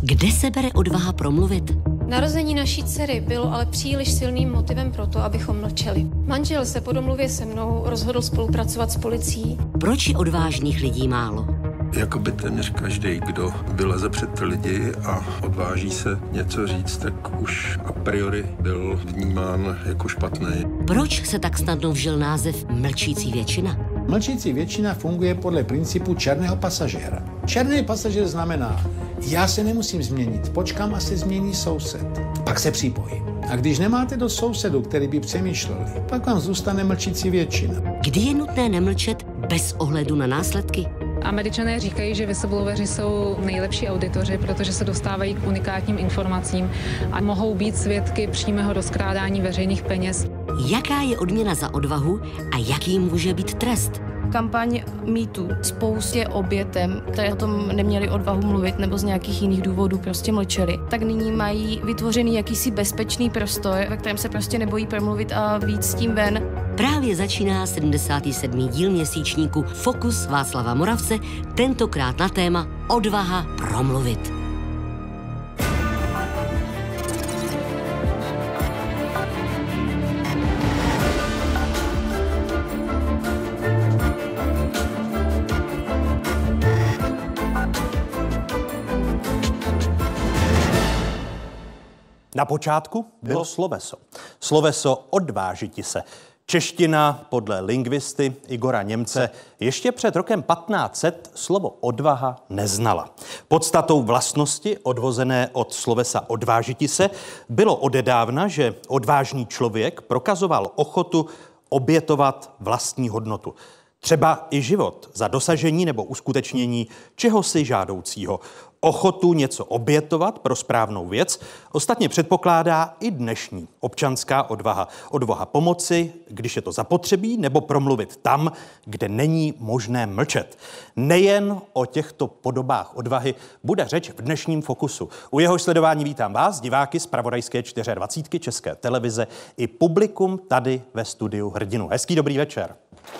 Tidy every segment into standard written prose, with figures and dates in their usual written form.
Kde se bere odvaha promluvit? Narození naší dcery bylo ale příliš silným motivem pro to, abychom mlčeli. Manžel se po domluvě se mnou rozhodl spolupracovat s policií. Proč je odvážných lidí málo? Jakoby téměř každý, kdo vyleze před ty lidi a odváží se něco říct, tak už a priori byl vnímán jako špatný. Proč se tak snadno vžil název mlčící většina? Mlčící většina funguje podle principu černého pasažéra. Černý pasažér znamená, já se nemusím změnit, počkám, až se změní soused. Pak se připojím. A když nemáte do sousedů, který by přemýšleli, pak vám zůstane mlčící většina. Kdy je nutné nemlčet bez ohledu na následky? Američané říkají, že whistlebloweri jsou nejlepší auditoři, protože se dostávají k unikátním informacím a mohou být svědky přímého rozkrádání veřejných peněz. Jaká je odměna za odvahu a jaký může být trest? Kampaň MeToo spoustě obětem, které o tom neměly odvahu mluvit nebo z nějakých jiných důvodů prostě mlčeli, tak nyní mají vytvořený jakýsi bezpečný prostor, ve kterém se prostě nebojí promluvit a víc s tím ven. Právě začíná 77. díl měsíčníku Fokus Václava Moravce, tentokrát na téma Odvaha promluvit. Na počátku bylo sloveso. Sloveso odvážiti se. Čeština podle lingvisty Igora Němce ještě před rokem 1500 slovo odvaha neznala. Podstatou vlastnosti odvozené od slovesa odvážiti se bylo odedávna, že odvážný člověk prokazoval ochotu obětovat vlastní hodnotu. Třeba i život za dosažení nebo uskutečnění čehosi žádoucího. Ochotu něco obětovat pro správnou věc ostatně předpokládá i dnešní občanská odvaha. Odvaha pomoci, když je to zapotřebí, nebo promluvit tam, kde není možné mlčet. Nejen o těchto podobách odvahy bude řeč v dnešním Fokusu. U jehož sledování vítám vás, diváky z zpravodajské 24 České televize i publikum tady ve studiu Hrdinu. Hezký dobrý večer.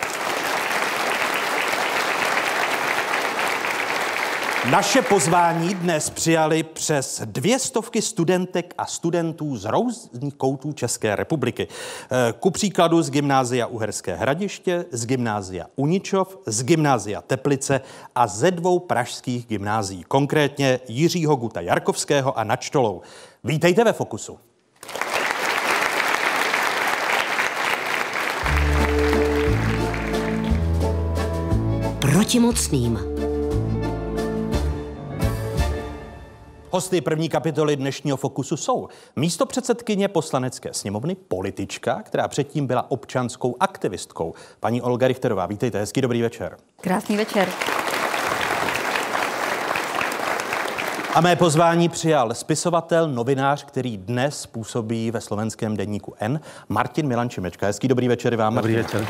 Naše pozvání dnes přijali přes 200 studentek a studentů z různých koutů České republiky. Ku příkladu z Gymnázia Uherské Hradiště, z Gymnázia Uničov, z Gymnázia Teplice a ze 2 pražských gymnázií, konkrétně Jiřího Guta Jarkovského a Nad Štolou. Vítejte ve Fokusu. Proti mocným. Hosty první kapitoly dnešního Fokusu jsou místopředsedkyně Poslanecké sněmovny, politička, která předtím byla občanskou aktivistkou. Paní Olga Richterová, vítejte, hezký dobrý večer. Krásný večer. A mé pozvání přijal spisovatel, novinář, který dnes působí ve slovenském deníku N, Martin Milan Šimečka. Hezký dobrý večer vám, Martin. Dobrý večer.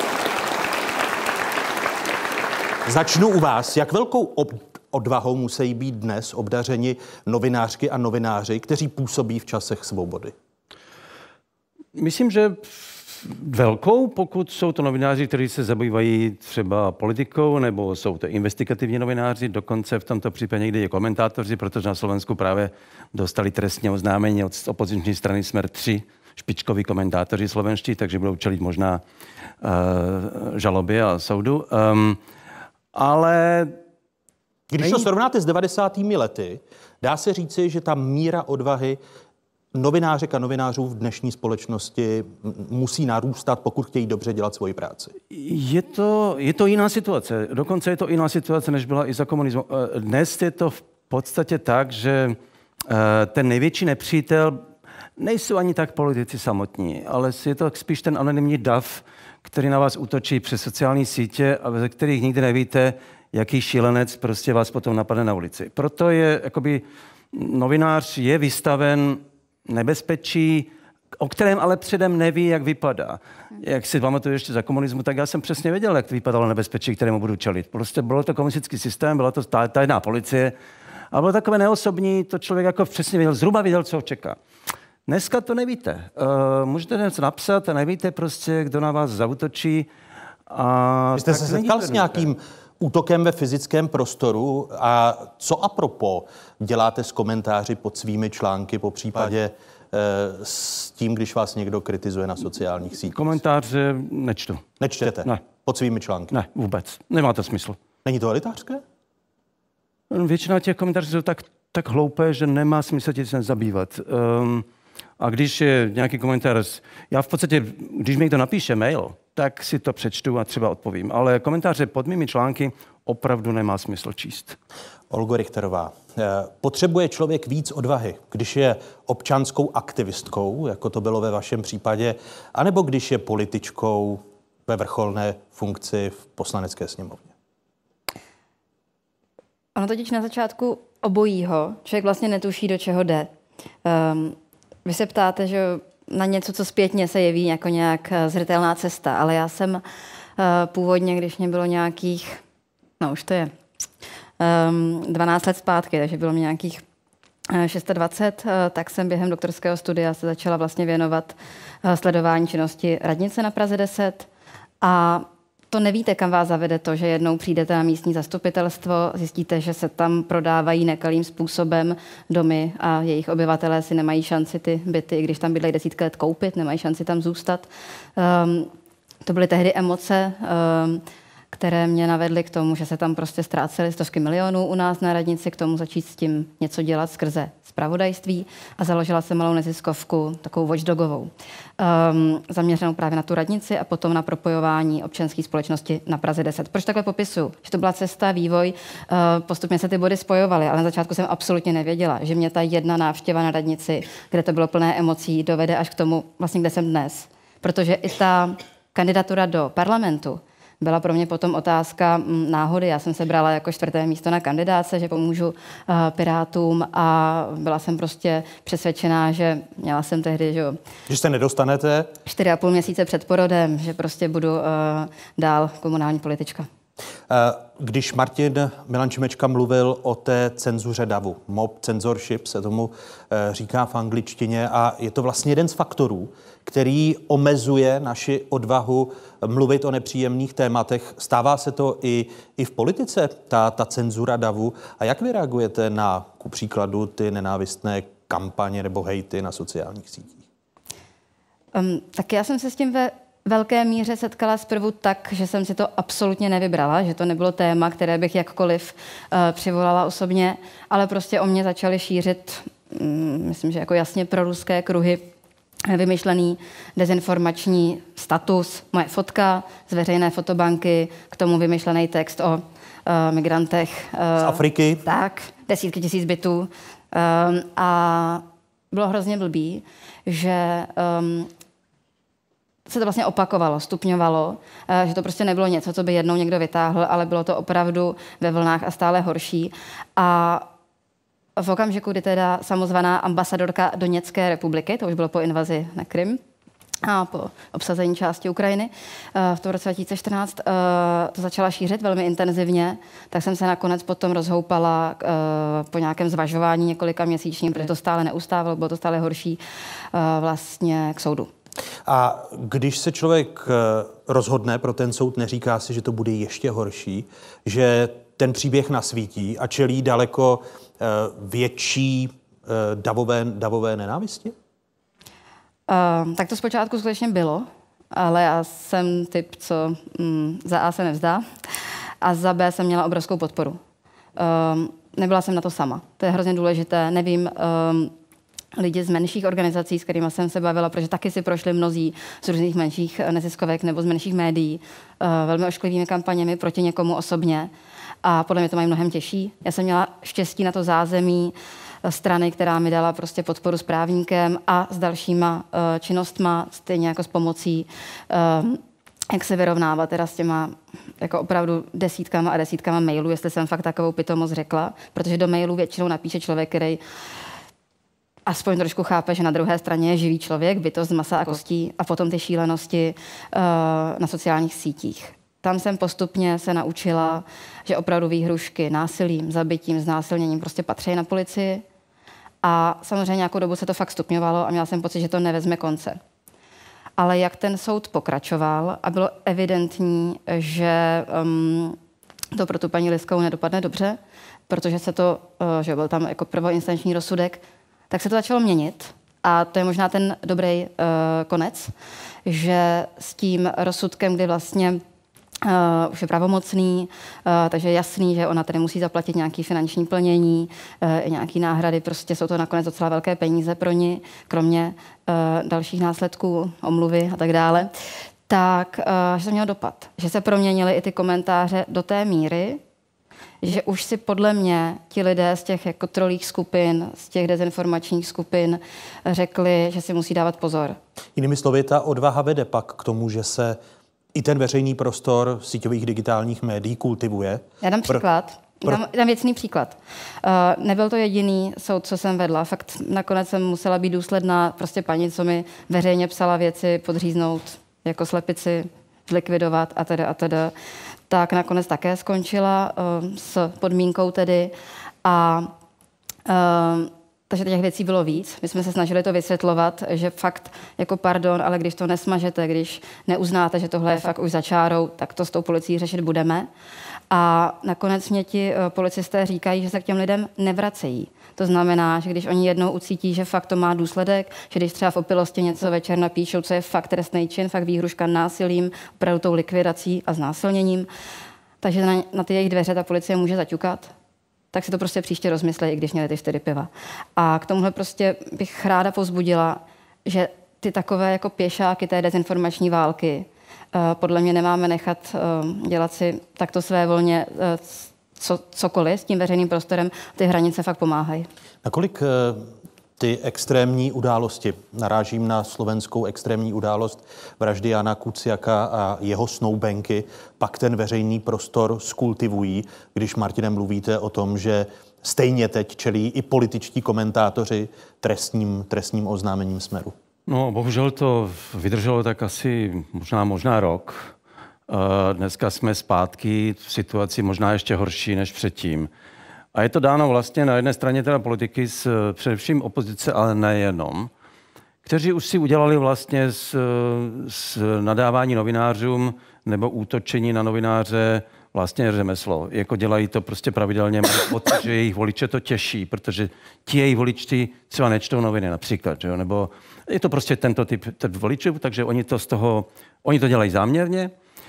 Začnu u vás. Jak velkou odvahou musí být dnes obdařeni novinářky a novináři, kteří působí v časech svobody? Myslím, že velkou, pokud jsou to novináři, kteří se zabývají třeba politikou, nebo jsou to investigativní novináři, dokonce v tomto případě někdy je komentátoři, protože na Slovensku právě dostali trestně oznámení od opoziční strany Smer 3 špičkoví komentátoři slovenští, takže budou čelit možná žalobě a soudu. Ale když to srovnáte s 90. lety, dá se říci, že ta míra odvahy novinářek a novinářů v dnešní společnosti musí narůstat, pokud chtějí dobře dělat svoji práci. Je to jiná situace. Dokonce je to jiná situace, než byla i za komunismu. Dnes je to v podstatě tak, že ten největší nepřítel nejsou ani tak politici samotní, ale je to spíš ten anonymní dav, který na vás útočí přes sociální sítě a ze kterých nikdy nevíte, jaký šílenec prostě vás potom napadne na ulici. Proto je, jakoby, novinář je vystaven nebezpečí, o kterém ale předem neví, jak vypadá. Jak si pamatuju ještě za komunismu, tak já jsem přesně věděl, jak vypadalo nebezpečí, kterému budu čelit. Prostě bylo to komunistický systém, byla to tajná policie a bylo takové neosobní, to člověk jako přesně věděl, zhruba věděl, co ho čeká. Dneska to nevíte. Můžete něco napsat a nevíte prostě, kdo na vás zaútočí. Vy jste se setkal s nějakým útokem ve fyzickém prostoru. A co apropos děláte s komentáři pod svými články, po případě s tím, když vás někdo kritizuje na sociálních sítích? Komentáře nečtu. Nečtete? Ne. Pod svými články? Ne, vůbec. Nemá to smysl. Není to elitářské? Většina těch komentářů jsou tak hloupé, že nemá smysl tě se zabývat. A když je nějaký komentář, já v podstatě, když mi někdo napíše mail, tak si to přečtu a třeba odpovím. Ale komentáře pod mými články opravdu nemá smysl číst. Olgo Richterová, potřebuje člověk víc odvahy, když je občanskou aktivistkou, jako to bylo ve vašem případě, anebo když je političkou ve vrcholné funkci v Poslanecké sněmovně? Ono totiž na začátku obojího člověk vlastně netuší, do čeho jde. Vy se ptáte, že na něco, co zpětně se jeví jako nějak zřetelná cesta, ale já jsem původně, když mě bylo nějakých, už to je 12 let zpátky, takže bylo mě nějakých 26, tak jsem během doktorského studia se začala vlastně věnovat sledování činnosti radnice na Praze 10 a to nevíte, kam vás zavede to, že jednou přijdete na místní zastupitelstvo, zjistíte, že se tam prodávají nekalým způsobem domy a jejich obyvatelé si nemají šanci ty byty, i když tam bydlejí desítky let, koupit, nemají šanci tam zůstat. To byly tehdy emoce, které mě navedly k tomu, že se tam prostě ztrácely stovky milionů u nás na radnici, k tomu začít s tím něco dělat skrze zpravodajství a založila jsem malou neziskovku, takovou watchdogovou, zaměřenou právě na tu radnici a potom na propojování občanské společnosti na Praze 10. Proč takhle popisuju? Že to byla cesta, vývoj, postupně se ty body spojovaly, ale na začátku jsem absolutně nevěděla, že mě ta jedna návštěva na radnici, kde to bylo plné emocí, dovede až k tomu, vlastně kde jsem dnes. Protože i ta kandidatura do parlamentu byla pro mě potom otázka náhody. Já jsem se brala jako 4. místo na kandidáce, že pomůžu Pirátům a byla jsem prostě přesvědčená, že měla jsem tehdy, že se nedostanete? 4,5 měsíce před porodem, že prostě budu dál komunální politička. Když Martin Milan Šimečka mluvil o té cenzuře davu, mob censorship se tomu říká v angličtině a je to vlastně jeden z faktorů, který omezuje naši odvahu mluvit o nepříjemných tématech. Stává se to i v politice, ta cenzura davu. A jak vy reagujete na, ku příkladu, ty nenávistné kampaně nebo hejty na sociálních sítích? Tak já jsem se s tím ve velké míře setkala zprvu tak, že jsem si to absolutně nevybrala, že to nebylo téma, které bych jakkoliv přivolala osobně, ale prostě o mě začaly šířit, myslím, že jako jasně proruské kruhy, vymyšlený dezinformační status, moje fotka z veřejné fotobanky, k tomu vymyšlený text o migrantech. Z Afriky. Tak, desítky tisíc bytů. A bylo hrozně blbý, že se to vlastně opakovalo, stupňovalo, že to prostě nebylo něco, co by jednou někdo vytáhl, ale bylo to opravdu ve vlnách a stále horší. A v okamžiku, kdy teda samozvaná ambasadorka Doněcké republiky, to už bylo po invazi na Krym a po obsazení části Ukrajiny v tom roce 2014, to začala šířit velmi intenzivně, tak jsem se nakonec potom rozhoupala po nějakém zvažování několika měsíčním, protože to stále neustávalo, bylo to stále horší, vlastně k soudu. A když se člověk rozhodne pro ten soud, neříká si, že to bude ještě horší, že ten příběh nasvítí a čelí daleko větší davové nenávisti? Tak to zpočátku skutečně bylo, ale já jsem typ, co za A se nevzdá a za B jsem měla obrovskou podporu. Nebyla jsem na to sama. To je hrozně důležité. Nevím, lidi z menších organizací, s kterými jsem se bavila, protože taky si prošli mnozí z různých menších neziskovek nebo z menších médií velmi ošklivými kampaněmi proti někomu osobně a podle mě to mají mnohem těžší. Já jsem měla štěstí na to zázemí strany, která mi dala prostě podporu s právníkem a s dalšíma činnostma, stejně jako s pomocí, jak se vyrovnávat teda s těma jako opravdu desítkama a desítkama mailů, jestli jsem fakt takovou pitomost řekla, protože do mailu většinou napíše člověk, který aspoň trošku chápe, že na druhé straně je živý člověk, bytost z masa a kostí a potom ty šílenosti na sociálních sítích. Tam jsem postupně se naučila, že opravdu výhrušky násilím, zabitím, znásilněním prostě patří na policii. A samozřejmě nějakou dobu se to fakt stupňovalo a měla jsem pocit, že to nevezme konce. Ale jak ten soud pokračoval a bylo evidentní, že to pro tu paní Liskovou nedopadne dobře, protože se to, že byl tam jako prvoinstanční rozsudek, tak se to začalo měnit. A to je možná ten dobrý konec, že s tím rozsudkem, kdy vlastně už je pravomocný, takže je jasný, že ona tedy musí zaplatit nějaké finanční plnění, nějaké náhrady, prostě jsou to nakonec docela velké peníze pro ní, kromě dalších následků, omluvy a tak dále, tak že to mělo dopad, že se proměnily i ty komentáře do té míry, že už si podle mě ti lidé z těch jako trolích skupin, z těch dezinformačních skupin řekli, že si musí dávat pozor. Jinými slovy, ta odvaha vede pak k tomu, že se i ten veřejný prostor síťových digitálních médií kultivuje. Já dám příklad. Dám věcný příklad. Nebyl to jediný soud, co jsem vedla. Fakt nakonec jsem musela být důsledná. Prostě paní, co mi veřejně psala věci, podříznout jako slepici, zlikvidovat a teda. Tak nakonec také skončila s podmínkou tedy. Takže těch věcí bylo víc. My jsme se snažili to vysvětlovat, že fakt jako pardon, ale když to nesmažete, když neuznáte, že tohle je fakt už za čárou, tak to s tou policií řešit budeme. A nakonec mě ti policisté říkají, že se k těm lidem nevracejí. To znamená, že když oni jednou ucítí, že fakt to má důsledek, že když třeba v opilosti něco večer napíšou, co je fakt trestný čin, fakt výhruška násilím, opravdu tou likvidací a znásilněním, takže na ty jejich dveře ta policie může zaťukat, tak si to prostě příště rozmyslejí, i když měli ty 4 piva. A k tomuhle prostě bych ráda povzbudila, že ty takové jako pěšáky té dezinformační války podle mě nemáme nechat dělat si takto svévolně cokoliv s tím veřejným prostorem. Ty hranice fakt pomáhají. Nakolik ty extrémní události, narážím na slovenskou extrémní událost vraždy Jána Kuciaka a jeho snoubenky, pak ten veřejný prostor skultivují, když, Martine, mluvíte o tom, že stejně teď čelí i političtí komentátoři trestním oznámením Smeru? No, bohužel to vydrželo tak asi možná rok. Dneska jsme zpátky v situaci možná ještě horší než předtím. A je to dáno vlastně na jedné straně teda politiky především opozice, ale nejenom, kteří už si udělali vlastně z nadávání novinářům nebo útočení na novináře vlastně řemeslo. Jako dělají to prostě pravidelně, mají pocit, že jejich voliče to těší, protože ti jejich voliči třeba nečtou noviny například, že jo? Nebo je to prostě tento typ voličů, takže oni to dělají záměrně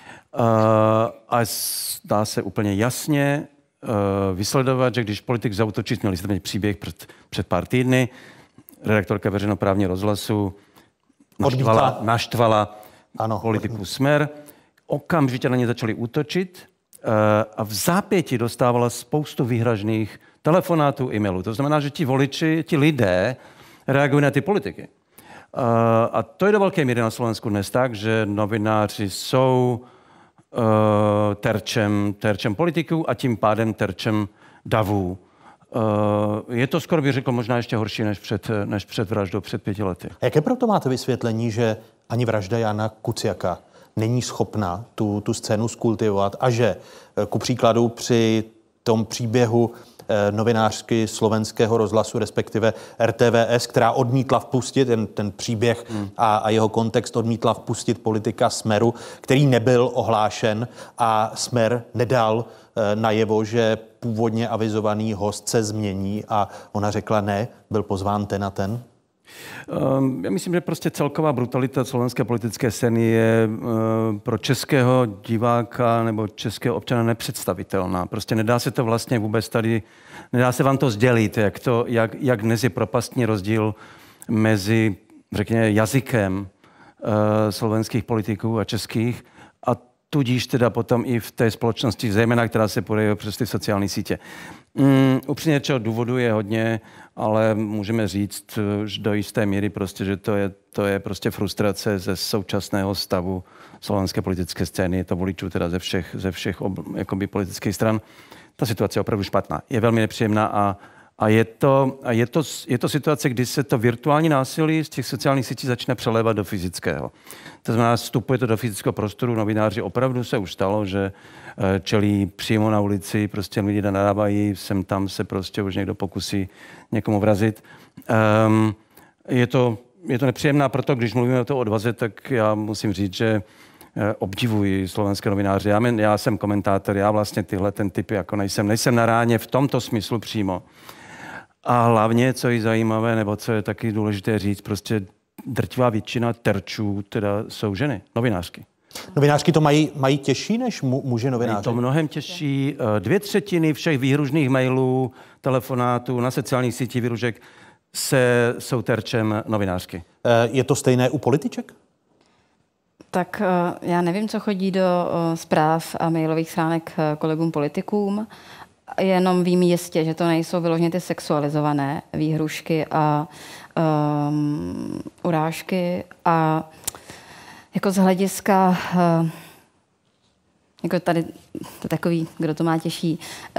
a dá se úplně jasně vysledovat, že když politik zaútočí, měli jste příběh před pár týdny, redaktorka veřejnoprávního rozhlasu naštvala politiku Smer, okamžitě na ně začali útočit a v zápěti dostávala spoustu výhražných telefonátů, e-mailů. To znamená, že ti voliči, ti lidé reagují na ty politiky. A to je do velké míry na Slovensku dnes tak, že novináři jsou terčem politiků a tím pádem terčem davů. Je to skoro bych řekl možná ještě horší než před vraždou před 5 lety. Jaké proto máte vysvětlení, že ani vražda Jána Kuciaka není schopna tu scénu skultivovat a že ku příkladu při tom příběhu novinářky slovenského rozhlasu, respektive RTVS, která odmítla vpustit ten příběh a jeho kontext odmítla vpustit politika Smeru, který nebyl ohlášen a Smer nedal najevo, že původně avizovaný host se změní a ona řekla ne, byl pozván ten a ten? Já myslím, že prostě celková brutalita slovenské politické scény je pro českého diváka nebo českého občana nepředstavitelná. Prostě nedá se to vlastně vůbec tady, nedá se vám to sdělit, jak dnes je propastní rozdíl mezi, řekněme, jazykem slovenských politiků a českých a tudíž teda potom i v té společnosti, zejména která se podají přes ty sociální sítě. Upřímně řečeno, důvodu je hodně, ale můžeme říct do jisté míry prostě, že to je prostě frustrace ze současného stavu slovenské politické scény, je to voličů teda ze všech jakoby politických stran. Ta situace je opravdu špatná, je velmi nepříjemná a je to situace, kdy se to virtuální násilí z těch sociálních sítí začne přelévat do fyzického. To znamená, vstupuje to do fyzického prostoru, novináři opravdu se už stalo, že čelí přímo na ulici, prostě lidi nadávají, sem tam se prostě už někdo pokusí někomu vrazit. Je to nepříjemná, proto když mluvíme o té odvaze, tak já musím říct, že obdivuji slovenské novináře. Já jsem komentátor, já vlastně tyhle ten typy jako nejsem na ráně v tomto smyslu přímo. A hlavně, co je zajímavé, nebo co je taky důležité říct, prostě drtivá většina terčů teda jsou ženy, novinářky. Novinářky to mají těžší než muži novináři? Je to mnohem těžší. 2/3 všech výhružných mailů, telefonátů, na sociálních sítích výhružek jsou terčem novinářky. Je to stejné u političek? Tak já nevím, co chodí do zpráv a mailových schránek kolegům politikům. Jenom vím jistě, že to nejsou vyloženě ty sexualizované výhrušky a urážky a jako z hlediska, jako tady to takový, kdo to má těžší,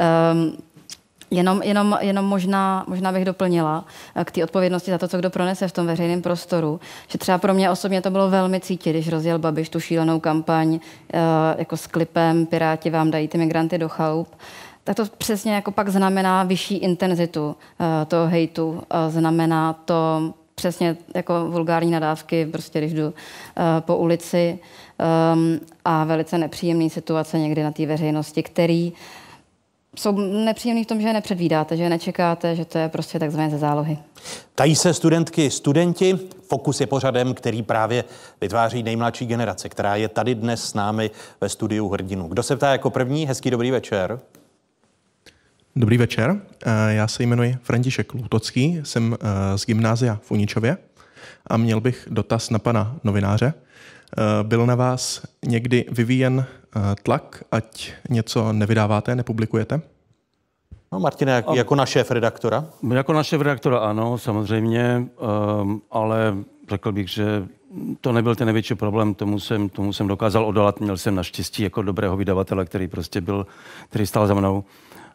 jenom možná bych doplnila k té odpovědnosti za to, co kdo pronese v tom veřejném prostoru, že třeba pro mě osobně to bylo velmi cítit, když rozjel Babiš tu šílenou kampaň jako s klipem Piráti vám dají ty migranty do chalup, tak to přesně jako pak znamená vyšší intenzitu toho hejtu, znamená to přesně jako vulgární nadávky, prostě když jdu po ulici a velice nepříjemné situace někdy na té veřejnosti, který jsou nepříjemný v tom, že je nepředvídáte, že je nečekáte, že to je prostě takzvané ze zálohy. Ptají se studentky, studenti. Fokus je pořadem, který právě vytváří nejmladší generace, která je tady dnes s námi ve studiu Hrdinů. Kdo se ptá jako první? Hezký dobrý večer. Dobrý večer, já se jmenuji František Lutocký, jsem z gymnázia v Uničově a měl bych dotaz na pana novináře. Byl na vás někdy vyvíjen tlak, ať něco nevydáváte, nepublikujete? No Martine, jako na šéfredaktora? Jako na šéfredaktora ano, samozřejmě, ale řekl bych, že to nebyl ten největší problém, tomu jsem dokázal odolat. Měl jsem naštěstí jako dobrého vydavatele, který stál za mnou.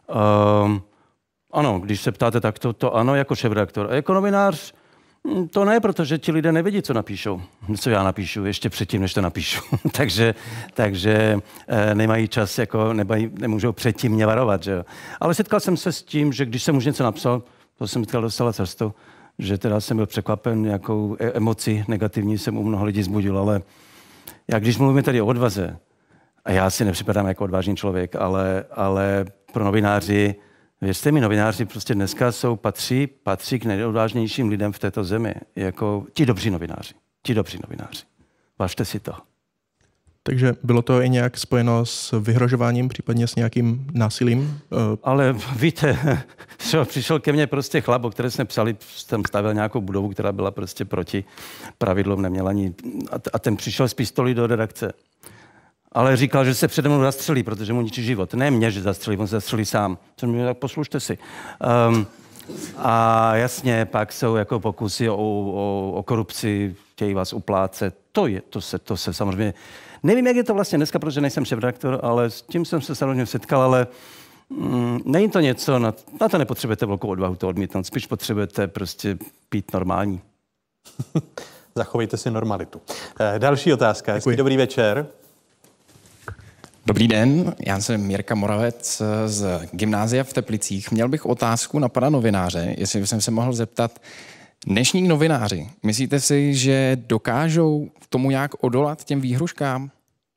Ano, když se ptáte, tak to ano, jako šéfredaktor. A jako novinář to ne, protože ti lidé nevědí, co napíšou. Co já napíšu, ještě předtím, než to napíšu. takže nemají čas, jako nemůžou předtím mě varovat. Že jo. Ale setkal jsem se s tím, že když jsem už něco napsal, to jsem setkal docela často, že teda jsem byl překvapen, jakou emoci negativní jsem u mnoha lidí zbudil. Ale já když mluvíme tady o odvaze, a já si nepřipadám jako odvážný člověk, ale pro novináři, věřte mi, novináři prostě dneska patří k nejodvážnějším lidem v této zemi. Jako ti dobří novináři. Važte si to. Takže bylo to i nějak spojeno s vyhrožováním, případně s nějakým násilím? Ale víte, přišel ke mně prostě chlap, o které jsme psali, jsem stavil nějakou budovu, která byla prostě proti pravidlům, neměla ani... A ten přišel s pistolí do redakce. Ale říkal, že se přede mnou zastřelí, protože mu ničí život. Ne mě, že zastřelí, on se zastřelí sám. Tak poslušte si. A jasně, pak jsou jako pokusy o korupci, chtějí vás uplácet. To se samozřejmě... Nevím, jak je to vlastně dneska, protože nejsem šéfredaktor, ale s tím jsem se samozřejmě setkal, ale není to něco, na to nepotřebujete velkou odvahu to odmítnout. Spíš potřebujete prostě být normální. Zachovejte si normalitu. Další otázka. Hezký dobrý večer. Dobrý den, já jsem Jirka Moravec z gymnázia v Teplicích. Měl bych otázku na pana novináře, jestli jsem se mohl zeptat. Dnešní novináři, myslíte si, že dokážou tomu nějak odolat těm výhruškám?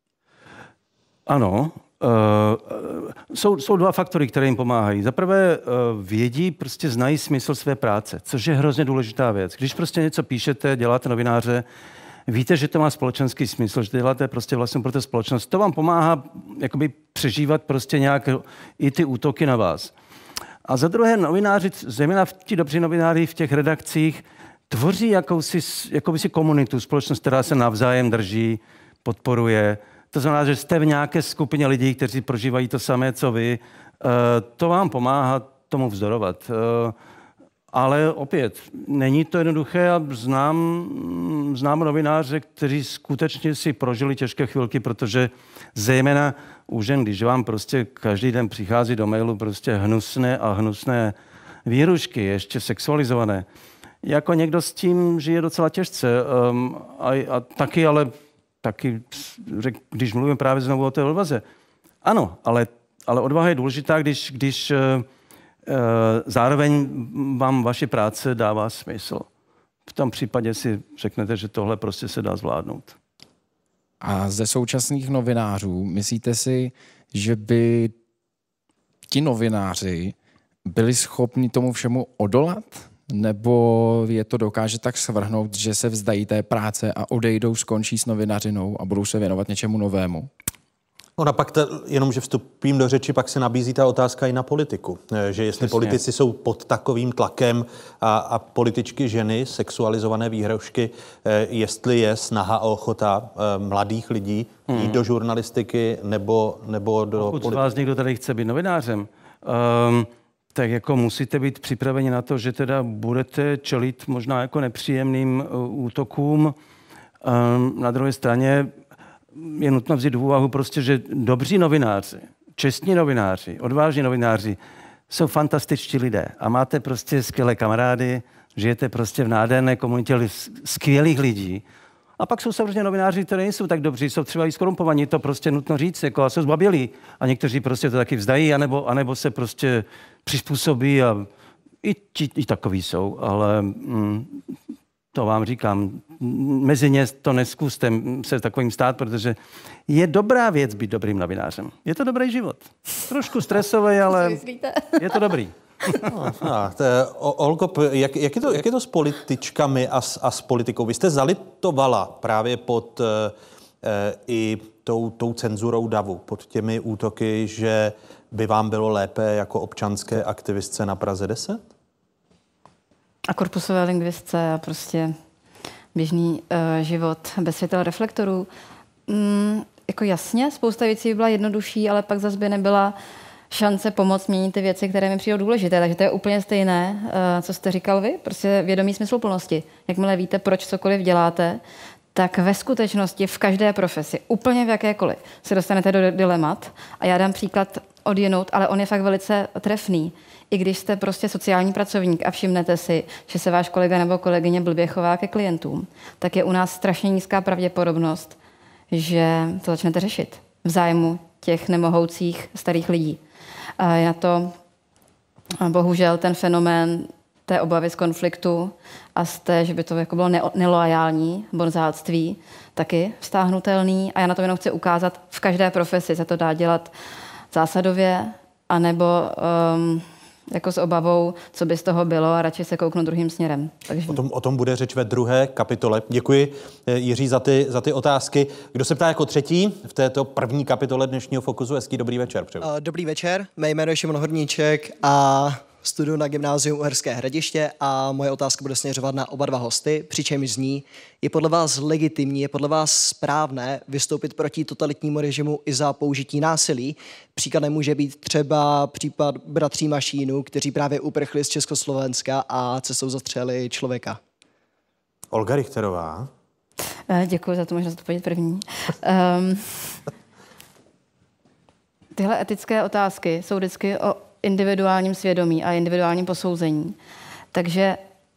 Ano. Jsou dva faktory, které jim pomáhají. Za prvé vědí, prostě znají smysl své práce, což je hrozně důležitá věc. Když prostě něco píšete, děláte novináře, víte, že to má společenský smysl, že děláte prostě vlastně pro tu společnost. To vám pomáhá jakoby přežívat prostě nějak i ty útoky na vás. A za druhé novináři, zejména ti dobří novináři v těch redakcích, tvoří jakousi komunitu, společnost, která se navzájem drží, podporuje. To znamená, že jste v nějaké skupině lidí, kteří prožívají to samé, co vy. To vám pomáhá tomu vzdorovat. Ale opět, není to jednoduché a znám novináře, kteří skutečně si prožili těžké chvilky, protože zejména u žen, když vám prostě každý den přichází do mailu prostě hnusné výhrušky, ještě sexualizované. Jako někdo s tím žije docela těžce. A taky, když mluvím právě znovu o té odvaze. Ano, ale odvaha je důležitá, když zároveň vám vaše práce dává smysl. V tom případě si řeknete, že tohle prostě se dá zvládnout. A ze současných novinářů, myslíte si, že by ti novináři byli schopni tomu všemu odolat? Nebo je to dokáže tak svrhnout, že se vzdají té práce a odejdou, skončí s novinařinou a budou se věnovat něčemu novému? Ona pak, jenom že vstupím do řeči, pak se nabízí ta otázka i na politiku. Že jestli politici jsou pod takovým tlakem a političky ženy, sexualizované výhrušky, jestli je snaha a ochota mladých lidí jít do žurnalistiky nebo do politiky. Pokud vás někdo tady chce být novinářem, tak jako musíte být připraveni na to, že teda budete čelit možná jako nepříjemným útokům. Na druhé straně je nutno vzít v úvahu prostě, že dobří novináři, čestní novináři, odvážní novináři jsou fantastičtí lidé a máte prostě skvělé kamarády, žijete prostě v nádherné komunitě skvělých lidí. A pak jsou samozřejmě novináři, kteří nejsou tak dobří, jsou třeba i skorumpovaní, to prostě nutno říct, jako, a jsou zbabělí. A někteří prostě to taky vzdají, anebo se prostě přizpůsobí a i takový jsou, ale to vám říkám, mezi ně to neskuste se takovým stát, protože je dobrá věc být dobrým novinářem. Je to dobrý život. Trošku stresový, ale je to dobrý. Olgo, jak je to s političkami a s politikou? Vy jste zalitovala právě pod i tou cenzurou davu, pod těmi útoky, že by vám bylo lépe jako občanské aktivistce na Praze 10? A korpusové lingvistce a prostě běžný život bez světel reflektorů. Jako jasně, spousta věcí by byla jednodušší, ale pak zase by nebyla šance pomoct měnit ty věci, které mi přijdou důležité. Takže to je úplně stejné, co jste říkal vy, prostě vědomí smysluplnosti. Jakmile víte, proč cokoliv děláte, tak ve skutečnosti v každé profesi, úplně v jakékoliv, se dostanete do dilemat. A já dám příklad odjinud, ale on je fakt velice trefný. I když jste prostě sociální pracovník a všimnete si, že se váš kolega nebo kolegyně blbě chová ke klientům, tak je u nás strašně nízká pravděpodobnost, že to začnete řešit v zájmu těch nemohoucích starých lidí. A je na to bohužel ten fenomén té obavy z konfliktu a z té, že by to jako bylo neloajální bonzáctví, taky vztáhnutelný. A já na to jenom chci ukázat, v každé profesi se to dá dělat zásadově, anebo jako s obavou, co by z toho bylo a radši se kouknout druhým směrem. Takže... O tom bude řeč ve druhé kapitole. Děkuji, Jiří, za ty otázky. Kdo se ptá jako třetí v této první kapitole dnešního Fokusu? Hezký dobrý večer. Dobrý večer, mé jméno je Šimon Horníček a studuji na gymnáziu Uherské Hradiště a moje otázka bude směřovat na oba dva hosty, přičemž zní, je podle vás legitimní, je podle vás správné vystoupit proti totalitnímu režimu i za použití násilí? Příkladem může být třeba případ bratří Mašínů, kteří právě uprchli z Československa a cestou zastřelili člověka. Olga Richterová. Děkuji za to možnost odpovědět první. Tyhle etické otázky jsou vždycky o individuálním svědomí a individuálním posouzení. Takže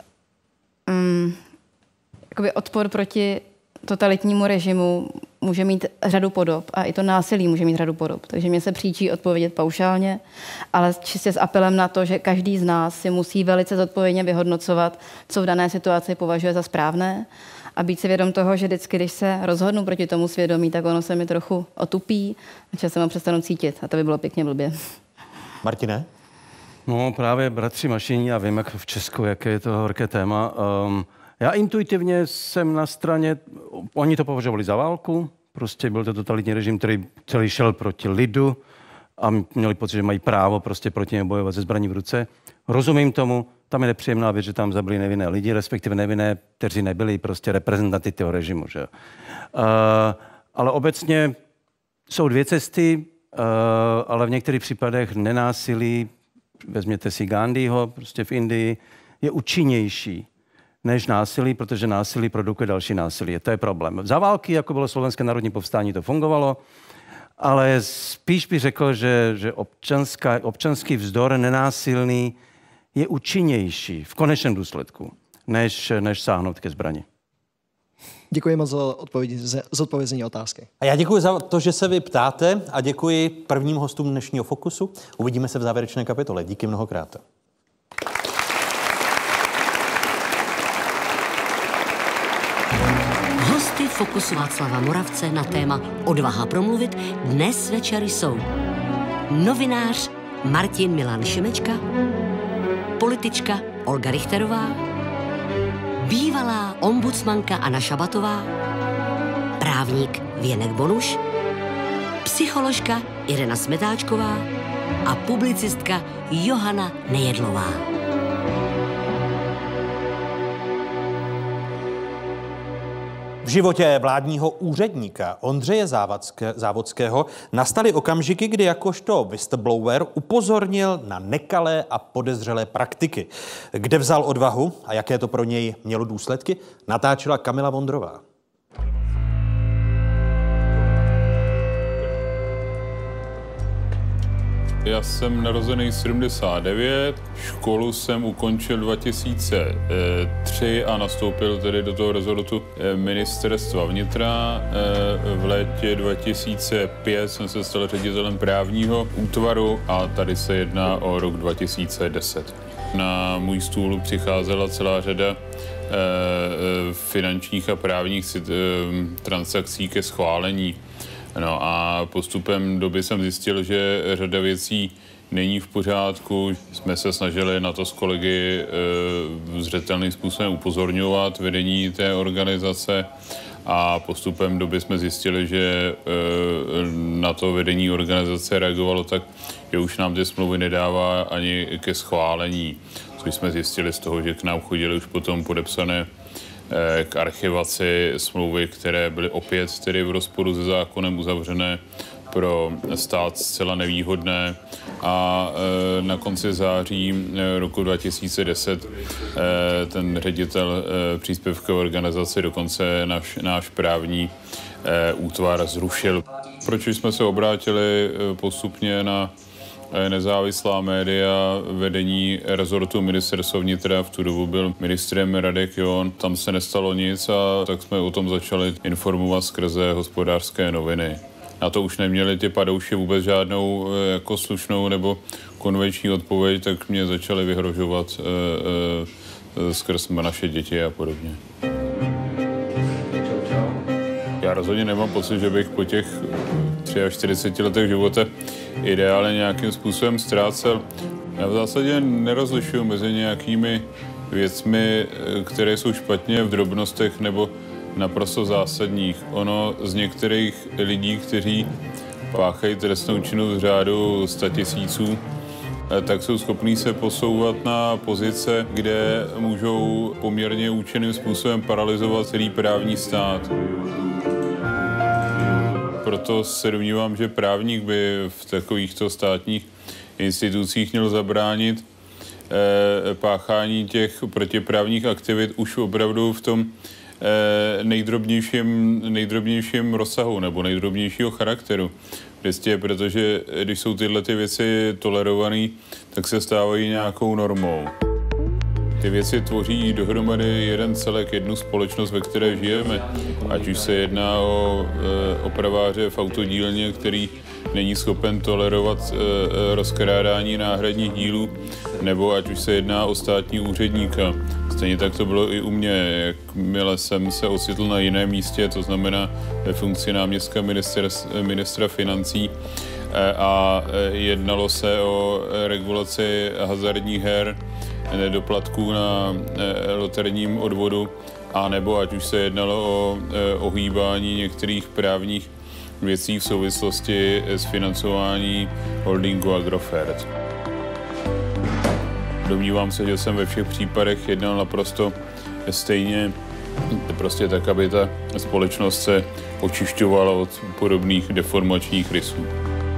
jakoby odpor proti totalitnímu režimu může mít řadu podob a i to násilí může mít řadu podob. Takže mě se příčí odpovědět paušálně, ale čistě s apelem na to, že každý z nás si musí velice zodpovědně vyhodnocovat, co v dané situaci považuje za správné a být si vědom toho, že vždycky, když se rozhodnu proti tomu svědomí, tak ono se mi trochu otupí a časem ho přestanu cítit a to by bylo pěkně blbě. Martine? No právě bratři Mašíni, já vím, jak v Česku, jaké je to horké téma. Já intuitivně jsem na straně, oni to považovali za válku, prostě byl to totalitní režim, který celý šel proti lidu a měli pocit, že mají právo prostě proti němu bojovat ze zbraní v ruce. Rozumím tomu, tam je nepříjemná věc, že tam zabili nevinné lidi, respektive nevinné, kteří nebyli prostě reprezentanty toho režimu. Že? Ale obecně jsou dvě cesty, ale v některých případech nenásilí, vezměte si Gandhiho, prostě v Indii, je účinnější než násilí, protože násilí produkuje další násilí. To je problém. Za války, jako bylo Slovenské národní povstání, to fungovalo, ale spíš bych řekl, že občanský vzdor nenásilný je účinnější v konečném důsledku, než sáhnout ke zbrani. Děkuji moc za zodpovězení otázky. A já děkuji za to, že se vy ptáte a děkuji prvním hostům dnešního Fokusu. Uvidíme se v závěrečné kapitole. Díky mnohokrát. Hosty Hosty Fokusu Václava Moravce na téma Odvaha promluvit dnes večer jsou novinář Martin Milan Šimečka, politička Olga Richterová, bývalá ombudsmanka Anna Šabatová, právník Věnek Bonuš, psycholožka Irena Smetáčková a publicistka Johana Nejedlová. V životě vládního úředníka Ondřeje Závodského nastaly okamžiky, kdy jakožto whistleblower upozornil na nekalé a podezřelé praktiky. Kde vzal odvahu a jaké to pro něj mělo důsledky, natáčela Kamila Vondrová. Já jsem narozený 79, školu jsem ukončil 2003 a nastoupil tedy do toho rezortu ministerstva vnitra. V létě 2005 jsem se stal ředitelem právního útvaru a tady se jedná o rok 2010. Na můj stůl přicházela celá řada finančních a právních transakcí ke schválení. No a postupem doby jsem zjistil, že řada věcí není v pořádku. Jsme se snažili na to s kolegy zřetelným způsobem upozorňovat vedení té organizace a postupem doby jsme zjistili, že na to vedení organizace reagovalo tak, že už nám ty smlouvy nedává ani ke schválení. Což jsme zjistili z toho, že k nám chodili už potom podepsané k archivaci smlouvy, které byly opět tedy v rozporu se zákonem uzavřené, pro stát zcela nevýhodné. A na konci září roku 2010 ten ředitel příspěvkové organizace dokonce náš právní útvar zrušil. Proč jsme se obrátili postupně na nezávislá média, vedení rezortu ministerstva vnitra, v tu dobu byl ministrem Radek John, tam se nestalo nic a tak jsme o tom začali informovat skrze Hospodářské noviny. Na to už neměli ty padouši vůbec žádnou jako slušnou nebo konvenční odpověď, tak mě začali vyhrožovat skrz naše děti a podobně. Já rozhodně nemám pocit, že bych po těch 43 letech života ideálně nějakým způsobem ztrácel. Já v zásadě nerozlišuju mezi nějakými věcmi, které jsou špatně v drobnostech nebo naprosto zásadních. Ono z některých lidí, kteří páchají trestnou činnost v řádu 100 000, tak jsou schopní se posouvat na pozice, kde můžou poměrně účinným způsobem paralyzovat celý právní stát. Proto se domnívám, že právník by v takovýchto státních institucích měl zabránit páchání těch protiprávních aktivit už opravdu v tom nejdrobnějším rozsahu nebo nejdrobnějšího charakteru. Prostě protože když jsou tyhle ty věci tolerované, tak se stávají nějakou normou. Ty věci tvoří dohromady jeden celek, jednu společnost, ve které žijeme. Ať už se jedná o opraváře v autodílně, který není schopen tolerovat rozkrádání náhradních dílů, nebo ať už se jedná o státní úředníka. Stejně tak to bylo i u mě, jakmile jsem se ocitl na jiném místě, to znamená ve funkci náměstka ministra financí, a jednalo se o regulaci hazardních her, nedoplatků na loterijním odvodu, a nebo ať už se jednalo o ohýbání některých právních věcí v souvislosti s financováním holdingu Agrofert. Domnívám se, že jsem ve všech případech jednal naprosto stejně, prostě tak, aby ta společnost se očišťovala od podobných deformačních rysů.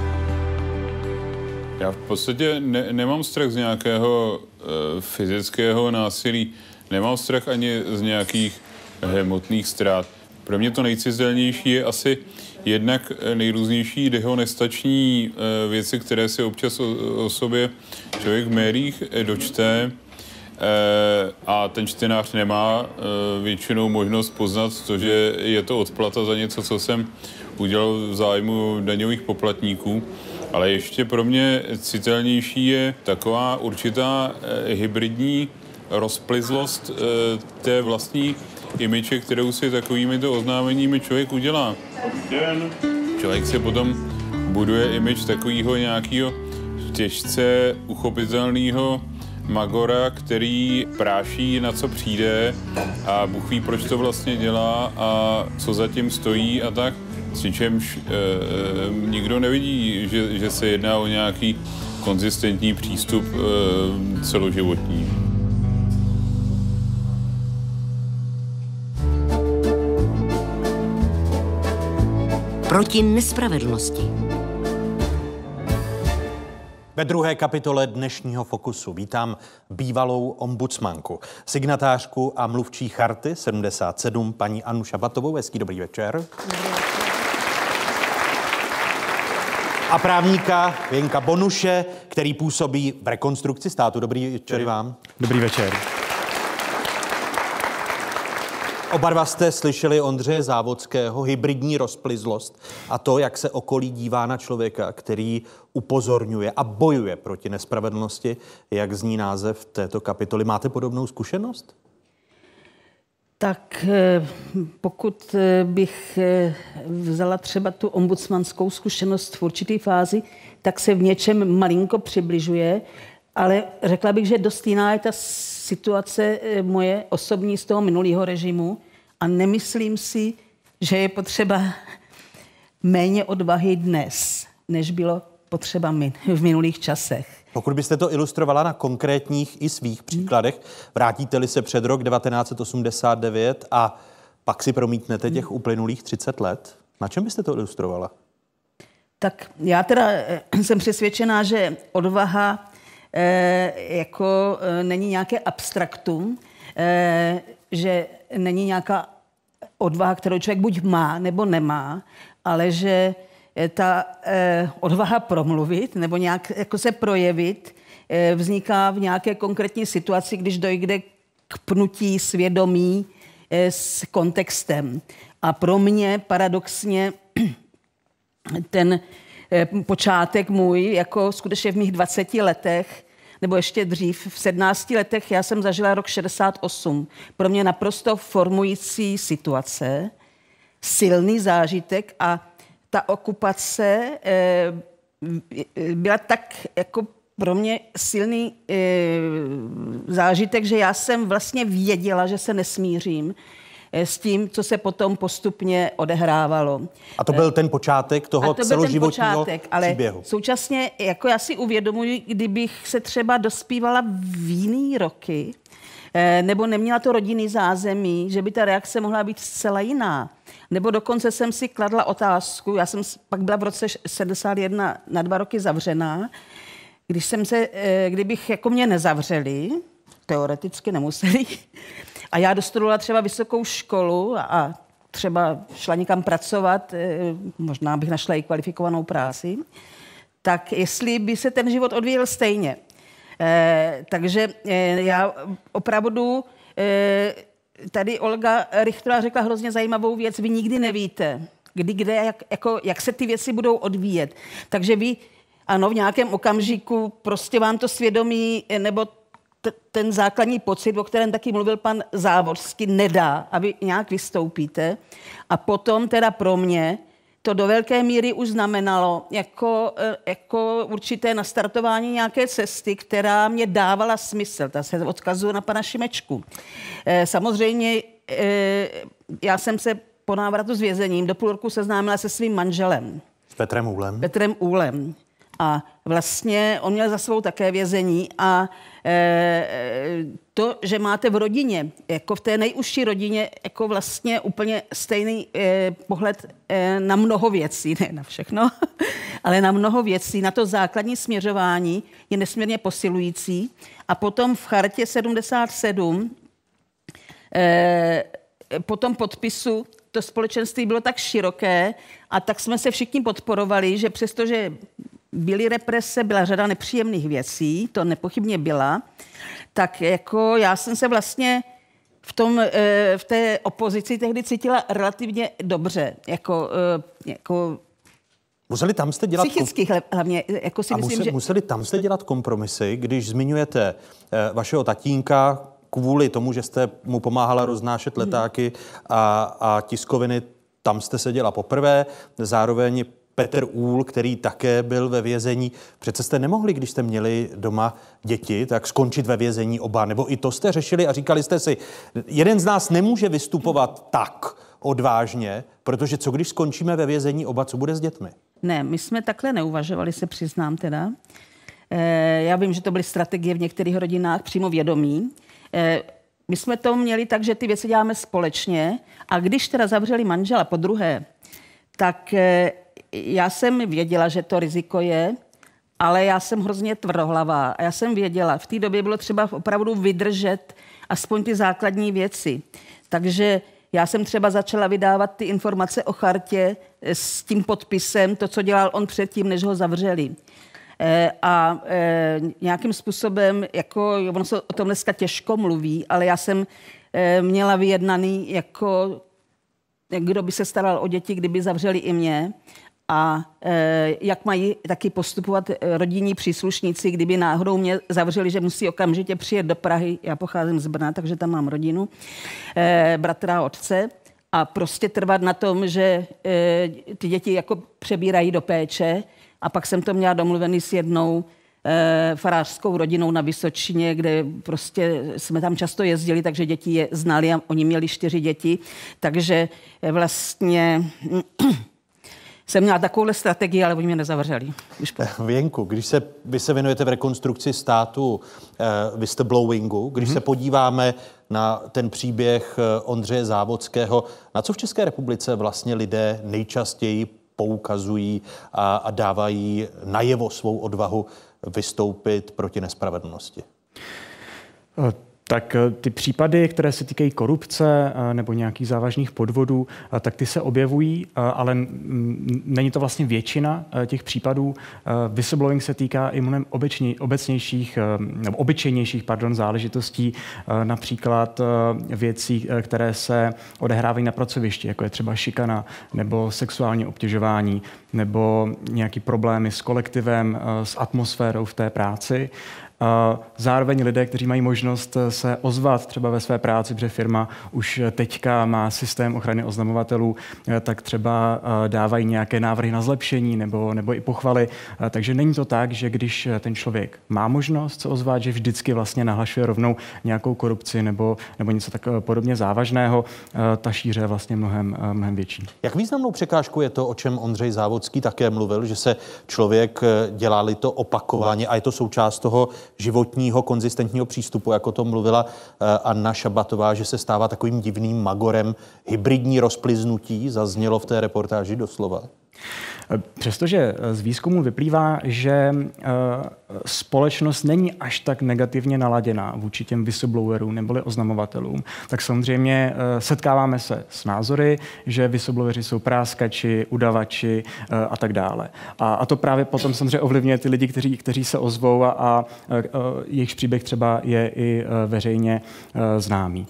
Já v podstatě nemám strach z nějakého fyzického násilí, nemám strach ani z nějakých hmotných ztrát. Pro mě to nejcizelnější je asi jednak nejrůznější dehonestační věci, které si občas o sobě člověk v médiích dočte, a ten čtenář nemá většinou možnost poznat to, že je to odplata za něco, co jsem udělal v zájmu daňových poplatníků. Ale ještě pro mě citelnější je taková určitá hybridní rozplizlost té vlastní image, kterou si takovými to oznámeními člověk udělá. Člověk si potom buduje image takového nějakého těžce uchopitelného magora, který práší, na co přijde a Bůh ví, proč to vlastně dělá a co zatím stojí a tak. Přičemž nikdo nevidí, že se jedná o nějaký konzistentní přístup celoživotní. Proti nespravedlnosti. Ve druhé kapitole dnešního Fokusu vítám bývalou ombudsmanku, signatářku a mluvčí Charty 77, paní Annu Šabatovou. Hezký dobrý večer. A právníka Věnka Bonuše, který působí v Rekonstrukci státu. Dobrý večer vám. Dobrý večer. Oba dva jste slyšeli Ondřeje Závodského, hybridní rozplizlost a to, jak se okolí dívá na člověka, který upozorňuje a bojuje proti nespravedlnosti, jak zní název této kapitoly. Máte podobnou zkušenost? Tak pokud bych vzala třeba tu ombudsmanskou zkušenost v určité fázi, tak se v něčem malinko přibližuje, ale řekla bych, že dost jiná je ta situace moje osobní z toho minulého režimu a nemyslím si, že je potřeba méně odvahy dnes, než bylo potřeba v minulých časech. Pokud byste to ilustrovala na konkrétních i svých příkladech, vrátíte-li se před rok 1989 a pak si promítnete těch uplynulých 30 let, na čem byste to ilustrovala? Tak já teda jsem přesvědčená, že odvaha není nějaké abstraktum, že není nějaká odvaha, kterou člověk buď má nebo nemá, ale že ta odvaha promluvit nebo nějak jako se projevit vzniká v nějaké konkrétní situaci, když dojde k pnutí svědomí s kontextem. A pro mě paradoxně ten počátek můj, jako skutečně v mých 20 letech, nebo ještě dřív, v 17 letech, já jsem zažila rok 68. Pro mě naprosto formující situace, silný zážitek a ta okupace byla tak jako pro mě silný zážitek, že já jsem vlastně věděla, že se nesmířím s tím, co se potom postupně odehrávalo. A to byl ten počátek toho celoživotního příběhu. Ale současně jako já si uvědomuji, kdybych se třeba dospívala v jiný roky, nebo neměla to rodinný zázemí, že by ta reakce mohla být zcela jiná. Nebo dokonce jsem si kladla otázku, já jsem pak byla v roce 71 na 2 roky zavřená, kdybych jako mě nezavřeli, teoreticky nemuseli, a já dostudovala třeba vysokou školu a třeba šla někam pracovat, možná bych našla i kvalifikovanou práci, tak jestli by se ten život odvíjel stejně. Takže já opravdu, tady Olga Richterová řekla hrozně zajímavou věc, vy nikdy nevíte, jak se ty věci budou odvíjet. Takže vy, ano, v nějakém okamžiku prostě vám to svědomí nebo ten základní pocit, o kterém taky mluvil pan Závodský, nedá, aby nějak vystoupíte. A potom teda pro mě to do velké míry už znamenalo jako určité nastartování nějaké cesty, která mě dávala smysl. Ta se odkazuje na pana Šimečku. Samozřejmě já jsem se po návratu z vězením do půl roku seznámila se svým manželem. S Petrem Úhlem. Petrem Úhlem. A vlastně on měl za svou také vězení a to, že máte v rodině, jako v té nejužší rodině, jako vlastně úplně stejný pohled na mnoho věcí, ne na všechno, ale na mnoho věcí, na to základní směřování je nesmírně posilující. A potom v Chartě 77 po tom podpisu to společenství bylo tak široké a tak jsme se všichni podporovali, že přestože byly represe, byla řada nepříjemných věcí, to nepochybně byla, tak jako já jsem se vlastně v té opozici tehdy cítila relativně dobře, museli tam jste dělat psychicky hlavně, jako si myslím, že museli tam jste dělat kompromisy, když zmiňujete vašeho tatínka, kvůli tomu, že jste mu pomáhala roznášet letáky a tiskoviny, tam jste seděla poprvé, zároveň Petr Úhl, který také byl ve vězení. Přece jste nemohli, když jste měli doma děti, tak skončit ve vězení oba, nebo i to jste řešili a říkali jste si, jeden z nás nemůže vystupovat tak odvážně, protože co když skončíme ve vězení oba, co bude s dětmi? Ne, my jsme takhle neuvažovali, se přiznám teda. Já vím, že to byly strategie v některých rodinách přímo vědomí. My jsme to měli tak, že ty věci děláme společně a když teda zavřeli manžela po druhé, tak já jsem věděla, že to riziko je, ale já jsem hrozně tvrdohlavá a já jsem věděla, v té době bylo třeba opravdu vydržet aspoň ty základní věci. Takže já jsem třeba začala vydávat ty informace o chartě s tím podpisem, to, co dělal on předtím, než ho zavřeli. A nějakým způsobem, jako ono se o tom dneska těžko mluví, ale já jsem měla vyjednaný, jako kdo by se staral o děti, kdyby zavřeli i mě a jak mají taky postupovat rodinní příslušníci, kdyby náhodou mě zavřeli, že musí okamžitě přijet do Prahy. Já pocházím z Brna, takže tam mám rodinu, bratra a otce. A prostě trvat na tom, že ty děti jako přebírají do péče. A pak jsem to měla domluvený s jednou farářskou rodinou na Vysočině, kde prostě jsme tam často jezdili, takže děti je znali a oni měli 4 děti. Takže vlastně jsem měla takovouhle strategii, ale oni mě nezavřeli. Věnku, vy se věnujete v rekonstrukci státu whistleblowingu, když se podíváme na ten příběh Ondřeje Závodského, na co v České republice vlastně lidé nejčastěji poukazují a dávají najevo svou odvahu vystoupit proti nespravedlnosti? Tak ty případy, které se týkají korupce nebo nějakých závažných podvodů, tak ty se objevují, ale není to vlastně většina těch případů. Whistleblowing se týká i mnohem obyčejnějších záležitostí, například věcí, které se odehrávají na pracovišti, jako je třeba šikana nebo sexuální obtěžování nebo nějaký problémy s kolektivem, s atmosférou v té práci. Zároveň lidé, kteří mají možnost se ozvat třeba ve své práci, protože firma už teďka má systém ochrany oznamovatelů, tak třeba dávají nějaké návrhy na zlepšení nebo i pochvaly. Takže není to tak, že když ten člověk má možnost se ozvat, že vždycky vlastně nahlašuje rovnou nějakou korupci nebo něco tak podobně závažného. Ta šíře je vlastně mnohem větší. Jak významnou překážku je to, o čem Ondřej Závodský také mluvil, že se člověk, dělá-li to opakovaně a je to součást toho životního, konzistentního přístupu, jako to mluvila Anna Šabatová, že se stává takovým divným magorem, hybridní rozplyznutí, zaznělo v té reportáži doslova? Přestože z výzkumu vyplývá, že společnost není až tak negativně naladěná vůči těm whistleblowerům neboli oznamovatelům, tak samozřejmě setkáváme se s názory, že whistlebloweri jsou práskači, udavači a tak dále. A to právě potom samozřejmě ovlivňuje ty lidi, kteří se ozvou a jejich příběh třeba je i veřejně známý.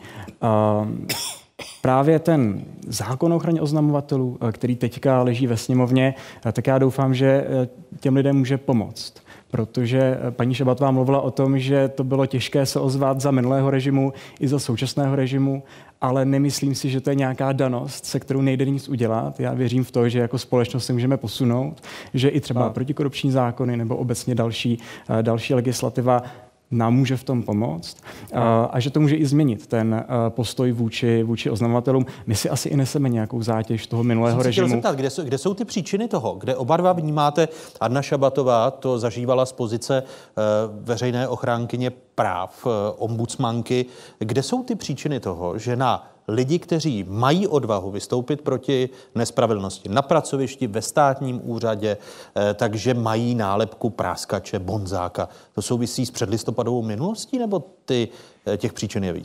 Právě ten zákon o ochraně oznamovatelů, který teďka leží ve sněmovně, tak já doufám, že těm lidem může pomoct. Protože paní Šabatová mluvila o tom, že to bylo těžké se ozvat za minulého režimu i za současného režimu, ale nemyslím si, že to je nějaká danost, se kterou nejde nic udělat. Já věřím v to, že jako společnost se můžeme posunout, že i třeba protikorupční zákony nebo obecně další legislativa nám může v tom pomoct a že to může i změnit ten postoj vůči oznamovatelům. My si asi i neseme nějakou zátěž toho minulého režimu. Chtěl zeptat, kde jsou ty příčiny toho? Kde oba dva vnímáte, Anna Šabatová to zažívala z pozice veřejné ochránkyně práv, ombudsmanky. Kde jsou ty příčiny toho, že na lidi, kteří mají odvahu vystoupit proti nespravedlnosti na pracovišti, ve státním úřadě, takže mají nálepku práskače, bonzáka. To souvisí s předlistopadovou minulostí, nebo těch příčin je víc?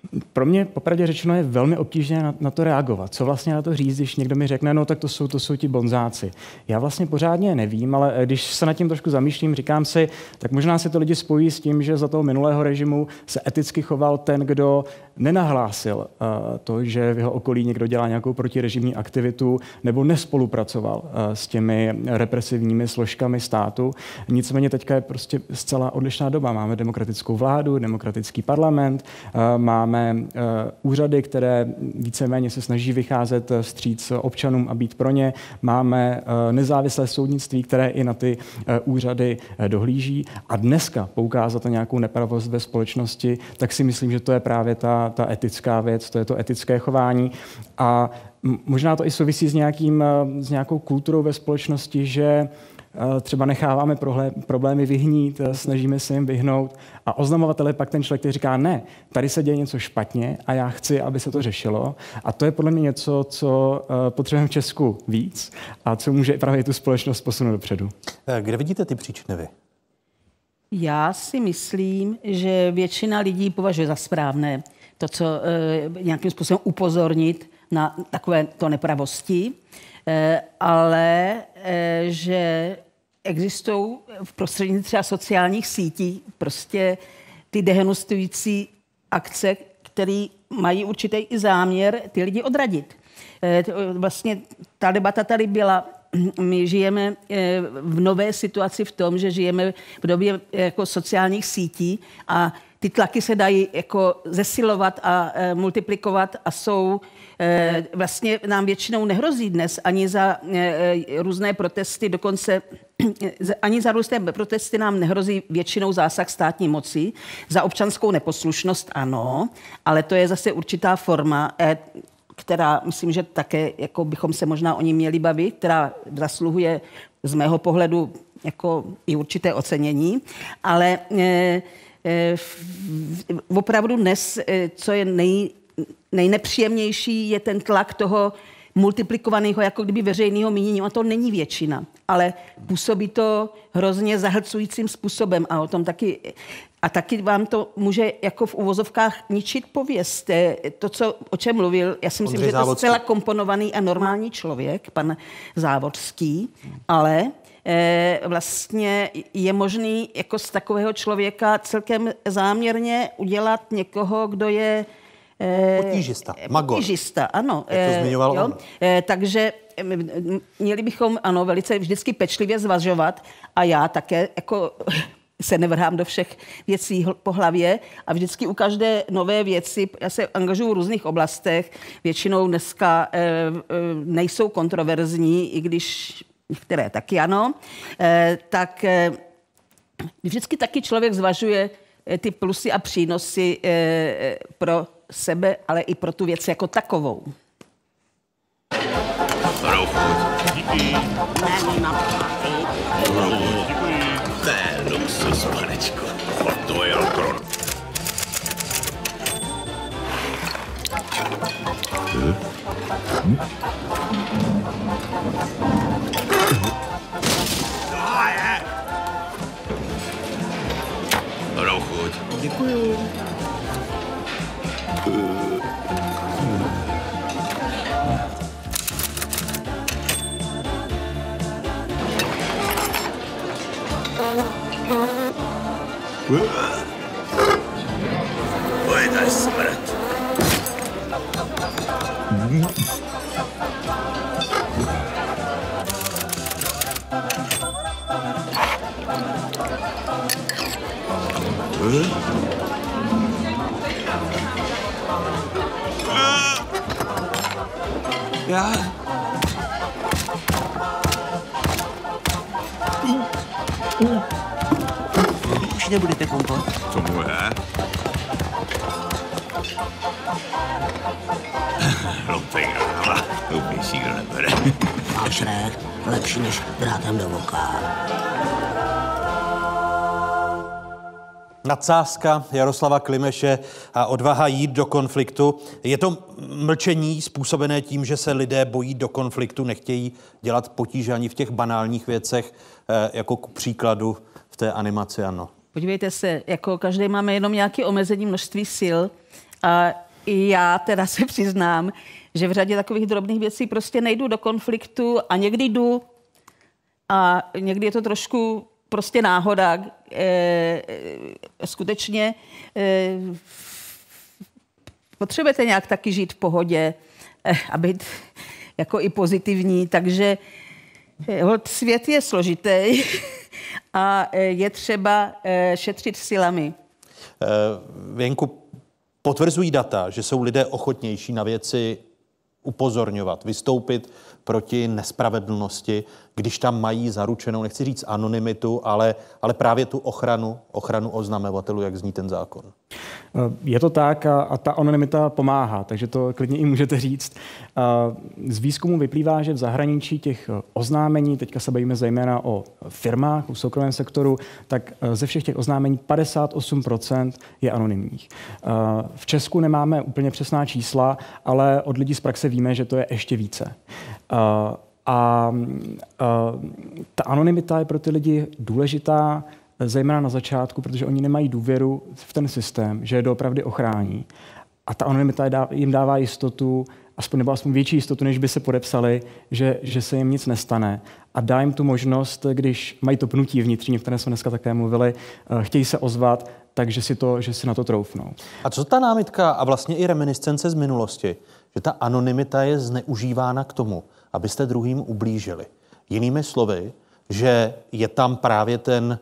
Pro mě popravdě řečeno je velmi obtížné na to reagovat. Co vlastně na to říct, když někdo mi řekne, no tak to jsou ti bonzáci. Já vlastně pořádně nevím, ale když se nad tím trošku zamýšlím, říkám si, tak možná se to lidi spojí s tím, že za toho minulého režimu se eticky choval ten, kdo nenahlásil to, že v jeho okolí někdo dělá nějakou protirežimní aktivitu nebo nespolupracoval s těmi represivními složkami státu. Nicméně teďka je prostě zcela odlišná doba. Máme demokratickou vládu, demokratický parlament, máme úřady, které víceméně se snaží vycházet vstříc občanům a být pro ně. Máme nezávislé soudnictví, které i na ty úřady dohlíží. A dneska poukázat na nějakou nepravost ve společnosti, tak si myslím, že to je právě ta etická věc, to je to etické chování. A možná to i souvisí s nějakou kulturou ve společnosti, že třeba necháváme problémy vyhnít, snažíme se jim vyhnout a oznamovatel je pak ten člověk, který říká, ne, tady se děje něco špatně a já chci, aby se to řešilo. A to je podle mě něco, co potřebujeme v Česku víc a co může právě tu společnost posunout dopředu. Kde vidíte ty příčiny vy? Já si myslím, že většina lidí považuje za správné to, co nějakým způsobem upozornit na takovéto nepravosti, ale že existují v prostředí třeba sociálních sítí prostě ty dehonestující akce, které mají určitý i záměr ty lidi odradit. Vlastně ta debata tady byla. My žijeme v nové situaci v tom, že žijeme v době jako sociálních sítí a ty tlaky se dají jako zesilovat a multiplikovat a jsou vlastně nám většinou nehrozí dnes ani za různé protesty, dokonce ani za různé protesty nám nehrozí většinou zásah státní moci. Za občanskou neposlušnost ano, ale to je zase určitá forma, která myslím, že také jako bychom se možná o ní měli bavit, která zasluhuje z mého pohledu jako i určité ocenění, ale opravdu dnes, co je nejnepříjemnější, je ten tlak toho multiplikovaného jako kdyby veřejného mínění. A to není většina, ale působí to hrozně zahlcujícím způsobem a o tom taky vám to může jako v uvozovkách ničit pověst. To, o čem mluvil, já si myslím, že je to zcela komponovaný a normální člověk, pan Závodský, ale vlastně je možný jako z takového člověka celkem záměrně udělat někoho, kdo je potížista, magor. Potížista, ano. Jak to zmiňoval on. Takže měli bychom, ano, velice vždycky pečlivě zvažovat a já také jako se nevrhám do všech věcí po hlavě a vždycky u každé nové věci, já se angažuju v různých oblastech, většinou dneska nejsou kontroverzní, i když některé taky ano, tak vždycky taky člověk zvažuje ty plusy a přínosy pro sebe, ale i pro tu věc jako takovou. To je luxus, panečko. To je alkohol. Dobrou chuť. Děkuju. Oj, tady smrt. Já... Už nebudete kompot? Co mu je? Lumpek, ale úplně si kdo nebere. Máš rech, lepší než drátem do voka. Nadsázka Jaroslava Klimeše a odvaha jít do konfliktu. Je to mlčení způsobené tím, že se lidé bojí do konfliktu, nechtějí dělat potíže ani v těch banálních věcech, jako k příkladu v té animaci, ano. Podívejte se, jako každý máme jenom nějaké omezení množství sil A i já teda se přiznám, že v řadě takových drobných věcí prostě nejdu do konfliktu a někdy jdu a někdy je to trošku prostě náhoda. Skutečně potřebujete nějak taky žít v pohodě a být jako i pozitivní, takže svět je složitý a je třeba šetřit silami. Věnku, potvrzují data, že jsou lidé ochotnější na věci upozorňovat, vystoupit proti nespravedlnosti, když tam mají zaručenou, nechci říct anonymitu, ale právě tu ochranu oznamovatelů, jak zní ten zákon. Je to tak a ta anonymita pomáhá, takže to klidně i můžete říct. Z výzkumu vyplývá, že v zahraničí těch oznámení, teďka se bavíme zejména o firmách, o soukromém sektoru, tak ze všech těch oznámení 58% je anonymních. V Česku nemáme úplně přesná čísla, ale od lidí z praxe víme, že to je ještě více. Ta anonymita je pro ty lidi důležitá, zejména na začátku, protože oni nemají důvěru v ten systém, že je doopravdy ochrání. A ta anonymita jim dává jistotu, aspoň větší jistotu, než by se podepsali, že se jim nic nestane. A dá jim tu možnost, když mají to pnutí vnitřní, o které jsme dneska také mluvili, chtějí se ozvat, takže že si na to troufnou. A co ta námitka a vlastně i reminiscence z minulosti, že ta anonymita je zneužívána k tomu, abyste druhým ublížili. Jinými slovy, že je tam právě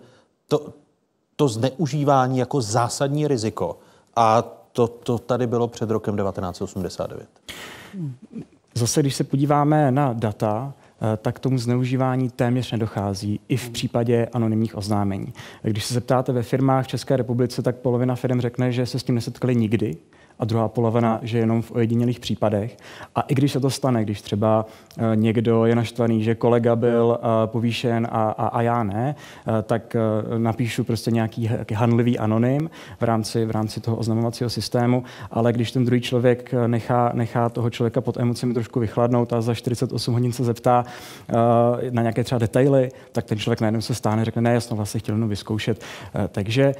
to zneužívání jako zásadní riziko. A to tady bylo před rokem 1989. Zase, když se podíváme na data, tak k tomu zneužívání téměř nedochází i v případě anonymních oznámení. Když se zeptáte ve firmách v České republice, tak polovina firm řekne, že se s tím nesetkali nikdy, a druhá polovina, že jenom v ojedinělých případech. A i když se to stane, když třeba někdo je naštvaný, že kolega byl povýšen a já ne, tak napíšu prostě nějaký hanlivý anonym v rámci toho oznamovacího systému, ale když ten druhý člověk nechá toho člověka pod emocemi trošku vychladnout a za 48 hodin se zeptá na nějaké třeba detaily, tak ten člověk najednou se stáhne, řekne, ne, jasno, vlastně chtěl jenom vyzkoušet. Takže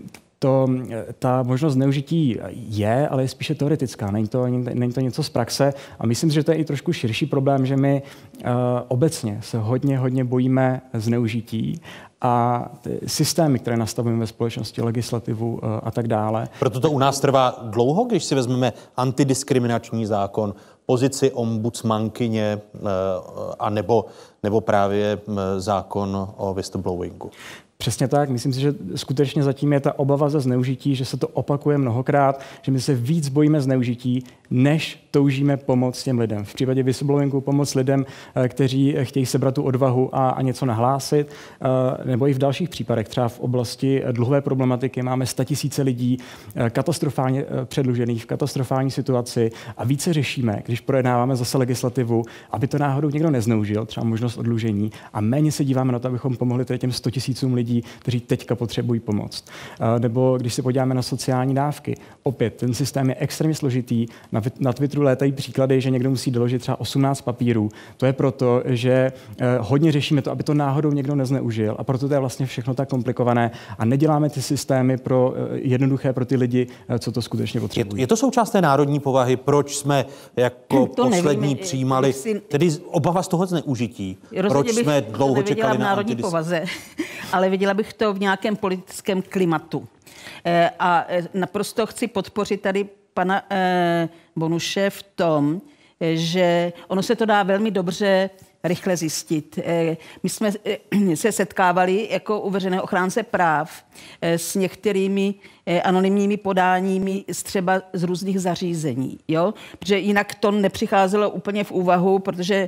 ta možnost zneužití je, ale je spíše teoretická. Není to něco z praxe a myslím si, že to je i trošku širší problém, že my obecně se hodně bojíme zneužití a systémy, které nastavujeme ve společnosti, legislativu a tak dále. Proto to u nás trvá dlouho, když si vezmeme antidiskriminační zákon, pozici ombudsmankyně a nebo právě zákon o whistleblowingu. Přesně tak. Myslím si, že skutečně zatím je ta obava ze zneužití, že se to opakuje mnohokrát, že my se víc bojíme zneužití, než toužíme pomoct těm lidem. V případě whistleblowingu pomoct lidem, kteří chtějí sebrat tu odvahu a něco nahlásit, nebo i v dalších případech, třeba v oblasti dluhové problematiky máme 100 000 lidí katastrofálně předlužených v katastrofální situaci a více řešíme, když projednáváme zase legislativu, aby to náhodou někdo nezneužil, třeba možnost oddlužení, a méně se díváme na to, abychom pomohli těm 100 000 lidí, kteří teďka potřebují pomoc. Nebo když se podíváme na sociální dávky, opět ten systém je extrémně složitý. Na Twitteru létají příklady, že někdo musí doložit třeba 18 papírů. To je proto, že hodně řešíme to, aby to náhodou někdo nezneužil, a proto to je vlastně všechno tak komplikované a neděláme ty systémy jednoduché pro ty lidi, co to skutečně potřebují. Je to součást té národní povahy, proč jsme jako poslední přijímali, tedy obava z toho zneužití, proč jsme dlouho čekali na národní povaze, ale viděla bych to v nějakém politickém klimatu. A naprosto chci podpořit tady pana Bonuše v tom, že ono se to dá velmi dobře rychle zjistit. My jsme se setkávali jako u veřejného ochránce práv s některými anonymními podáními třeba z různých zařízení. Jo? Protože jinak to nepřicházelo úplně v úvahu, protože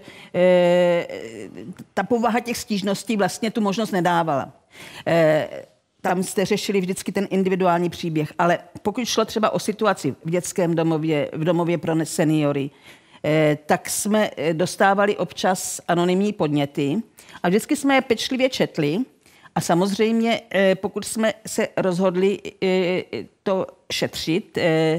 ta povaha těch stížností vlastně tu možnost nedávala. Tam jste řešili vždycky ten individuální příběh, ale pokud šlo třeba o situaci v dětském domově, v domově pro seniory, tak jsme dostávali občas anonymní podněty a vždycky jsme je pečlivě četli a samozřejmě, pokud jsme se rozhodli to šetřit,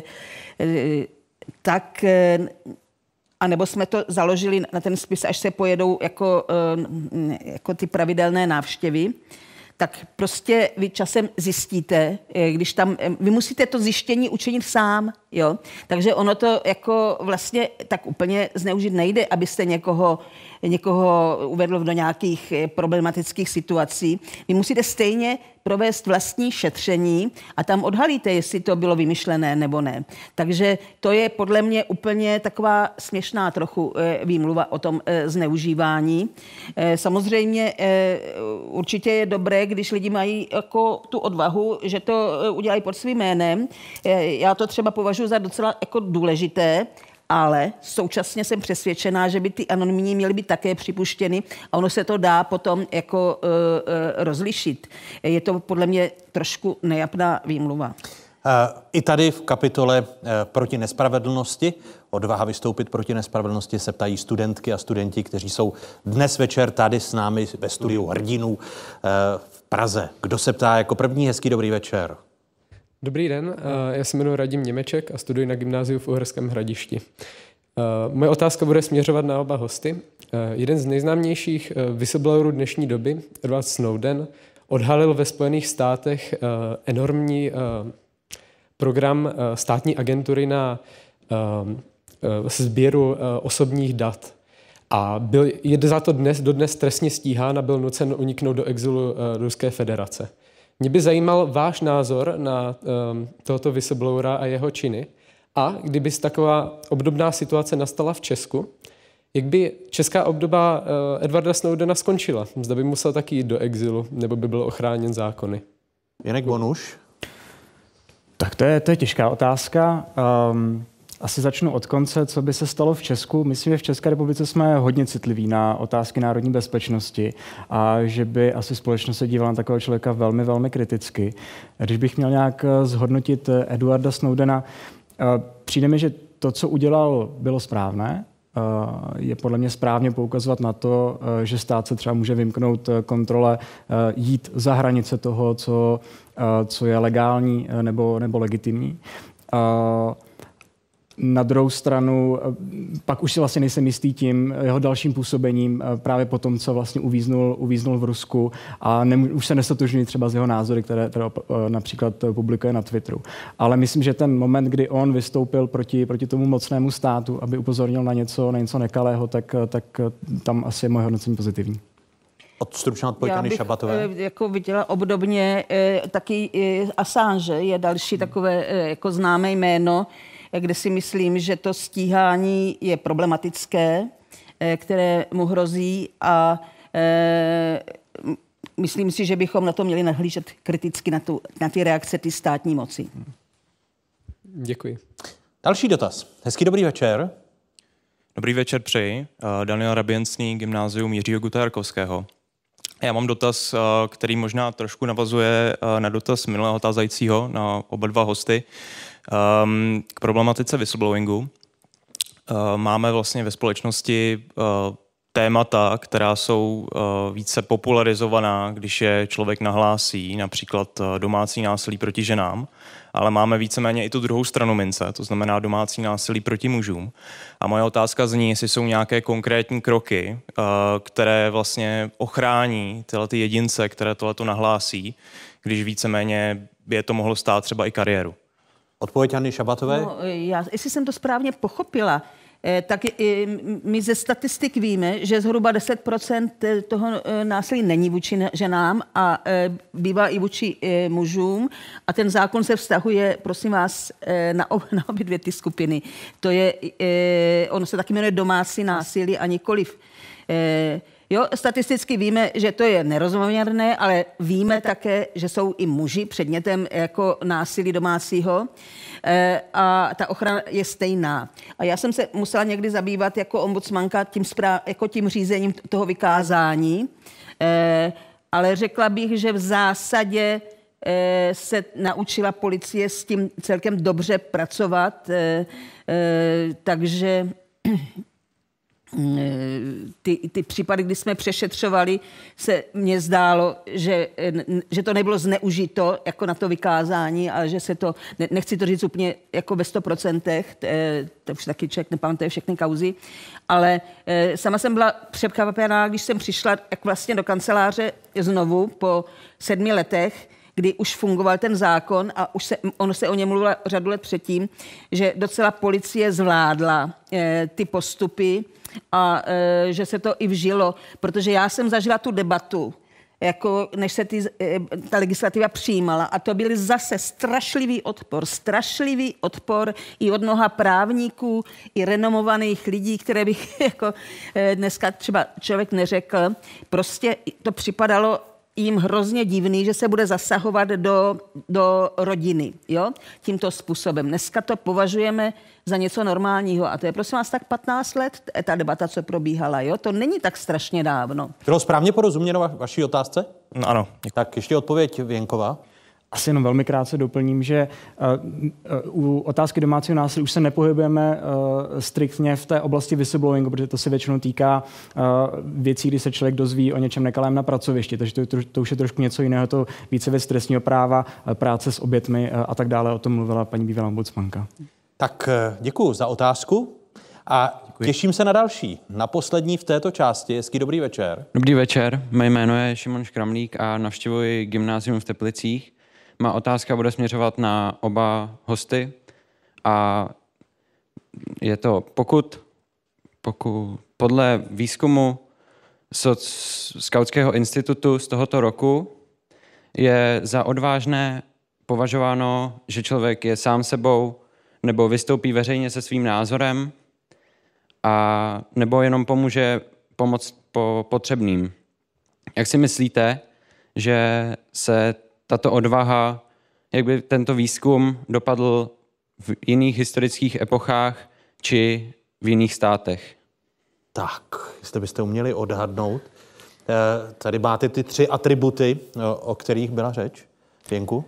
tak a nebo jsme to založili na ten spis, až se pojedou jako ty pravidelné návštěvy, tak prostě vy časem zjistíte, když tam, vy musíte to zjištění učinit sám, Jo? Takže ono to jako vlastně tak úplně zneužít nejde, abyste někoho uvedl do nějakých problematických situací. Vy musíte stejně provést vlastní šetření a tam odhalíte, jestli to bylo vymyšlené nebo ne. Takže to je podle mě úplně taková směšná trochu výmluva o tom zneužívání. Samozřejmě určitě je dobré, když lidi mají jako tu odvahu, že to udělají pod svým jménem. Já to třeba považuji za docela jako důležité, ale současně jsem přesvědčená, že by ty anonymní měly být také připuštěny a ono se to dá potom jako rozlišit. Je to podle mě trošku nejapná výmluva. I tady v kapitole proti nespravedlnosti, odvaha vystoupit proti nespravedlnosti, se ptají studentky a studenti, kteří jsou dnes večer tady s námi ve studiu Hrdinů v Praze. Kdo se ptá jako první? Hezký dobrý večer. Dobrý den, já se jmenuji Radim Němeček a studuji na gymnáziu v Uherském Hradišti. Moje otázka bude směřovat na oba hosty. Jeden z nejznámějších whistleblowerů dnešní doby, Edward Snowden, odhalil ve Spojených státech enormní program státní agentury na sběru osobních dat. A je za to dodnes trestně stíhán a byl nucen uniknout do exilu Ruské federace. Mě by zajímal váš názor na tohoto whistleblowera a jeho činy. A kdyby taková obdobná situace nastala v Česku, jak by česká obdoba Edwarda Snowdena skončila? Zda by musel taky jít do exilu, nebo by byl ochráněn zákony? Janek Bonuš? Tak to je těžká otázka. Asi začnu od konce, co by se stalo v Česku. Myslím, že v České republice jsme hodně citliví na otázky národní bezpečnosti a že by asi společnost se dívala na takového člověka velmi, velmi kriticky. Když bych měl nějak zhodnotit Edwarda Snowdena, přijde mi, že to, co udělal, bylo správné. Je podle mě správně poukazovat na to, že stát se třeba může vymknout kontrole, jít za hranice toho, co je legální nebo legitimní. Na druhou stranu, pak už si vlastně nejsem jistý tím jeho dalším působením právě po tom, co vlastně uvíznul v Rusku a už se nestotožňují třeba z jeho názory, které například publikuje na Twitteru. Ale myslím, že ten moment, kdy on vystoupil proti tomu mocnému státu, aby upozornil na něco nekalého, tak tam asi je moje hodnocení pozitivní. Stručná odpověď Anny Šabatové. Já bych jako viděla obdobně taky Assange je další takové jako známé jméno, kde si myslím, že to stíhání je problematické, které mu hrozí a myslím si, že bychom na to měli nahlížet kriticky na ty reakce ty státní moci. Děkuji. Další dotaz. Hezký dobrý večer. Dobrý večer přeji. Daniel Raběncný, Gymnázium Jiřího Guta-Jarkovského. Já mám dotaz, který možná trošku navazuje na dotaz minulého tázajícího na oba dva hosty. K problematice whistleblowingu. Máme vlastně ve společnosti témata, která jsou více popularizovaná, když je člověk nahlásí, například domácí násilí proti ženám, ale máme víceméně i tu druhou stranu mince, to znamená domácí násilí proti mužům. A moje otázka zní, jestli jsou nějaké konkrétní kroky, které vlastně ochrání tyhle ty jedince, které tohleto nahlásí, když víceméně by je to mohlo stát třeba i kariéru. Odpověď Anny Šabatové? No, jestli jsem to správně pochopila, tak my ze statistik víme, že zhruba 10% toho násilí není vůči ženám a bývá i vůči mužům. A ten zákon se vztahuje, prosím vás, na obě dvě ty skupiny. To je, ono se taky jmenuje domácí násilí a nikoliv. Jo, statisticky víme, že to je nerozměrné, ale víme také, že jsou i muži předmětem jako násilí domácího a ta ochrana je stejná. A já jsem se musela někdy zabývat jako ombudsmanka tím řízením toho vykázání, ale řekla bych, že v zásadě se naučila policie s tím celkem dobře pracovat, takže ty případy, kdy jsme přešetřovali, se mně zdálo, že to nebylo zneužito jako na to vykázání, ale že se to, nechci to říct úplně jako ve 100%, to už taky člověk nepamatuje všechny kauzy, ale sama jsem byla překvapená, když jsem přišla jak vlastně do kanceláře znovu po 7 letech, kdy už fungoval ten zákon a on se o něm mluvil řadu let předtím, že docela policie zvládla ty postupy a že se to i vžilo, protože já jsem zažila tu debatu, jako než se ta legislativa přijímala. A to byl zase strašlivý odpor i od mnoha právníků, i renomovaných lidí, které bych jako dneska třeba člověk neřekl. Prostě to připadalo jim hrozně divný, že se bude zasahovat do rodiny, jo? Tímto způsobem. Dneska to považujeme za něco normálního. A to je prosím vás tak 15 let, ta debata, co probíhala, jo? To není tak strašně dávno. Bylo správně porozuměno vaší otázce? No, ano. Tak ještě odpověď Věnková. Asi jenom velmi krátce doplním, že u otázky domácího násilí už se nepohybujeme striktně v té oblasti whistleblowingu, protože to se většinou týká věcí, kdy se člověk dozví o něčem nekalém na pracovišti, takže to už je trošku něco jiného, to více věc trestního práva, práce s obětmi a tak dále, o tom mluvila paní bývalá ombudsmanka. Tak děkuji za otázku a těším se na další, na poslední v této části. Hezký dobrý večer. Dobrý večer, mé jméno je Šimon Škramlík a navštěvuji gymnázium v Teplicích. Má otázka bude směřovat na oba hosty a je to, pokud podle výzkumu Skautského institutu z tohoto roku je za odvážné považováno, že člověk je sám sebou nebo vystoupí veřejně se svým názorem a nebo jenom pomůže pomoct potřebným. Jak si myslíte, že se tato odvaha, jak by tento výzkum dopadl v jiných historických epochách či v jiných státech? Tak, jestli byste uměli odhadnout. Tady máte ty 3 atributy, o kterých byla řeč. Věnku?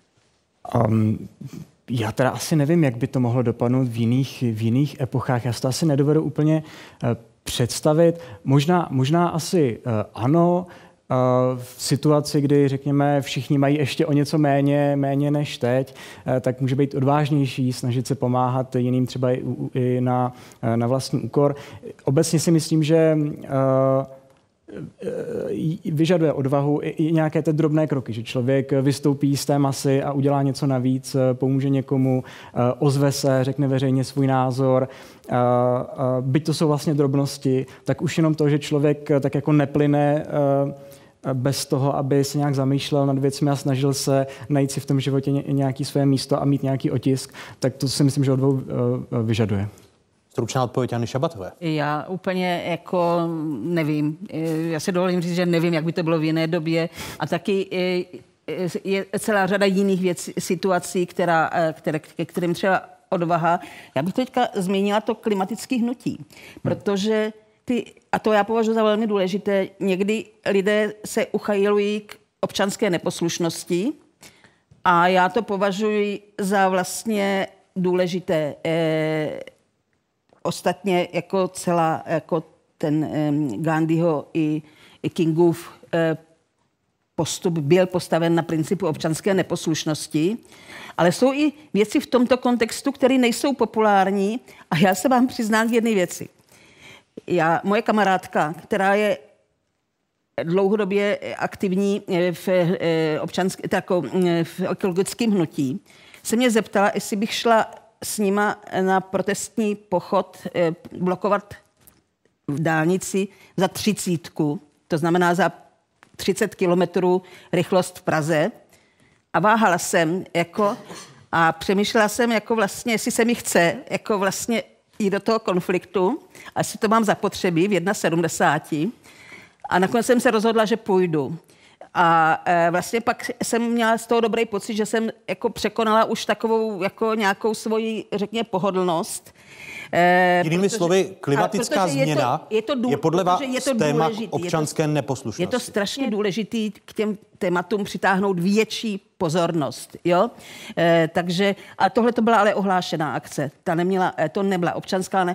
Já teda asi nevím, jak by to mohlo dopadnout v jiných epochách. Já si to asi nedovedu úplně představit. Možná asi ano, v situaci, kdy, řekněme, všichni mají ještě o něco méně než teď, tak může být odvážnější, snažit se pomáhat jiným třeba i na vlastní úkor. Obecně si myslím, že vyžaduje odvahu i nějaké ty drobné kroky, že člověk vystoupí z té masy a udělá něco navíc, pomůže někomu, ozve se, řekne veřejně svůj názor. Byť to jsou vlastně drobnosti, tak už jenom to, že člověk tak jako neplyne bez toho, aby se nějak zamýšlel nad věcmi a snažil se najít si v tom životě nějaké své místo a mít nějaký otisk, tak to si myslím, že odvahu vyžaduje. Stručná odpověď Anny Šabatové. Já úplně jako nevím. Já se dovolím říct, že nevím, jak by to bylo v jiné době. A taky je celá řada jiných situací, ke kterým třeba odvaha. Já bych teďka zmínila to klimatické hnutí, protože a to já považuji za velmi důležité, někdy lidé se uchajilují k občanské neposlušnosti a já to považuji za vlastně důležité. Ostatně jako ten Gandhiho i Kingův postup byl postaven na principu občanské neposlušnosti, ale jsou i věci v tomto kontextu, které nejsou populární a já se vám přiznám k jedné věci. Moje kamarádka, která je dlouhodobě aktivní v ekologickém hnutí, se mě zeptala, jestli bych šla s nima na protestní pochod blokovat v dálnici za 30, to znamená za 30 kilometrů rychlost v Praze. A váhala jsem a přemýšlela jsem vlastně, jestli se mi chce vlastně jít do toho konfliktu, a jestli to mám zapotřebí v 71. A nakonec jsem se rozhodla, že půjdu. A vlastně pak jsem měla z toho dobrý pocit, že jsem překonala už takovou nějakou svoji, řekněme, pohodlnost. Jinými slovy, klimatická změna je podle vás téma občanské neposlušnosti. Je to strašně důležitý k těm tématům přitáhnout větší pozornost. Jo? Takže, a tohle to byla ale ohlášená akce. To nebyla občanská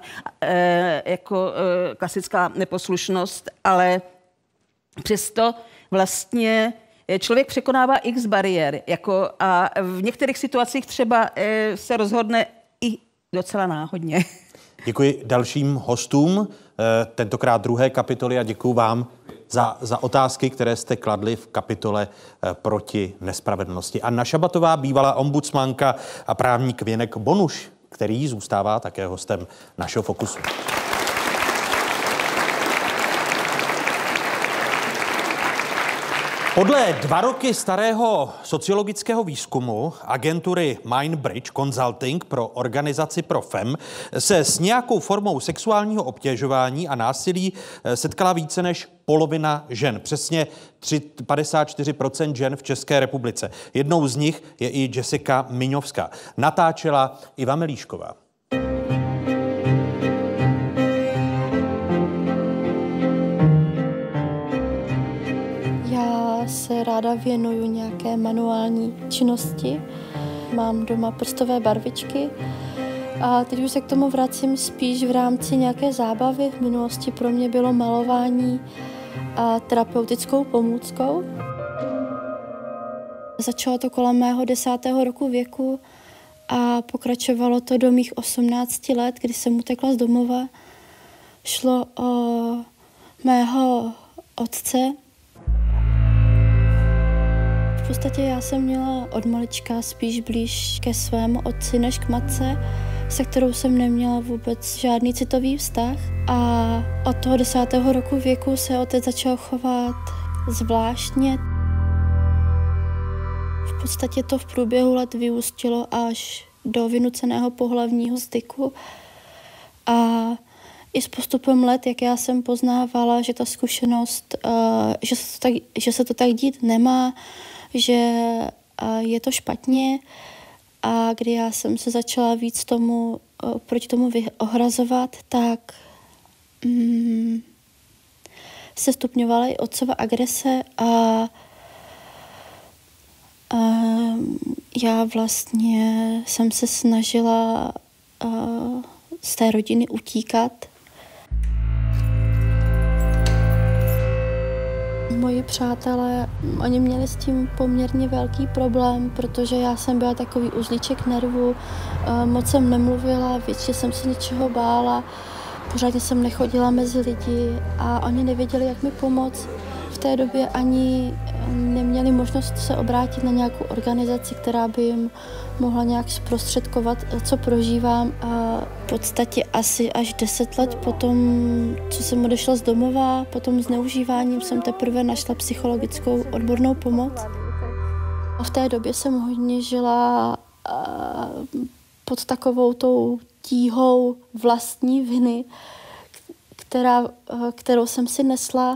klasická neposlušnost, ale přesto vlastně člověk překonává x bariér a v některých situacích třeba se rozhodne i docela náhodně. Děkuji dalším hostům, tentokrát druhé kapitoly, a děkuji vám za otázky, které jste kladli v kapitole proti nespravedlnosti. Anna Šabatová, bývalá ombudsmanka a právník Věnek Bonuš, který zůstává také hostem našeho Fokusu. Podle 2 roky starého sociologického výzkumu agentury Mindbridge Consulting pro organizaci Profem se s nějakou formou sexuálního obtěžování a násilí setkala více než polovina žen. Přesně 54% žen v České republice. Jednou z nich je i Jessica Miňovská. Natáčela Iva Melíšková. Se ráda věnuju nějaké manuální činnosti. Mám doma prstové barvičky a teď už se k tomu vracím spíš v rámci nějaké zábavy. V minulosti pro mě bylo malování a terapeutickou pomůckou. Začalo to kolem mého 10. roku věku a pokračovalo to do mých 18 let, kdy jsem utekla z domova. Šlo o mého otce. V podstatě já jsem měla od malička spíš blíž ke svému otci než k matce, se kterou jsem neměla vůbec žádný citový vztah. A od toho 10. roku věku se otec začal chovat zvláštně. V podstatě to v průběhu let vyústilo až do vynuceného pohlavního styku. A i s postupem let, jak já jsem poznávala, že ta zkušenost, že se to tak dít nemá, že je to špatně, a kdy já jsem se začala víc proti tomu ohrazovat, tak se stupňovala i otcova agrese a já vlastně jsem se snažila z té rodiny utíkat. Moji přátelé, oni měli s tím poměrně velký problém, protože já jsem byla takový uzlíček nervů, moc jsem nemluvila, většině jsem se něčeho bála, pořádně jsem nechodila mezi lidi a oni nevěděli, jak mi pomoct. V té době ani neměli možnost se obrátit na nějakou organizaci, která by jim mohla nějak zprostředkovat, co prožívám. A v podstatě asi až 10 let potom, co jsem odešla z domova, potom zneužíváním jsem teprve našla psychologickou odbornou pomoc. V té době jsem hodně žila pod takovou tou tíhou vlastní viny, kterou jsem si nesla.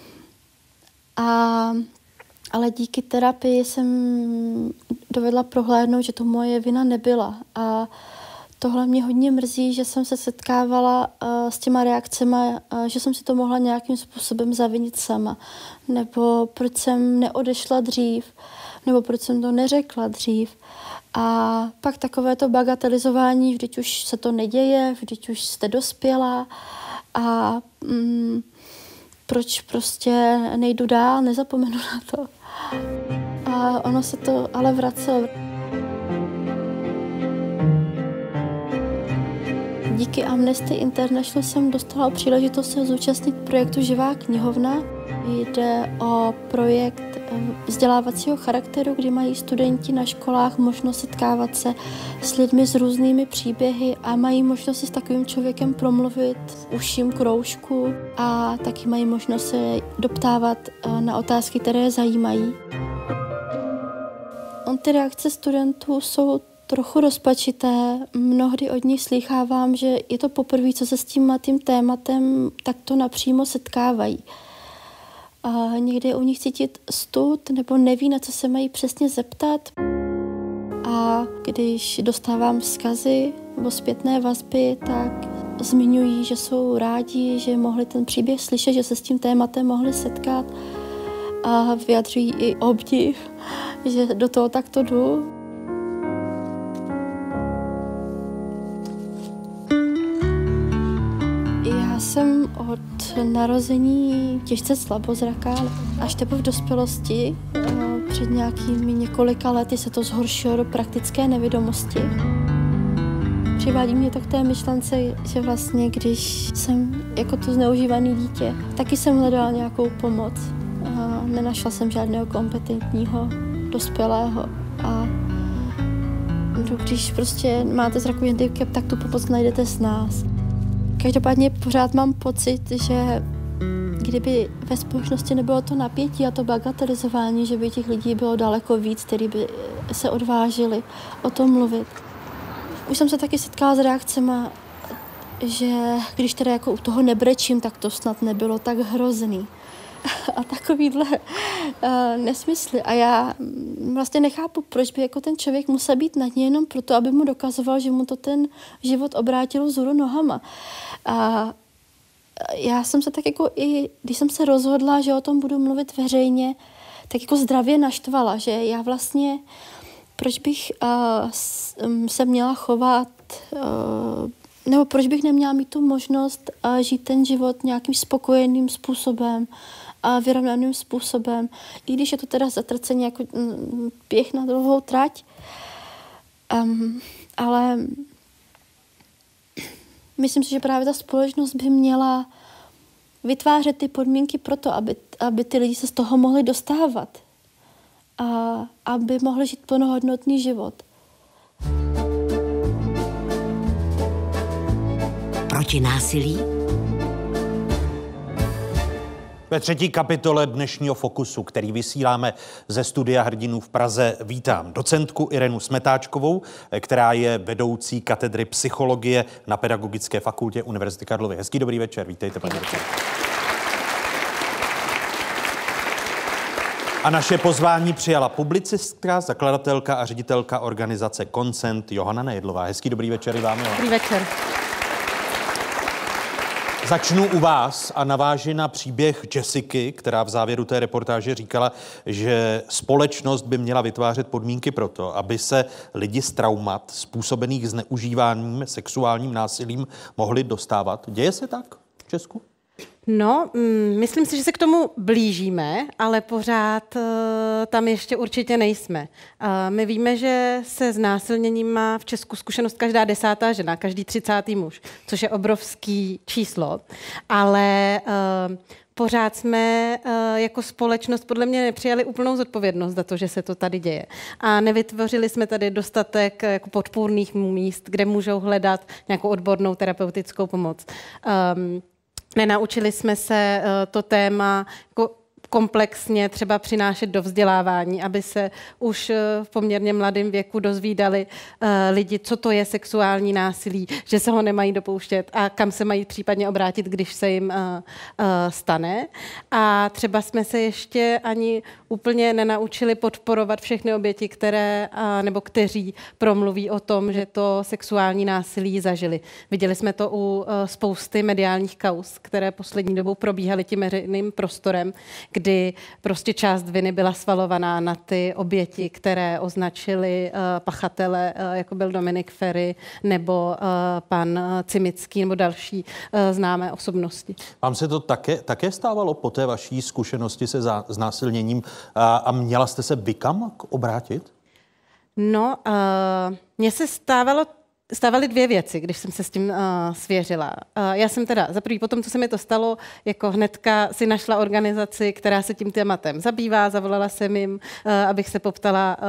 Ale díky terapii jsem dovedla prohlédnout, že to moje vina nebyla. A tohle mě hodně mrzí, že jsem se setkávala s těma reakcemi, že jsem si to mohla nějakým způsobem zavinit sama. Nebo proč jsem neodešla dřív, nebo proč jsem to neřekla dřív. A pak takové to bagatelizování, vždyť už se to neděje, vždyť už jste dospělá a proč prostě nejdu dál, nezapomenu na to. A ono se to ale vracelo. Díky Amnesty International jsem dostala příležitost se zúčastnit projektu Živá knihovna. Jde o projekt vzdělávacího charakteru, kdy mají studenti na školách možnost setkávat se s lidmi s různými příběhy a mají možnost si s takovým člověkem promluvit v užším kroužku a taky mají možnost se doptávat na otázky, které je zajímají. Ty reakce studentů jsou trochu rozpačité. Mnohdy od nich slýchávám, že je to poprvé, co se s tím tématem takto napřímo setkávají. A někdy je u nich cítit stud nebo neví, na co se mají přesně zeptat. A když dostávám vzkazy nebo zpětné vazby, tak zmiňují, že jsou rádi, že mohli ten příběh slyšet, že se s tím tématem mohli setkat a vyjadřují i obdiv, že do toho takto jdu. Já jsem od narození těžce slabozraká, až teprve v dospělosti. Před nějakými několika lety se to zhoršilo do praktické nevidomosti. přivádí mě to k té myšlence, že vlastně, když jsem jako to zneužívané dítě, taky jsem hledala nějakou pomoc. A nenašla jsem žádného kompetentního dospělého. A když prostě máte zrakový handicap, tak tu pomoc najdete s nás. Každopádně pořád mám pocit, že kdyby ve společnosti nebylo to napětí a to bagatelizování, že by těch lidí bylo daleko víc, kteří by se odvážili o tom mluvit. Už jsem se taky setkala s reakcema, že když teda jako u toho nebrečím, tak to snad nebylo tak hrozný. A takovýhle nesmysly. A já vlastně nechápu, proč by jako ten člověk musel být nad ní jenom proto, aby mu dokazoval, že mu to ten život obrátil vzhůru nohama. A já jsem se tak jako i, když jsem se rozhodla, že o tom budu mluvit veřejně, tak jako zdravě naštvala, že já vlastně, proč bych se měla chovat, nebo proč bych neměla mít tu možnost žít ten život nějakým spokojeným způsobem a vyrovnaným způsobem, i když je to teda zatraceně jako běh na dlouhou trať. Ale myslím si, že právě ta společnost by měla vytvářet ty podmínky pro to, aby ty lidi se z toho mohli dostávat a aby mohli žít plnohodnotný život. Proti násilí? Ve třetí kapitole dnešního Fokusu, který vysíláme ze studia Hrdinů v Praze, vítám docentku Irenu Smetáčkovou, která je vedoucí katedry psychologie na Pedagogické fakultě Univerzity Karlovy. Hezký dobrý večer, vítejte, paní docentko. A naše pozvání přijala publicistka, zakladatelka a ředitelka organizace Consent Johana Nejedlová. Hezký dobrý večer i vám. Dobrý večer. Začnu u vás a navážu na příběh Jessiky, která v závěru té reportáže říkala, že společnost by měla vytvářet podmínky pro to, aby se lidi z traumat způsobených zneužíváním, sexuálním násilím mohli dostávat. Děje se tak v Česku? No, myslím si, že se k tomu blížíme, ale pořád tam ještě určitě nejsme. My víme, že se znásilněním má v Česku zkušenost každá 10. žena, každý 30. muž, což je obrovský číslo, ale pořád jsme jako společnost podle mě nepřijali úplnou zodpovědnost za to, že se to tady děje. A nevytvořili jsme tady dostatek jako podpůrných míst, kde můžou hledat nějakou odbornou terapeutickou pomoc. Nenaučili jsme se to téma jako komplexně třeba přinášet do vzdělávání, aby se už v poměrně mladém věku dozvídali lidi, co to je sexuální násilí, že se ho nemají dopouštět a kam se mají případně obrátit, když se jim stane. A třeba jsme se ještě ani úplně nenaučili podporovat všechny oběti, kteří promluví o tom, že to sexuální násilí zažili. Viděli jsme to u spousty mediálních kauz, které poslední dobou probíhaly tím veřejným prostorem, kdy prostě část viny byla svalovaná na ty oběti, které označili pachatele, jako byl Dominik Feri nebo pan Cimický nebo další známé osobnosti. Vám se to také stávalo po té vaší zkušenosti se znásilněním a měla jste se vy kam obrátit? No, mně se stávaly dvě věci, když jsem se s tím svěřila. Já jsem teda za první, potom, co se mi to stalo, jako hnedka si našla organizaci, která se tím tématem zabývá, zavolala jsem jim, abych se poptala,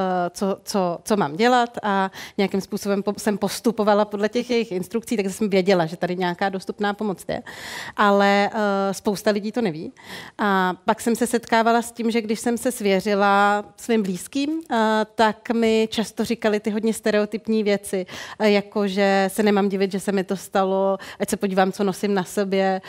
co mám dělat a nějakým způsobem jsem postupovala podle těch jejich instrukcí, takže jsem věděla, že tady nějaká dostupná pomoc je. Ale spousta lidí to neví. A pak jsem se setkávala s tím, že když jsem se svěřila svým blízkým, tak mi často říkali ty hodně stereotypní věci, jako že se nemám divit, že se mi to stalo, ať se podívám, co nosím na sobě,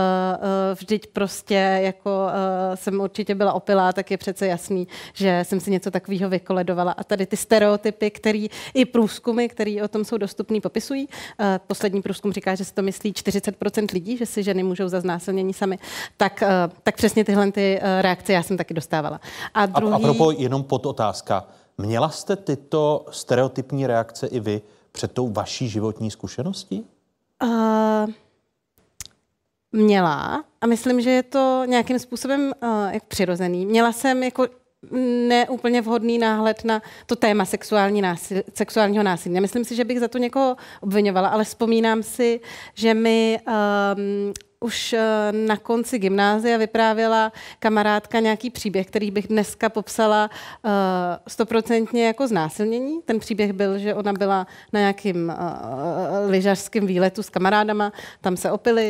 vždyť prostě jako jsem určitě byla opilá, tak je přece jasný, že jsem si něco takového vykoledovala. A tady ty stereotypy, který i průzkumy, které o tom jsou dostupný, popisují. Poslední průzkum říká, že si to myslí 40% lidí, že si ženy můžou za znásilnění sami. Tak přesně tyhle ty reakce já jsem taky dostávala. A propos jenom podotázka. Měla jste tyto stereotypní reakce i vy před tou vaší životní zkušeností? Měla a myslím, že je to nějakým způsobem jak přirozený. Měla jsem jako neúplně vhodný náhled na to téma sexuálního násilí. Nemyslím si, že bych za to někoho obvinovala, ale vzpomínám si, že mi už na konci gymnázia vyprávěla kamarádka nějaký příběh, který bych dneska popsala 100% jako znásilnění. Ten příběh byl, že ona byla na nějakým lyžařském výletu s kamarádama, tam se opili,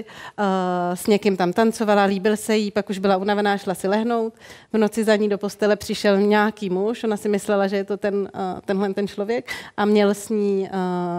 s někým tam tancovala, líbil se jí, pak už byla unavená, šla si lehnout. V noci za ní do postele přišel nějaký muž, ona si myslela, že je to tenhle člověk a měl s ní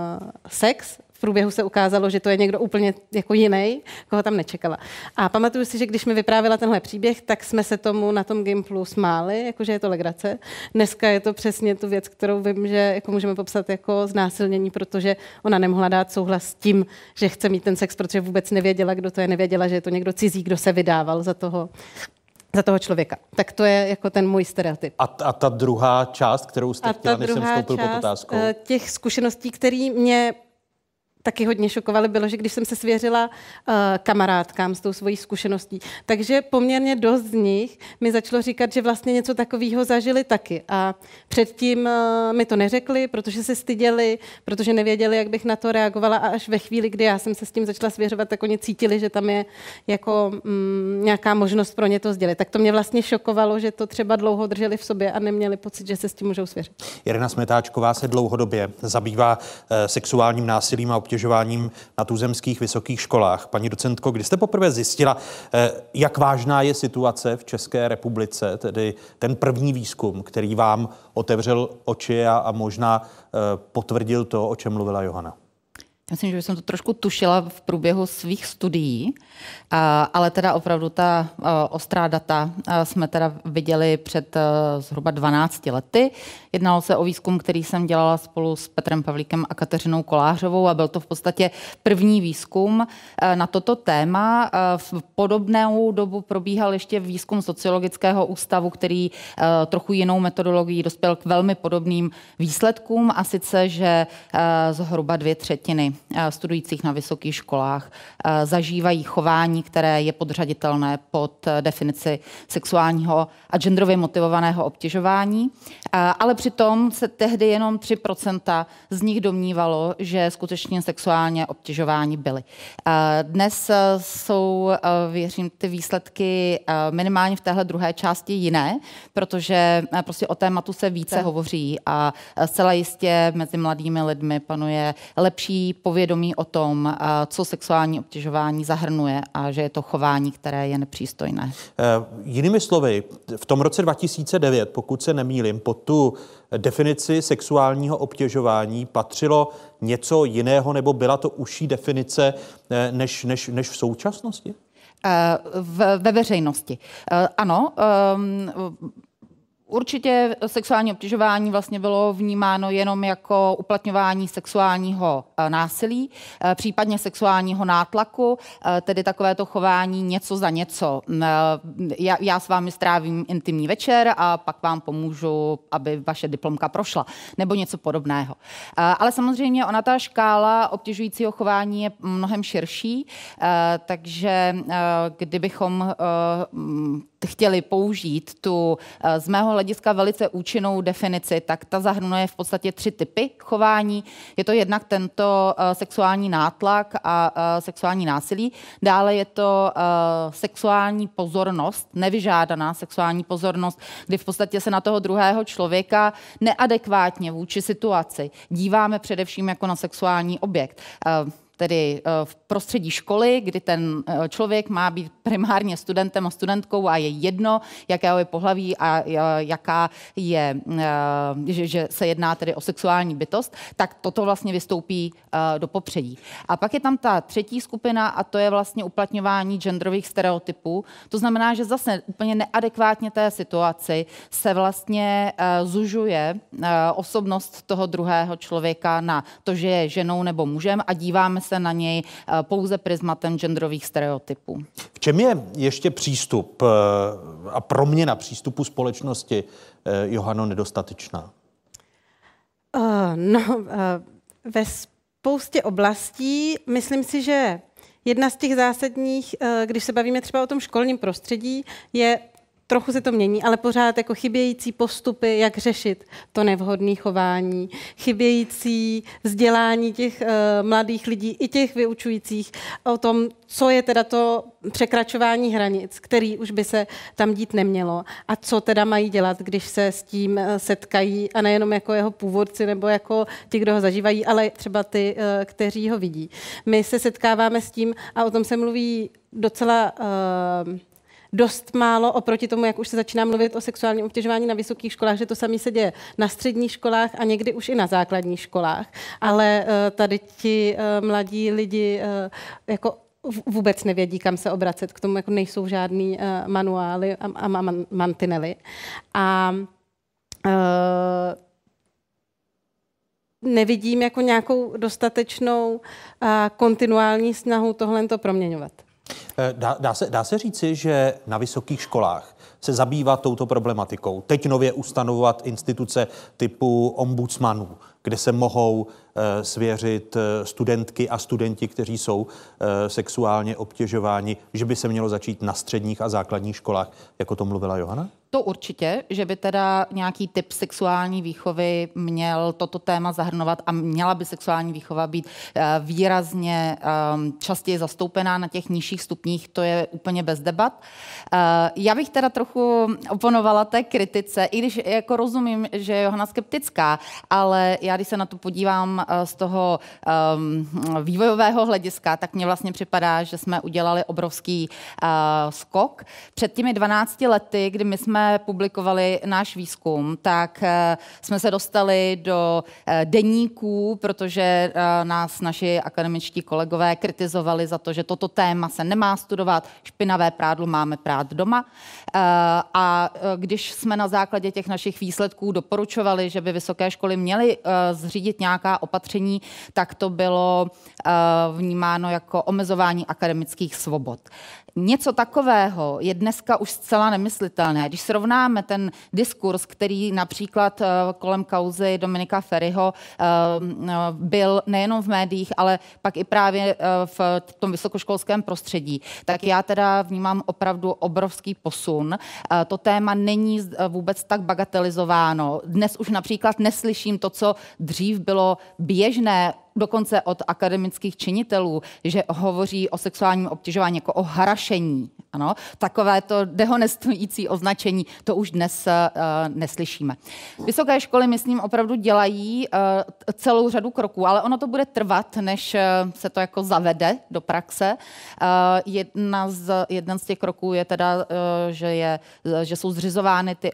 sex. V průběhu se ukázalo, že to je někdo úplně jako jiný, koho tam nečekala. A pamatuju si, že když mi vyprávěla tenhle příběh, tak jsme se tomu na tom Gimplu smáli, jakože je to legrace. Dneska je to přesně tu věc, kterou vím, že jako můžeme popsat jako znásilnění, protože ona nemohla dát souhlas s tím, že chce mít ten sex, protože vůbec nevěděla, kdo to je, nevěděla, že je to někdo cizí, kdo se vydával za toho člověka. Tak to je jako ten můj stereotyp. A ta druhá část, kterou jste chtěla, než jsem vstoupil pod otázkou? Těch zkušeností, které mě taky hodně šokovaly, bylo, že když jsem se svěřila kamarádkám s tou svojí zkušeností, takže poměrně dost z nich mi začalo říkat, že vlastně něco takového zažili taky. A předtím mi to neřekli, protože se styděli, protože nevěděli, jak bych na to reagovala a až ve chvíli, kdy já jsem se s tím začala svěřovat, tak oni cítili, že tam je jako nějaká možnost pro ně to sdělit. Tak to mě vlastně šokovalo, že to třeba dlouho drželi v sobě a neměli pocit, že se s tím můžou svěřit. Irena Smetáčková se dlouhodobě zabývá sexuálním násilím a obtěžováním na tuzemských vysokých školách. Paní docentko, kdy jste poprvé zjistila, jak vážná je situace v České republice, tedy ten první výzkum, který vám otevřel oči a možná potvrdil to, o čem mluvila Johana? Myslím, že jsem to trošku tušila v průběhu svých studií, ale teda opravdu ta ostrá data jsme teda viděli před zhruba 12 lety. Jednalo se o výzkum, který jsem dělala spolu s Petrem Pavlíkem a Kateřinou Kolářovou a byl to v podstatě první výzkum na toto téma. V podobnou dobu probíhal ještě výzkum Sociologického ústavu, který trochu jinou metodologií dospěl k velmi podobným výsledkům a sice, že zhruba 2/3 studujících na vysokých školách zažívají chování, které je podřaditelné pod definici sexuálního a genderově motivovaného obtěžování, ale přitom se tehdy jenom 3% z nich domnívalo, že skutečně sexuálně obtěžováni byli. Dnes jsou, věřím, ty výsledky minimálně v téhle druhé části jiné, protože prostě o tématu se více hovoří a zcela jistě mezi mladými lidmi panuje lepší povědomí o tom, co sexuální obtěžování zahrnuje a že je to chování, které je nepřístojné. Jinými slovy, v tom roce 2009, pokud se nemýlím, pod tu definici sexuálního obtěžování patřilo něco jiného, nebo byla to užší definice než v současnosti? Ve veřejnosti. Ano, určitě sexuální obtěžování vlastně bylo vnímáno jenom jako uplatňování sexuálního násilí, případně sexuálního nátlaku, tedy takovéto chování něco za něco. Já s vámi strávím intimní večer a pak vám pomůžu, aby vaše diplomka prošla, nebo něco podobného. Ale samozřejmě ona ta škála obtěžujícího chování je mnohem širší, takže kdybychom chtěli použít tu z mého hlediska velice účinnou definici, tak ta zahrnuje v podstatě 3 typy chování. Je to jednak tento sexuální nátlak a sexuální násilí. Dále je to sexuální pozornost, nevyžádaná sexuální pozornost, kdy v podstatě se na toho druhého člověka neadekvátně vůči situaci díváme především jako na sexuální objekt. Tedy v prostředí školy, kdy ten člověk má být primárně studentem a studentkou a je jedno, jakého je pohlaví a jaká je, že se jedná tedy o sexuální bytost, tak toto vlastně vystoupí do popředí. A pak je tam ta třetí skupina a to je vlastně uplatňování genderových stereotypů. To znamená, že zase úplně neadekvátně té situaci se vlastně zužuje osobnost toho druhého člověka na to, že je ženou nebo mužem a díváme se na něj pouze prismatem genderových stereotypů. V čem je ještě přístup a proměna přístupu společnosti, Johano, nedostatečná? Ve spoustě oblastí myslím si, že jedna z těch zásadních, když se bavíme třeba o tom školním prostředí, je trochu se to mění, ale pořád jako chybějící postupy, jak řešit to nevhodné chování, chybějící vzdělání těch mladých lidí i těch vyučujících o tom, co je teda to překračování hranic, který už by se tam dít nemělo a co teda mají dělat, když se s tím setkají a nejenom jako jeho původci nebo jako ti, kdo ho zažívají, ale třeba ty, kteří ho vidí. My se setkáváme s tím a o tom se mluví docela dost málo oproti tomu, jak už se začíná mluvit o sexuálním obtěžování na vysokých školách, že to samé se děje na středních školách a někdy už i na základních školách. Ale tady ti mladí lidi jako vůbec nevědí, kam se obracet. K tomu jako nejsou žádný manuály a mantinely. A nevidím jako nějakou dostatečnou kontinuální snahu tohle to proměňovat. Dá se říci, že na vysokých školách se zabývat touto problematikou, teď nově ustanovovat instituce typu ombudsmanů, kde se mohou svěřit studentky a studenti, kteří jsou sexuálně obtěžováni, že by se mělo začít na středních a základních školách, jako to mluvila Johana? To určitě, že by teda nějaký typ sexuální výchovy měl toto téma zahrnovat a měla by sexuální výchova být výrazně častěji zastoupená na těch nižších stupních, to je úplně bez debat. Já bych teda trochu oponovala té kritice, i když jako rozumím, že je Johana skeptická, ale já když se na to podívám z toho vývojového hlediska, tak mně vlastně připadá, že jsme udělali obrovský skok. Před těmi 12 lety, kdy my jsme publikovali náš výzkum, tak jsme se dostali do deníků, protože nás naši akademičtí kolegové kritizovali za to, že toto téma se nemá studovat, špinavé prádlo máme prát doma. A když jsme na základě těch našich výsledků doporučovali, že by vysoké školy měly zřídit nějaká opatření, tak to bylo vnímáno jako omezování akademických svobod. Něco takového je dneska už zcela nemyslitelné. Když srovnáme ten diskurs, který například kolem kauzy Dominika Feriho byl nejenom v médiích, ale pak i právě v tom vysokoškolském prostředí, tak já teda vnímám opravdu obrovský posun. To téma není vůbec tak bagatelizováno. Dnes už například neslyším to, co dřív bylo běžné, dokonce od akademických činitelů, že hovoří o sexuálním obtěžování jako o harašení. Ano? Takové to dehonestující označení, to už dnes neslyšíme. Vysoké školy, myslím, opravdu dělají celou řadu kroků, ale ono to bude trvat, než se to jako zavede do praxe. Jeden z těch kroků je teda, že jsou zřizovány ty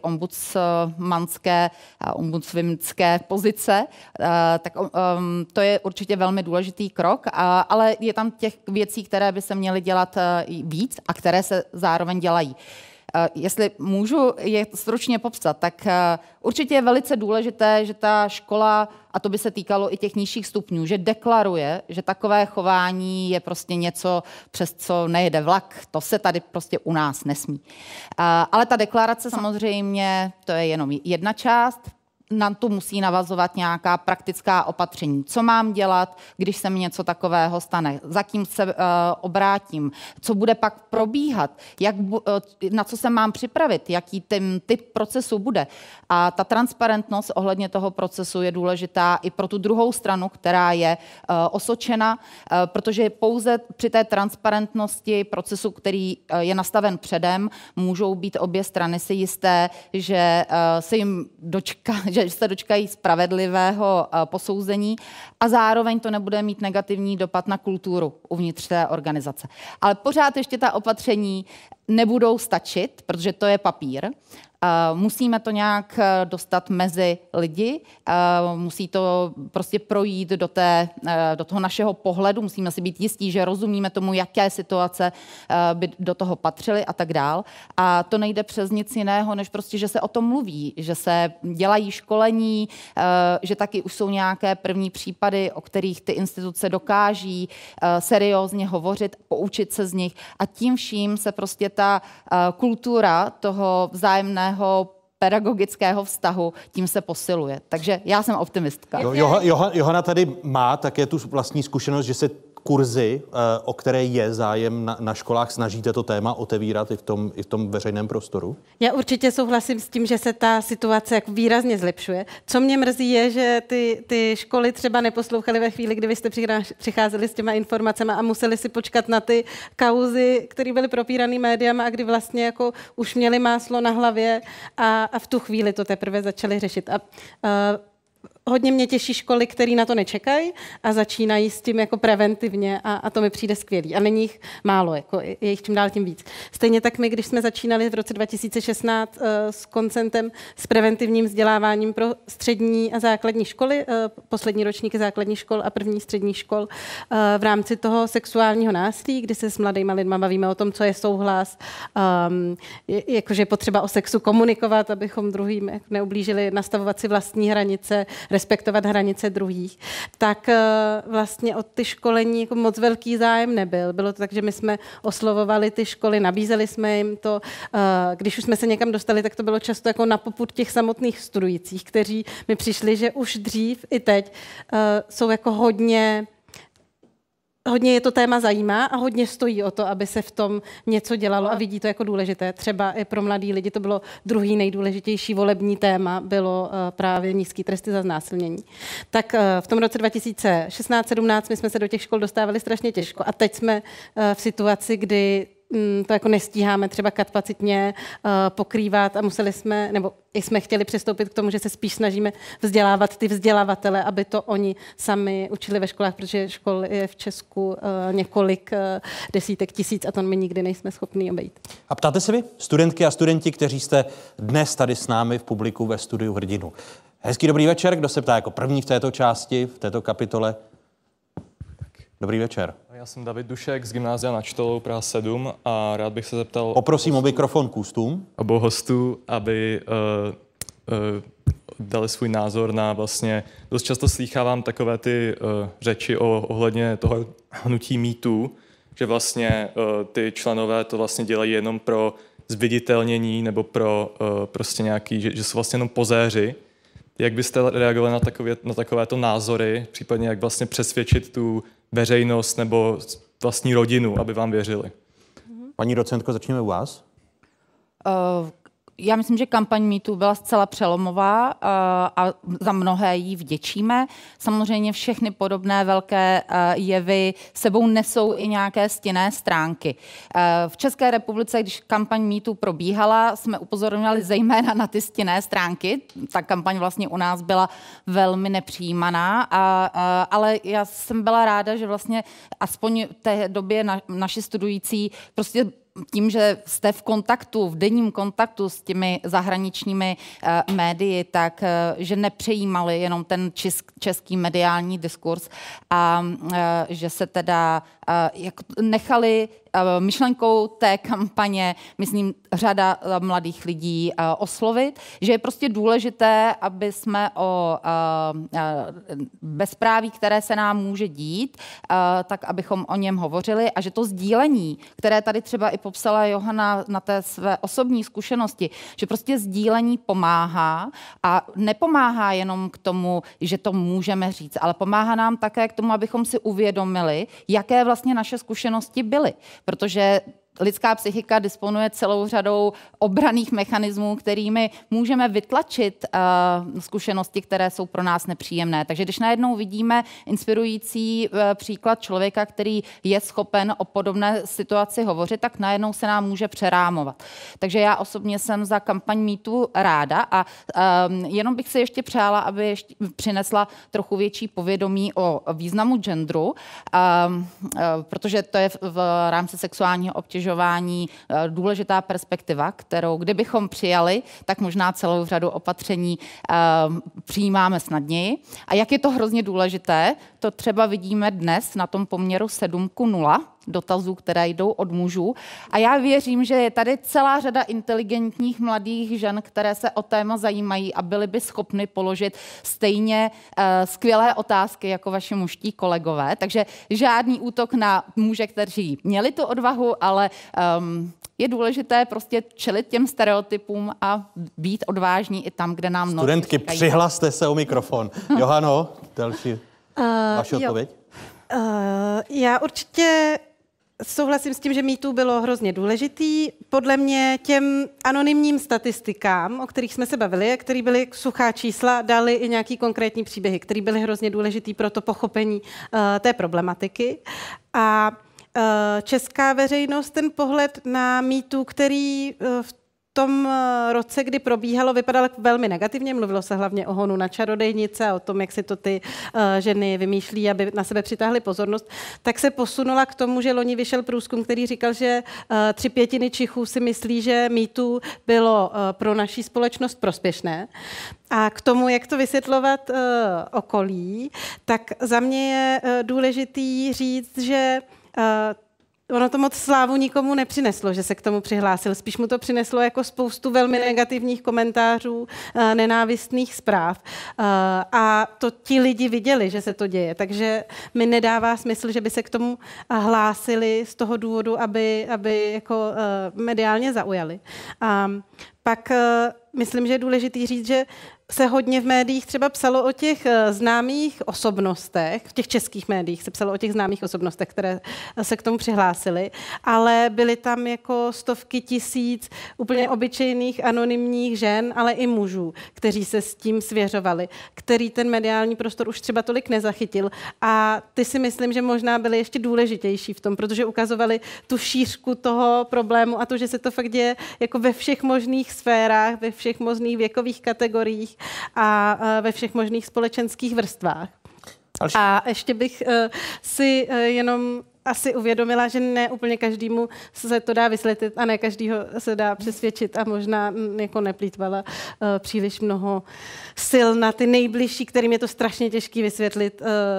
ombudsmanské pozice, tak to je určitě velmi důležitý krok, ale je tam těch věcí, které by se měly dělat víc a které se zároveň dělají. Jestli můžu je stručně popsat, tak určitě je velice důležité, že ta škola, a to by se týkalo i těch nižších stupňů, že deklaruje, že takové chování je prostě něco, přes co nejede vlak, to se tady prostě u nás nesmí. Ale ta deklarace samozřejmě, to je jenom jedna část, na to musí navazovat nějaká praktická opatření. Co mám dělat, když se mi něco takového stane? Za kým se obrátím? Co bude pak probíhat? Na co se mám připravit? Jaký ten typ procesu bude? A ta transparentnost ohledně toho procesu je důležitá i pro tu druhou stranu, která je osočena, protože pouze při té transparentnosti procesu, který je nastaven předem, můžou být obě strany si jisté, že se jim že se dočkají spravedlivého posouzení a zároveň to nebude mít negativní dopad na kulturu uvnitř té organizace. Ale pořád ještě ta opatření nebudou stačit, protože to je papír. Musíme to nějak dostat mezi lidi, musí to prostě projít do toho našeho pohledu, musíme si být jistí, že rozumíme tomu, jaké situace by do toho patřily a tak dál. A to nejde přes nic jiného, než prostě, že se o tom mluví, že se dělají školení, že taky už jsou nějaké první případy, o kterých ty instituce dokáží seriózně hovořit, poučit se z nich a tím vším se prostě ta kultura toho vzájemného pedagogického vztahu, tím se posiluje. Takže já jsem optimistka. Johana tady má také tu vlastní zkušenost, že se kurzy, o které je zájem na školách, snažíte to téma otevírat i v tom veřejném prostoru? Já určitě souhlasím s tím, že se ta situace jako výrazně zlepšuje. Co mě mrzí je, že ty školy třeba neposlouchaly ve chvíli, kdy vy jste přicházeli s těma informacemi a museli si počkat na ty kauzy, které byly propíraný médiama a kdy vlastně jako už měli máslo na hlavě a v tu chvíli to teprve začali řešit. Hodně mě těší školy, které na to nečekají a začínají s tím jako preventivně a to mi přijde skvělý. A není jich málo, jako je jich čím dál tím víc. Stejně tak my, když jsme začínali v roce 2016 s koncentem, s preventivním vzděláváním pro střední a základní školy, poslední ročníky základních škol a první středních škol v rámci toho sexuálního násilí, kdy se s mladýma lidma bavíme o tom, co je souhlas, jakože je potřeba o sexu komunikovat, abychom druhým neublížili, nastavovat si vlastní hranice, respektovat hranice druhých, tak vlastně od ty školení jako moc velký zájem nebyl. Bylo to tak, že my jsme oslovovali ty školy, nabízeli jsme jim to. Když už jsme se někam dostali, tak to bylo často jako na popud těch samotných studujících, kteří mi přišli, že už dřív i teď jsou jako hodně je to téma zajímá a hodně stojí o to, aby se v tom něco dělalo a vidí to jako důležité. Třeba i pro mladý lidi to bylo druhý nejdůležitější volební téma, bylo právě nízký tresty za znásilnění. Tak v tom roce 2016-17 my jsme se do těch škol dostávali strašně těžko a teď jsme v situaci, kdy to jako nestíháme třeba kapacitně pokrývat a museli jsme, nebo jsme chtěli přistoupit k tomu, že se spíš snažíme vzdělávat ty vzdělavatele, aby to oni sami učili ve školách, protože škol je v Česku několik desítek tisíc a to my nikdy nejsme schopni obejít. A ptáte se vy, studentky a studenti, kteří jste dnes tady s námi v publiku ve studiu Hrdinu. Hezký dobrý večer, kdo se ptá jako první v této části, v této kapitole? Dobrý večer. Já jsem David Dušek z Gymnázia na Čtolou, Praha 7 a rád bych se zeptal... Poprosím o mikrofon k ústům. Obou hostů, aby dali svůj názor na vlastně... Dost často slýchávám takové ty řeči ohledně toho hnutí mýtů, že vlastně ty členové to vlastně dělají jenom pro zviditelnění nebo pro prostě nějaký, že jsou vlastně jenom pozéři. Jak byste reagovali na takovéto názory, případně jak vlastně přesvědčit tu veřejnost nebo vlastní rodinu, aby vám věřili? Paní docentko, začněme u vás. Já myslím, že kampaň MeToo byla zcela přelomová a za mnohé jí vděčíme. Samozřejmě všechny podobné velké jevy sebou nesou i nějaké stinné stránky. V České republice, když kampaň MeToo probíhala, jsme upozorňovali zejména na ty stinné stránky. Ta kampaň vlastně u nás byla velmi nepřijímaná, ale já jsem byla ráda, že vlastně aspoň v té době naši studující prostě tím, že jste v kontaktu, v denním kontaktu s těmi zahraničními médii, tak že nepřejímali jenom ten český mediální diskurs a že se teda nechali myšlenkou té kampaně, myslím, řada mladých lidí oslovit, že je prostě důležité, aby jsme o bezpráví, které se nám může dít, tak abychom o něm hovořili a že to sdílení, které tady třeba i popsala Johana na té své osobní zkušenosti, že prostě sdílení pomáhá a nepomáhá jenom k tomu, že to můžeme říct, ale pomáhá nám také k tomu, abychom si uvědomili, jaké vlastně naše zkušenosti byly. Protože lidská psychika disponuje celou řadou obranných mechanismů, kterými můžeme vytlačit zkušenosti, které jsou pro nás nepříjemné. Takže když najednou vidíme inspirující příklad člověka, který je schopen o podobné situaci hovořit, tak najednou se nám může přerámovat. Takže já osobně jsem za kampaň MeToo ráda a jenom bych si ještě přála, aby ještě přinesla trochu větší povědomí o významu genderu, protože to je v rámci sexuálního obtěžování důležitá perspektiva, kterou kdybychom přijali, tak možná celou řadu opatření přijímáme snadněji. A jak je to hrozně důležité, to třeba vidíme dnes na tom poměru 7:0 dotazů, které jdou od mužů. A já věřím, že je tady celá řada inteligentních mladých žen, které se o téma zajímají a byly by schopny položit stejně skvělé otázky jako vaši mužští kolegové. Takže žádný útok na muže, kteří měli tu odvahu, ale je důležité prostě čelit těm stereotypům a být odvážní i tam, kde nám Studentky, přihlaste se o mikrofon. Johano, další vaše odpověď? Já určitě souhlasím s tím, že MeToo bylo hrozně důležitý. Podle mě těm anonymním statistikám, o kterých jsme se bavili, které byly suchá čísla, dali i nějaký konkrétní příběhy, které byly hrozně důležitý pro to pochopení té problematiky. A česká veřejnost ten pohled na MeToo, který v tom roce, kdy probíhalo, vypadalo velmi negativně. Mluvilo se hlavně o honu na čarodejnice a o tom, jak si to ty ženy vymýšlí, aby na sebe přitáhly pozornost, tak se posunula k tomu, že loni vyšel průzkum, který říkal, že 3/5 Čechů si myslí, že MeToo bylo pro naší společnost prospěšné. A k tomu, jak to vysvětlovat okolí, tak za mě je důležitý říct, že ono to moc slávu nikomu nepřineslo, že se k tomu přihlásil. Spíš mu to přineslo jako spoustu velmi negativních komentářů, nenávistných zpráv. A to ti lidi viděli, že se to děje. Takže mi nedává smysl, že by se k tomu hlásili z toho důvodu, aby jako mediálně zaujali. A pak myslím, že je důležitý říct, že se hodně v médiích třeba psalo o těch známých osobnostech, v těch českých médiích se psalo o těch známých osobnostech, které se k tomu přihlásily, ale byly tam jako stovky tisíc úplně obyčejných anonymních žen, ale i mužů, kteří se s tím svěřovali, který ten mediální prostor už třeba tolik nezachytil. A ty si myslím, že možná byly ještě důležitější v tom, protože ukazovali tu šířku toho problému a to, že se to fakt děje jako ve všech možných sférách, ve všech možných věkových kategoriích a ve všech možných společenských vrstvách. A ještě bych si jenom asi uvědomila, že ne úplně každému se to dá vysvětlit a ne každýho se dá přesvědčit a možná jako neplýtvala příliš mnoho sil na ty nejbližší, kterým je to strašně těžký vysvětlit,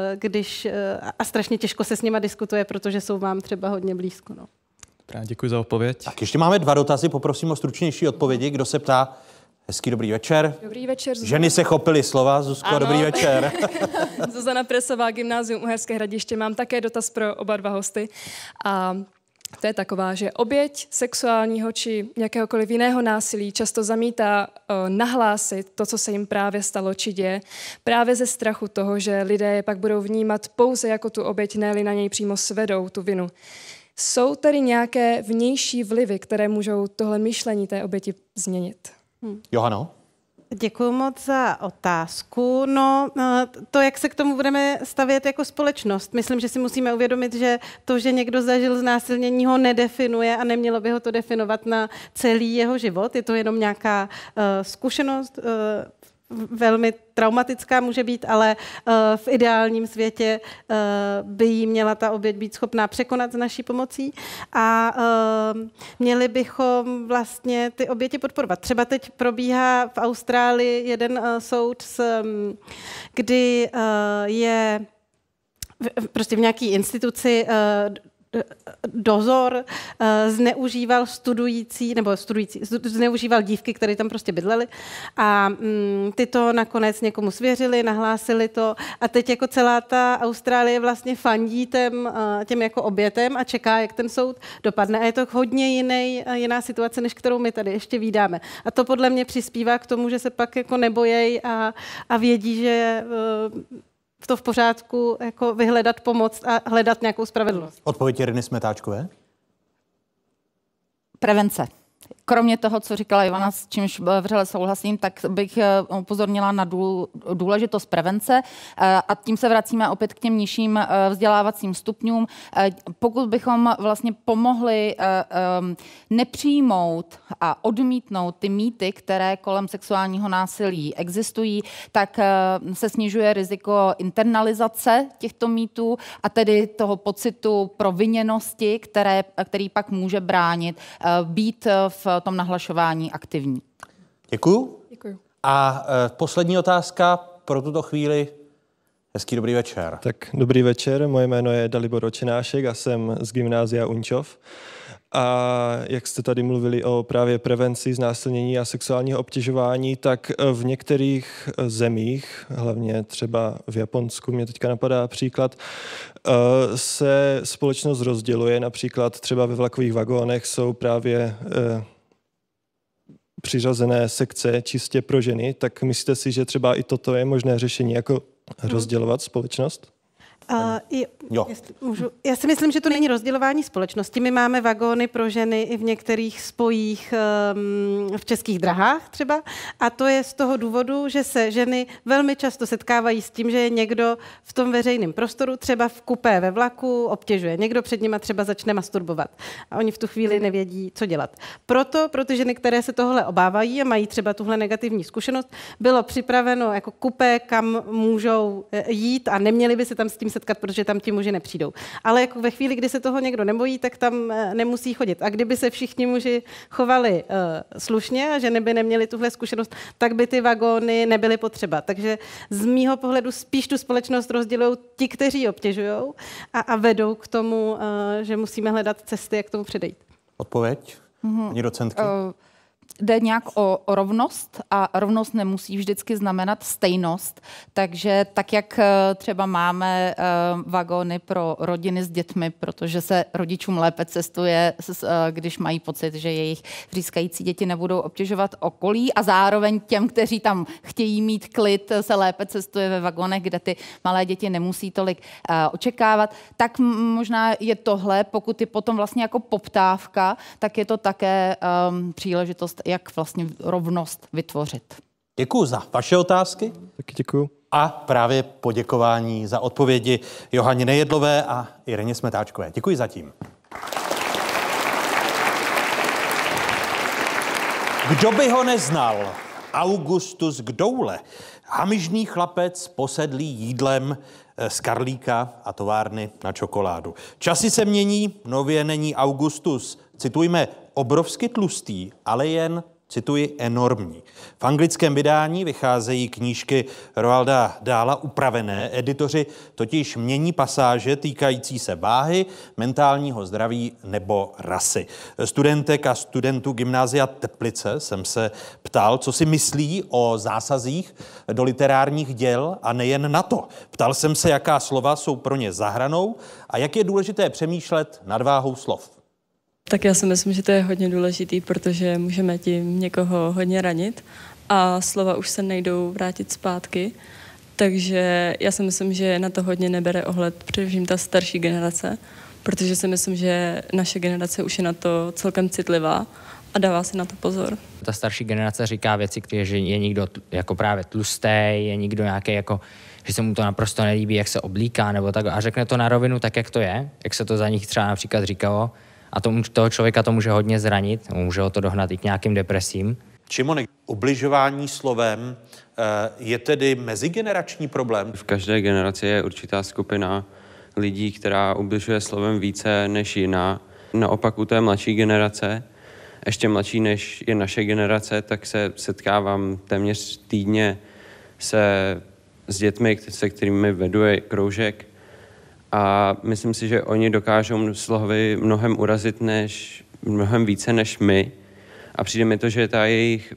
a strašně těžko se s nima diskutuje, protože jsou vám třeba hodně blízko. No. Děkuji za odpověď. Tak ještě máme 2 dotazy, poprosím o stručnější odpovědi. Kdo se ptá? Hezký dobrý večer. Dobrý večer. Zuzana. Ženy se chopily slova. Zuzko, ano. Dobrý večer. Zuzana Presová, Gymnázium Uherské Hradiště. Mám také dotaz pro oba dva hosty. A to je taková, že oběť sexuálního či jakéhokoliv jiného násilí často zamítá nahlásit to, co se jim právě stalo či děje, právě ze strachu toho, že lidé je pak budou vnímat pouze jako tu oběť, ne-li na něj přímo svedou tu vinu. Jsou tady nějaké vnější vlivy, které můžou tohle myšlení té oběti změnit? Johano? Děkuji moc za otázku. No, to, jak se k tomu budeme stavět jako společnost. Myslím, že si musíme uvědomit, že to, že někdo zažil znásilnění, ho nedefinuje a nemělo by ho to definovat na celý jeho život. Je to jenom nějaká zkušenost, velmi traumatická může být, ale v ideálním světě by jí měla ta oběť být schopná překonat s naší pomocí a měli bychom vlastně ty oběti podporovat. Třeba teď probíhá v Austrálii jeden soud, kdy je prostě v nějaké instituci dozor zneužíval zneužíval dívky, které tam prostě bydlely a ty to nakonec někomu svěřili, nahlásili to a teď jako celá ta Austrálie vlastně fandí těm jako obětem a čeká, jak ten soud dopadne a je to hodně jiná situace, než kterou my tady ještě vídáme. A to podle mě přispívá k tomu, že se pak jako nebojejí a vědí, že to v pořádku jako vyhledat pomoc a hledat nějakou spravedlnost. Odpověď Iriny Smetáčkové? Prevence. Kromě toho, co říkala Ivana, s čímž vřele souhlasím, tak bych upozornila na důležitost prevence a tím se vracíme opět k těm nižším vzdělávacím stupňům. Pokud bychom vlastně pomohli nepřijmout a odmítnout ty mýty, které kolem sexuálního násilí existují, tak se snižuje riziko internalizace těchto mýtů a tedy toho pocitu proviněnosti, který pak může bránit být v tom nahlašování aktivní. Děkuju. Děkuju. A poslední otázka pro tuto chvíli. Hezký dobrý večer. Tak dobrý večer, moje jméno je Dalibor Očenášek a jsem z Gymnázia Uničov. A jak jste tady mluvili o právě prevenci znásilnění a sexuálního obtěžování, tak v některých zemích, hlavně třeba v Japonsku, mě teďka napadá příklad, se společnost rozděluje, například třeba ve vlakových vagónech jsou právě přiřazené sekce čistě pro ženy, tak myslíte si, že třeba i toto je možné řešení, jako rozdělovat společnost? Můžu. Já si myslím, že to není rozdělování společnosti. My máme vagóny pro ženy i v některých spojích v Českých drahách třeba. A to je z toho důvodu, že se ženy velmi často setkávají s tím, že je někdo v tom veřejném prostoru, třeba v kupé ve vlaku, obtěžuje. Někdo před nima třeba začne masturbovat. A oni v tu chvíli nevědí, co dělat. Proto pro ty ženy, které se tohle obávají a mají třeba tuhle negativní zkušenost, bylo připraveno jako kupé, kam můžou jít a neměli by se tam s tím setkat, protože tam ti muži nepřijdou. Ale jako ve chvíli, kdy se toho někdo nebojí, tak tam nemusí chodit. A kdyby se všichni muži chovali slušně a ženy by neměly tuhle zkušenost, tak by ty vagóny nebyly potřeba. Takže z mýho pohledu spíš tu společnost rozdělují ti, kteří obtěžují a vedou k tomu, že musíme hledat cesty, jak tomu předejít. Odpověď? Paní docentky? Jde nějak o rovnost a rovnost nemusí vždycky znamenat stejnost, takže tak, jak třeba máme vagóny pro rodiny s dětmi, protože se rodičům lépe cestuje, když mají pocit, že jejich vřískající děti nebudou obtěžovat okolí a zároveň těm, kteří tam chtějí mít klid, se lépe cestuje ve vagónech, kde ty malé děti nemusí tolik očekávat, tak možná je tohle, pokud je potom vlastně jako poptávka, tak je to také příležitost, jak vlastně rovnost vytvořit. Děkuji za vaše otázky. Taky děkuji. A právě poděkování za odpovědi Johaně Nejedlové a Ireně Smetáčkové. Děkuji zatím. Kdo by ho neznal? Augustus Gdoule, hamižný chlapec posedlý jídlem z Karlíka a továrny na čokoládu. Časy se mění, nově není Augustus, citujme, obrovsky tlustý, ale jen, cituji, enormní. V anglickém vydání vycházejí knížky Roalda Dahla upravené. Editoři totiž mění pasáže týkající se váhy, mentálního zdraví nebo rasy. Studentek a studentů Gymnázia Teplice jsem se ptal, co si myslí o zásazích do literárních děl a nejen na to. Ptal jsem se, jaká slova jsou pro ně za hranou a jak je důležité přemýšlet nad váhou slov. Tak já si myslím, že to je hodně důležitý, protože můžeme tím někoho hodně ranit a slova už se nejdou vrátit zpátky. Takže já si myslím, že na to hodně nebere ohled především ta starší generace, protože si myslím, že naše generace už je na to celkem citlivá a dává si na to pozor. Ta starší generace říká věci, že je někdo jako právě tlustý, je někdo nějaký jako, že se mu to naprosto nelíbí, jak se oblíká nebo tak a řekne to na rovinu tak, jak to je, jak se to za nich třeba například říkalo. A toho člověka to může hodně zranit, může ho to dohnat i k nějakým depresím. Šimone, ubližování slovem je tedy mezigenerační problém? V každé generaci je určitá skupina lidí, která ubližuje slovem více než jiná. Naopak u té mladší generace, ještě mladší než je naše generace, tak se setkávám téměř týdně s dětmi, se kterými vedu kroužek. A myslím si, že oni dokážou slovy mnohem urazit mnohem více než my. A přijde mi to, že ta jejich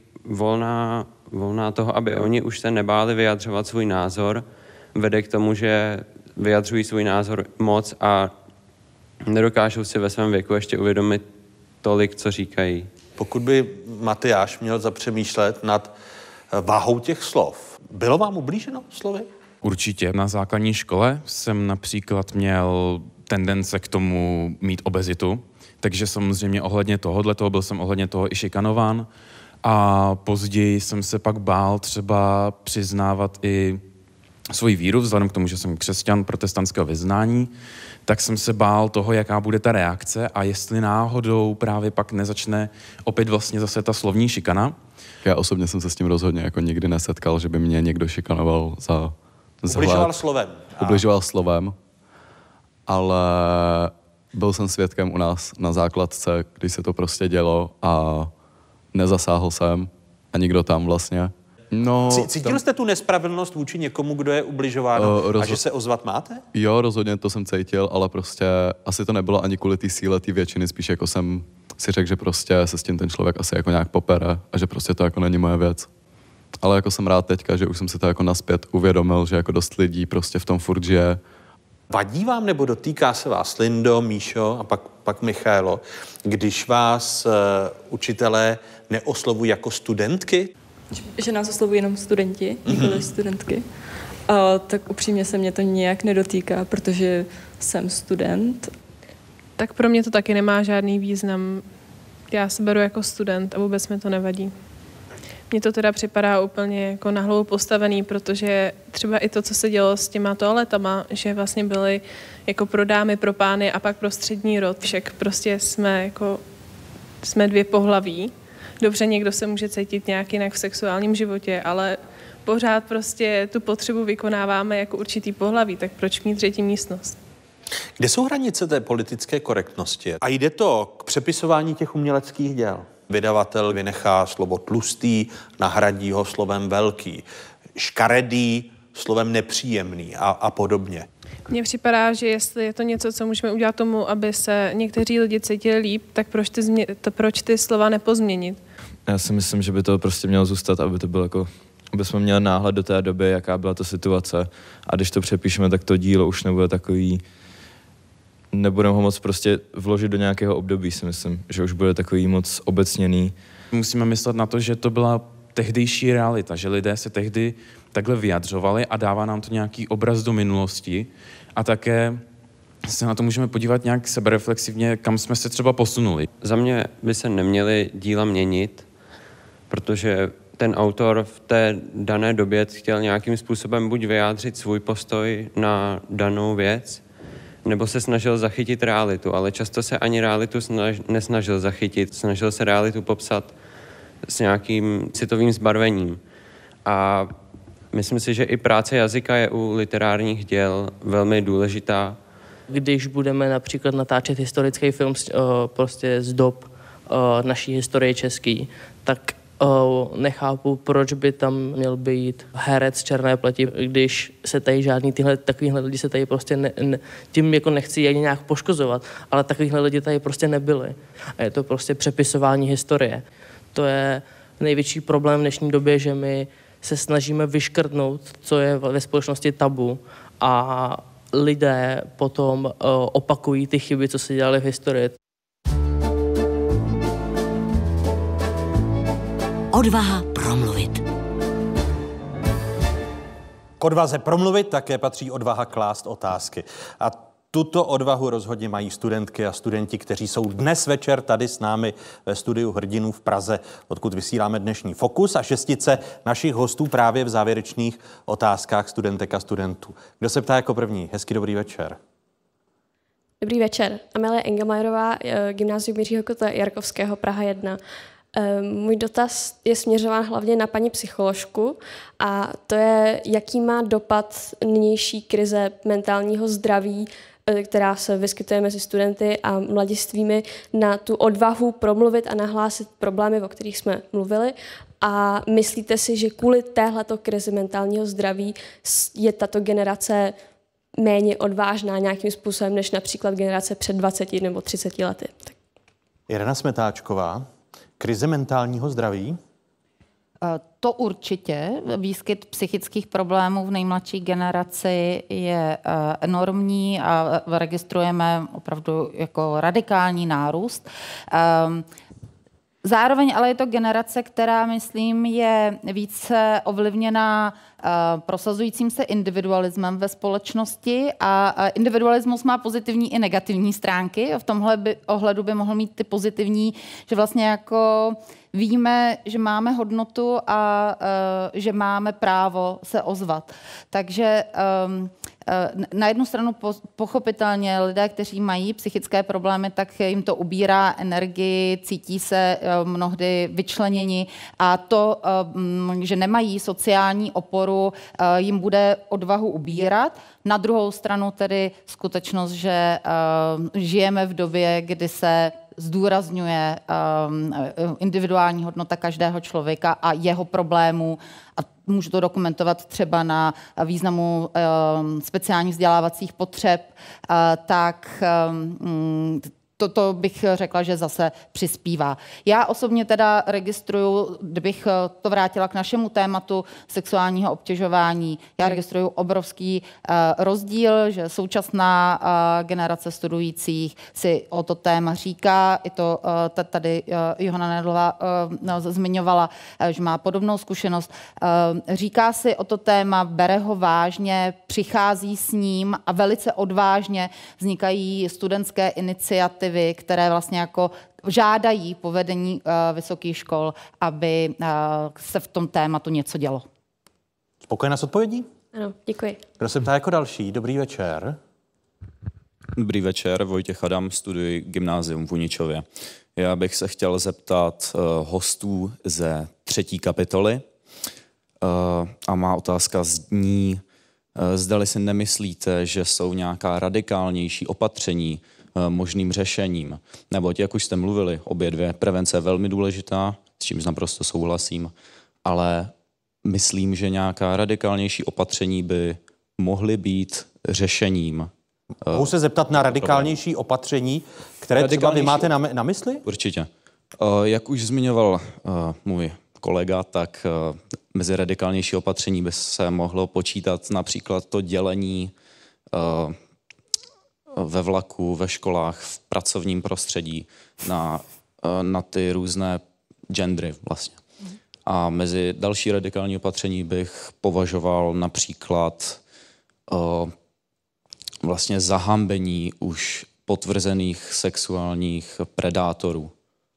volná toho, aby oni už se nebáli vyjadřovat svůj názor, vede k tomu, že vyjadřují svůj názor moc a nedokážou si ve svém věku ještě uvědomit tolik, co říkají. Pokud by Matyáš měl zapřemýšlet nad váhou těch slov, bylo vám ublíženo slovy? Určitě. Na základní škole jsem například měl tendence k tomu mít obezitu, takže samozřejmě ohledně tohoto byl jsem ohledně toho i šikanován a později jsem se pak bál třeba přiznávat i svoji víru, vzhledem k tomu, že jsem křesťan protestantského vyznání, tak jsem se bál toho, jaká bude ta reakce a jestli náhodou právě pak nezačne opět vlastně zase ta slovní šikana. Já osobně jsem se s tím rozhodně jako nikdy nesetkal, že by mě někdo šikanoval za Ubližoval slovem. Ubližoval slovem, ale byl jsem svědkem u nás na základce, když se to prostě dělo a nezasáhl jsem a nikdo tam vlastně. No, Cítil jste tu nespravedlnost vůči někomu, kdo je ubližováno a že se ozvat máte? Jo, rozhodně to jsem cítil, ale prostě asi to nebylo ani kvůli té síle té většiny, spíš jako jsem si řekl, že prostě se s tím ten člověk asi jako nějak popere a že prostě to jako není moje věc. Ale jako jsem rád teďka, že už jsem si to jako naspět uvědomil, že jako dost lidí prostě v tom furt žije. Vadí vám nebo dotýká se vás Lindo, Míšo a pak Michaelo, když vás učitelé neoslovují jako studentky? Že nás oslovují jenom studenti, nikoli studentky. Tak upřímně se mě to nijak nedotýká, protože jsem student. Tak pro mě to taky nemá žádný význam. Já se beru jako student a vůbec mi to nevadí. Mně to teda připadá úplně jako na hlavu postavený, protože třeba i to, co se dělo s těma toaletama, že vlastně byly jako pro dámy, pro pány a pak pro střední rod. Však prostě jsme dvě pohlaví. Dobře, někdo se může cítit nějak jinak v sexuálním životě, ale pořád prostě tu potřebu vykonáváme jako určitý pohlaví, tak proč mít třetí místnost? Kde jsou hranice té politické korektnosti? A jde to k přepisování těch uměleckých děl. Vydavatel vynechá slovo tlustý, nahradí ho slovem velký, škaredý slovem nepříjemný a podobně. Mně připadá, že jestli je to něco, co můžeme udělat tomu, aby se někteří lidi cítili líp, tak proč ty slova nepozměnit? Já si myslím, že by to prostě mělo zůstat, aby to bylo jako, aby jsme měli náhled do té doby, jaká byla ta situace. A když to přepíšeme, tak to dílo už nebude takový, nebudeme ho moc prostě vložit do nějakého období, si myslím, že už bude takový moc obecněný. Musíme myslet na to, že to byla tehdejší realita, že lidé se tehdy takhle vyjadřovali a dává nám to nějaký obraz do minulosti a také se na to můžeme podívat nějak sebereflexivně, kam jsme se třeba posunuli. Za mě by se neměly díla měnit, protože ten autor v té dané době chtěl nějakým způsobem buď vyjádřit svůj postoj na danou věc, nebo se snažil zachytit realitu, ale často se ani realitu nesnažil zachytit, snažil se realitu popsat s nějakým citovým zbarvením. A myslím si, že i práce jazyka je u literárních děl velmi důležitá. Když budeme například natáčet historický film prostě z dob naší historie český, tak nechápu, proč by tam měl být herec černé pleti, když se tady žádný takovýhle lidi se tady prostě tím jako nechci je nějak poškozovat, ale takovýhle lidi tady prostě nebyli. A je to prostě přepisování historie. To je největší problém v dnešní době, že my se snažíme vyškrtnout, co je ve společnosti tabu a lidé potom opakují ty chyby, co se dělaly v historii. Odvaha promluvit. K odvaze promluvit také patří odvaha klást otázky. A tuto odvahu rozhodně mají studentky a studenti, kteří jsou dnes večer tady s námi ve studiu Hrdinů v Praze, odkud vysíláme dnešní Fokus a šestice našich hostů právě v závěrečných otázkách studentek a studentů. Kdo se ptá jako první? Hezký dobrý večer. Dobrý večer. Amelie Engelmajerová, Gymnázium Jiřího Jarkovského, Praha 1. Můj dotaz je směřován hlavně na paní psycholožku a to je, jaký má dopad nynější krize mentálního zdraví, která se vyskytuje mezi studenty a mladistvými, na tu odvahu promluvit a nahlásit problémy, o kterých jsme mluvili. A myslíte si, že kvůli téhleto krizi mentálního zdraví je tato generace méně odvážná nějakým způsobem než například generace před 20 nebo 30 lety? Irena Smetáčková. Krize mentálního zdraví? To určitě. Výskyt psychických problémů v nejmladší generaci je enormní a registrujeme opravdu jako radikální nárůst. Zároveň ale je to generace, která, myslím, je více ovlivněná prosazujícím se individualismem ve společnosti a individualismus má pozitivní i negativní stránky. V tomhle ohledu by mohl mít ty pozitivní, že vlastně jako víme, že máme hodnotu a že máme právo se ozvat. Takže na jednu stranu pochopitelně lidé, kteří mají psychické problémy, tak jim to ubírá energii, cítí se mnohdy vyčleněni a to, že nemají sociální oporu, jim bude odvahu ubírat. Na druhou stranu tedy skutečnost, že žijeme v době, kdy se zdůrazňuje individuální hodnota každého člověka a jeho problémů. A můžu to dokumentovat třeba na významu speciálních vzdělávacích potřeb, tak to bych řekla, že zase přispívá. Já osobně teda registruju, kdybych to vrátila k našemu tématu sexuálního obtěžování, já registruju obrovský rozdíl, že současná generace studujících si o to téma říká, i to tady Johana Nedlová zmiňovala, že má podobnou zkušenost. Říká si o to téma, bere ho vážně, přichází s ním a velice odvážně vznikají studentské iniciativy, které vlastně jako žádají po vedení vysokých škol, aby se v tom tématu něco dělo. Spokojená s odpovědí? Ano, děkuji. Kdo se ptá jako další? Dobrý večer. Dobrý večer, Vojtěch Adam, studuji gymnázium v Uničově. Já bych se chtěl zeptat hostů ze 3. kapitoly a má otázka zní, zdali si nemyslíte, že jsou nějaká radikálnější opatření možným řešením. Neboť, jak už jste mluvili, obě dvě, prevence je velmi důležitá, s čím naprosto souhlasím, ale myslím, že nějaká radikálnější opatření by mohly být řešením. Mohu se zeptat na radikálnější opatření, které třeba vy máte na mysli? Určitě. Jak už zmiňoval můj kolega, tak mezi radikálnější opatření by se mohlo počítat například to dělení ve vlaku, ve školách, v pracovním prostředí na ty různé gendry vlastně. A mezi další radikální opatření bych považoval například vlastně zahambení už potvrzených sexuálních predátorů.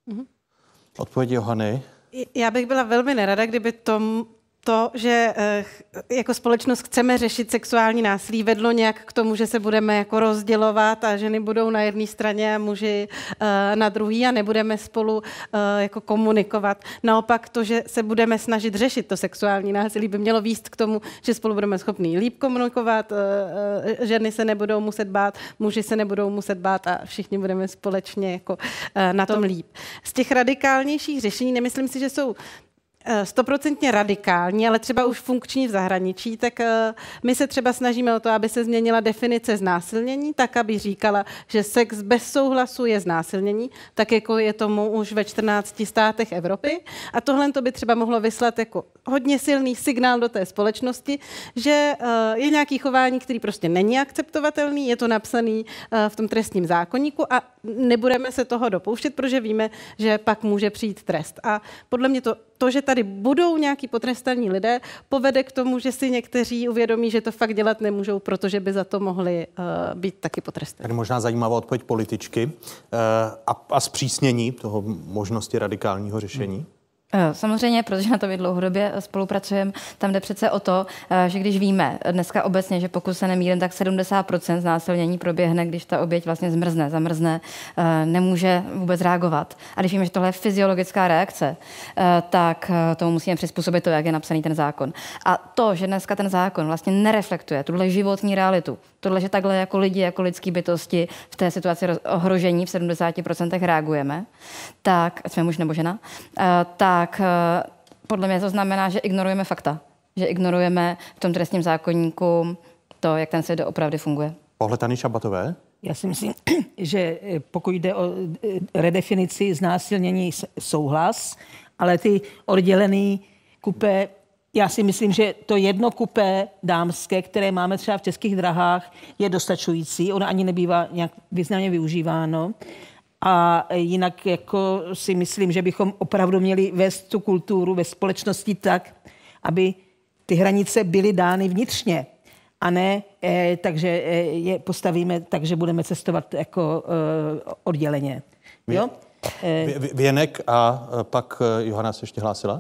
Odpověď Johany. Já bych byla velmi nerada, kdyby to, že jako společnost chceme řešit sexuální násilí, vedlo nějak k tomu, že se budeme jako rozdělovat a ženy budou na jedné straně a muži na druhé a nebudeme spolu jako komunikovat. Naopak to, že se budeme snažit řešit to sexuální násilí, by mělo vést k tomu, že spolu budeme schopní líp komunikovat, ženy se nebudou muset bát, muži se nebudou muset bát a všichni budeme společně jako na tom líp. Z těch radikálnějších řešení nemyslím si, že jsou 100% radikální, ale třeba už funkční v zahraničí, tak my se třeba snažíme o to, aby se změnila definice znásilnění, tak, aby říkala, že sex bez souhlasu je znásilnění, tak jako je tomu už ve 14 státech Evropy. A tohle to by třeba mohlo vyslat jako hodně silný signál do té společnosti, že je nějaký chování, který prostě není akceptovatelný, je to napsaný v tom trestním zákoníku a nebudeme se toho dopouštět, protože víme, že pak může přijít trest. A podle mě to, že tady budou nějaký potrestaní lidé, povede k tomu, že si někteří uvědomí, že to fakt dělat nemůžou, protože by za to mohli být taky potrestaní. Tady možná zajímavá odpověď političky a zpřísnění toho možnosti radikálního řešení. Samozřejmě, protože na to my dlouhodobě spolupracujeme, tam jde přece o to, že když víme dneska obecně, že pokud se nemýlím, tak 70% znásilnění proběhne, když ta oběť vlastně zamrzne, nemůže vůbec reagovat. A když víme, že tohle je fyziologická reakce, tak tomu musíme přizpůsobit to, jak je napsaný ten zákon. A to, že dneska ten zákon vlastně nereflektuje tuhle životní realitu, tohle, že takhle jako lidi, jako lidský bytosti v té situaci ohrožení v 70% reagujeme, tak, ať jsme muž nebo žena, tak podle mě to znamená, že ignorujeme fakta. Že ignorujeme v tom trestním zákoníku to, jak ten svět opravdu funguje. Pohled Anny Šabatové? Já si myslím, že pokud jde o redefinici znásilnění souhlas, ale ty oddělený kupé, já si myslím, že to jedno kupé dámské, které máme třeba v Českých drahách, je dostačující. Ono ani nebývá nějak významně využíváno. A jinak jako si myslím, že bychom opravdu měli vést tu kulturu ve společnosti tak, aby ty hranice byly dány vnitřně. A ne, takže je postavíme tak, že budeme cestovat jako odděleně. Jo? Věnek a pak Johana se ještě hlásila?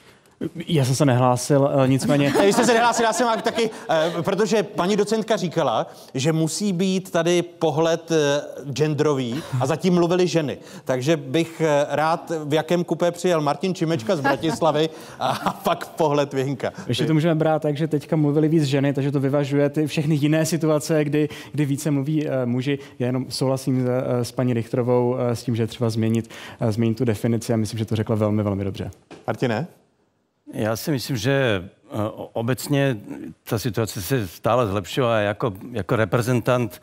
Já jsem se nehlásil, nicméně... Vy jste se nehlásil, já jsem taky, protože paní docentka říkala, že musí být tady pohled genderový a zatím mluvili ženy. Takže bych rád v jakém kupé přijel Martin Čimečka z Bratislavy a pak pohled Věnka. Ještě to můžeme brát tak, že teďka mluvili víc ženy, takže to vyvažuje ty všechny jiné situace, kdy více mluví muži. Já jenom souhlasím s paní Richtrovou s tím, že je třeba změnit tu definici a myslím, že to řekla velmi, velmi dobře. Martine? Já si myslím, že obecně ta situace se stále zlepšuje a jako reprezentant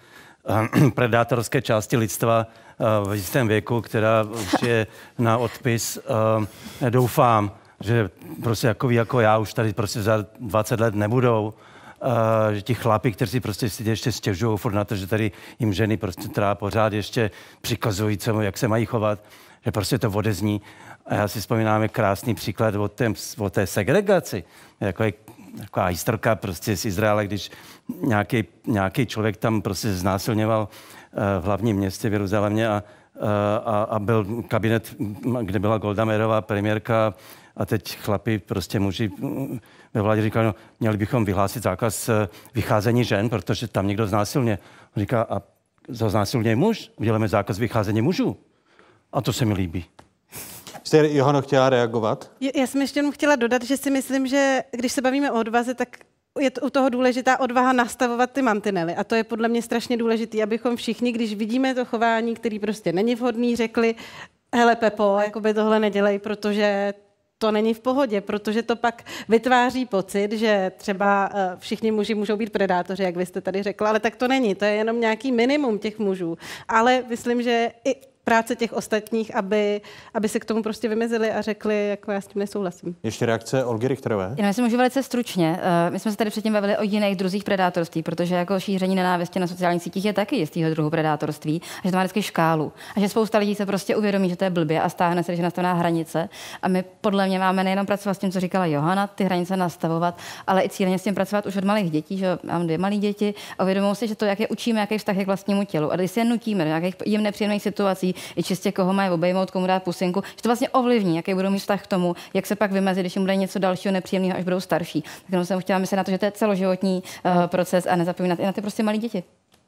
predátorské části lidstva v jistém věku, která už je na odpis. Doufám, že prostě takový jako já už tady prostě za 20 let nebudou. Že ti chlapi, kteří prostě si ještě stěžují furt na to, že tady jim ženy prostě teda pořád ještě přikazují, jak se mají chovat, že prostě to odezní. A já si vzpomínám krásný příklad o té segregaci. Taková historka prostě z Izraele, když nějaký člověk tam prostě znásilňoval v hlavním městě v Jeruzalémě a byl kabinet, kde byla Golda Meirová premiérka a teď chlapi, prostě muži ve vládě říkali, no, měli bychom vyhlásit zákaz vycházení žen, protože tam někdo znásilně. On říká, a znásilně muž, uděláme zákaz vycházení mužů. A to se mi líbí. Jste, Johano, chtěla reagovat? Já jsem ještě jenom chtěla dodat, že si myslím, že když se bavíme o odvaze, tak je u toho důležitá odvaha nastavovat ty mantinely. A to je podle mě strašně důležité, abychom všichni, když vidíme to chování, který prostě není vhodný, řekli, hele Pepo, jakoby tohle nedělej, protože to není v pohodě, protože to pak vytváří pocit, že třeba všichni muži můžou být predátoři, jak vy jste tady řekla, ale tak to není, to je jenom nějaký minimum těch mužů. Ale myslím, že i práce těch ostatních, aby se k tomu prostě vymezili a řekli, jako já s tím nesouhlasím. Ještě reakce Olgy Richterové? Já si můžu velice stručně. My jsme se tady předtím bavili o jiných druzích predátorství, protože jako šíření nenávisti na sociálních sítích je taky jistýho druhu predátorství a že to má vždycky škálu. A že spousta lidí se prostě uvědomí, že to je blbě a stáhne se, že je nastavená hranice. A my podle mě máme nejenom pracovat s tím, co říkala Johana, ty hranice nastavovat, ale i cíleně s tím pracovat už od malých dětí, že mám 2 malé děti a uvědomuji si, že to, jak je učíme, jaký vztah je k vlastnímu tělu. A když si je nutíme do nějakých jim nepříjemných situací, i čistě koho mají obejmout, komu dát pusinku, že to vlastně ovlivní, jaký budou mít vztah k tomu, jak se pak vymezí, když jim bude něco dalšího nepříjemného, až budou starší. Tak jenom jsem chtěla myslet na to, že to je celoživotní proces a nezapomínat i na ty prostě malé děti.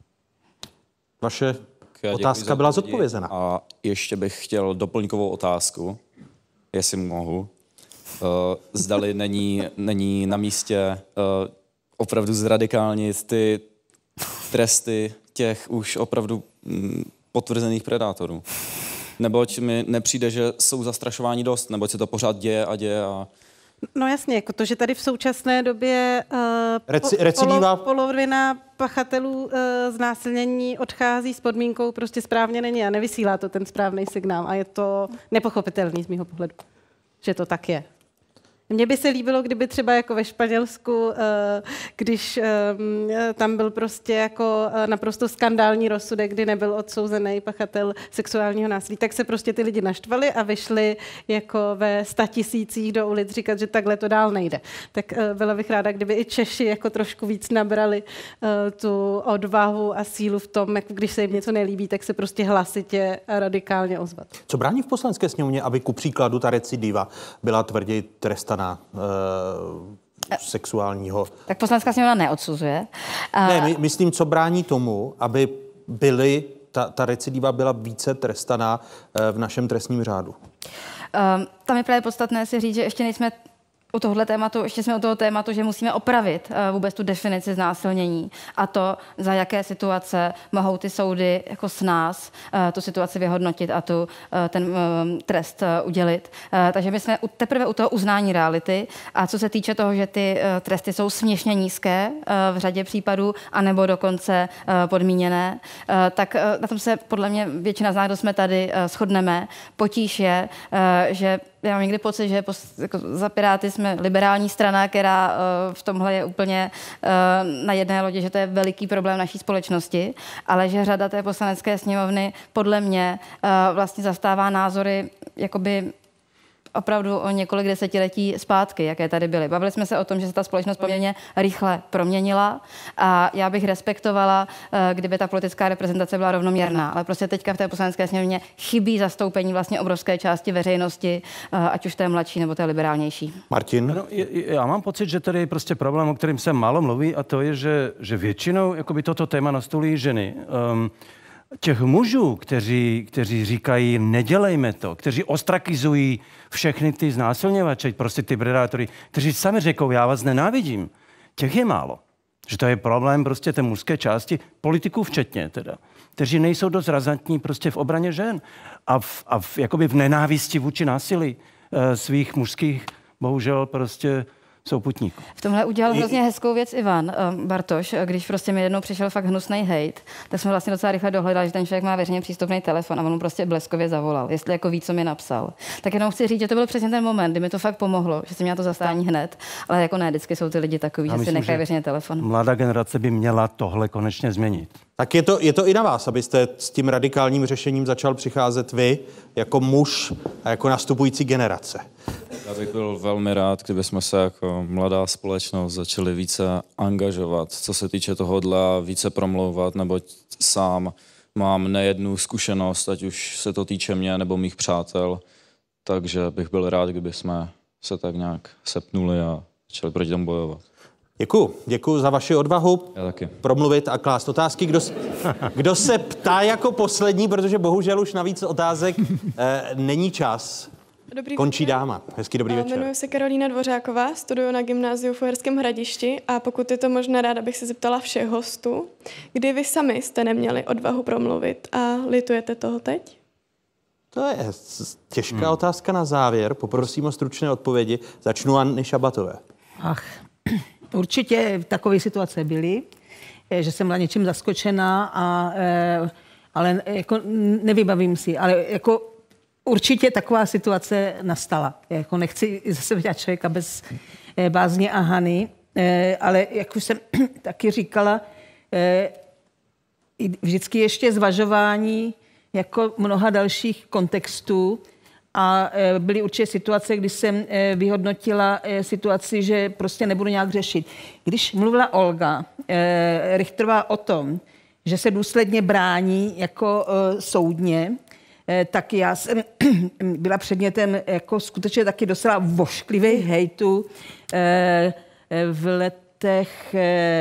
Vaše otázka byla zodpovězena. A ještě bych chtěl doplňkovou otázku, jestli mohu. Zdali není na místě opravdu zradikálnit ty tresty těch už opravdu potvrzených predátorů. Neboť mi nepřijde, že jsou zastrašováni dost, neboť se to pořád děje a... No jasně, jako to, že tady v současné době polovina pachatelů znásilnění odchází s podmínkou prostě správně není a nevysílá to ten správný signál a je to nepochopitelný z mýho pohledu, že to tak je. Mně by se líbilo, kdyby třeba jako ve Španělsku, když tam byl prostě jako naprosto skandální rozsudek, kdy nebyl odsouzený pachatel sexuálního násilí, tak se prostě ty lidi naštvali a vyšli jako ve 100 000 do ulic říkat, že takhle to dál nejde. Tak byla bych ráda, kdyby i Češi jako trošku víc nabrali tu odvahu a sílu v tom, jako když se jim něco nelíbí, tak se prostě hlasitě a radikálně ozvat. Co brání v Poslanecké sněmovně, aby ku příkladu ta recidiva byla tvrději trestaná sexuálního? Tak Poslanecká sněmovna neodsuzuje. Ne, myslím, co brání tomu, aby ta recidiva byla více trestaná v našem trestním řádu. Tam je právě podstatné si říct, že ještě nejsme u tohohle tématu, ještě jsme u toho tématu, že musíme opravit vůbec tu definici znásilnění a to, za jaké situace mohou ty soudy jako s nás tu situaci vyhodnotit a ten trest udělit. Takže my jsme teprve u toho uznání reality a co se týče toho, že ty tresty jsou směšně nízké v řadě případů, anebo dokonce podmíněné, tak na tom se podle mě většina z nás, kdo jsme tady, shodneme. Potíž je, že já mám někdy pocit, že jako za Piráty jsme liberální strana, která v tomhle je úplně na jedné lodi, že to je veliký problém naší společnosti, ale že řada té Poslanecké sněmovny podle mě vlastně zastává názory jakoby opravdu o několik desetiletí zpátky, jaké tady byly. Bavili jsme se o tom, že se ta společnost poměrně rychle proměnila a já bych respektovala, kdyby ta politická reprezentace byla rovnoměrná, ale prostě teďka v té Poslanecké sněmovně chybí zastoupení vlastně obrovské části veřejnosti, ať už té mladší nebo té liberálnější. Martin? No, já mám pocit, že tady je prostě problém, o kterém se málo mluví a to je, že většinou jakoby toto téma nastolují ženy. Těch mužů, kteří říkají, nedělejme to, kteří ostrakizují všechny ty znásilňovače, prostě ty predátory, kteří sami řekou, já vás nenávidím, těch je málo. Že to je problém prostě té mužské části, politiků včetně teda, kteří nejsou dost razantní prostě v obraně žen a jakoby v nenávisti vůči násilí svých mužských, bohužel prostě souputníků. V tomhle udělal hrozně hezkou věc Ivan Bartoš, když prostě mi jednou přišel fakt hnusný hejt, tak jsme vlastně docela rychle dohledali, že ten člověk má veřejně přístupný telefon a on mu prostě bleskově zavolal, jestli jako ví, co mi napsal. Tak jenom chci říct, že to byl přesně ten moment, kdy mi to fakt pomohlo, že jsem měla to zastání hned, ale jako ne, vždycky jsou ty lidi takový, že si nechají veřejně telefon. Mladá generace by měla tohle konečně změnit. Tak je to i na vás, abyste s tím radikálním řešením začal přicházet vy jako muž a jako nastupující generace. Já bych byl velmi rád, kdybychom se jako mladá společnost začali více angažovat, co se týče tohohle, více promlouvat, neboť sám mám nejednu zkušenost, ať už se to týče mě nebo mých přátel, takže bych byl rád, kdyby jsme se tak nějak sepnuli a začali proti tomu bojovat. Děkuju za vaši odvahu promluvit a klást otázky. Kdo se ptá jako poslední, protože bohužel už navíc otázek není čas. Končí dáma. Hezký dobrý večer. Jmenuji se Karolína Dvořáková, studuju na gymnáziu v Uherském Hradišti a pokud je to možné, ráda bych se zeptala všech hostů, kdy vy sami jste neměli odvahu promluvit a litujete toho teď? To je těžká otázka na závěr. Poprosím o stručné odpovědi. Začnu Anny Šabatové. Určitě takové situace byly, že jsem byla něčím zaskočená, ale jako nevybavím si, ale jako určitě taková situace nastala. Jako nechci zase vidět člověka bez bázně a hany, ale jak už jsem taky říkala, vždycky ještě zvažování jako mnoha dalších kontextů a byly určitě situace, kdy jsem vyhodnotila situaci, že prostě nebudu nějak řešit. Když mluvila Olga Richterová o tom, že se důsledně brání jako soudně, tak já jsem byla předmětem jako skutečně taky docela vošklivých hejtů v letech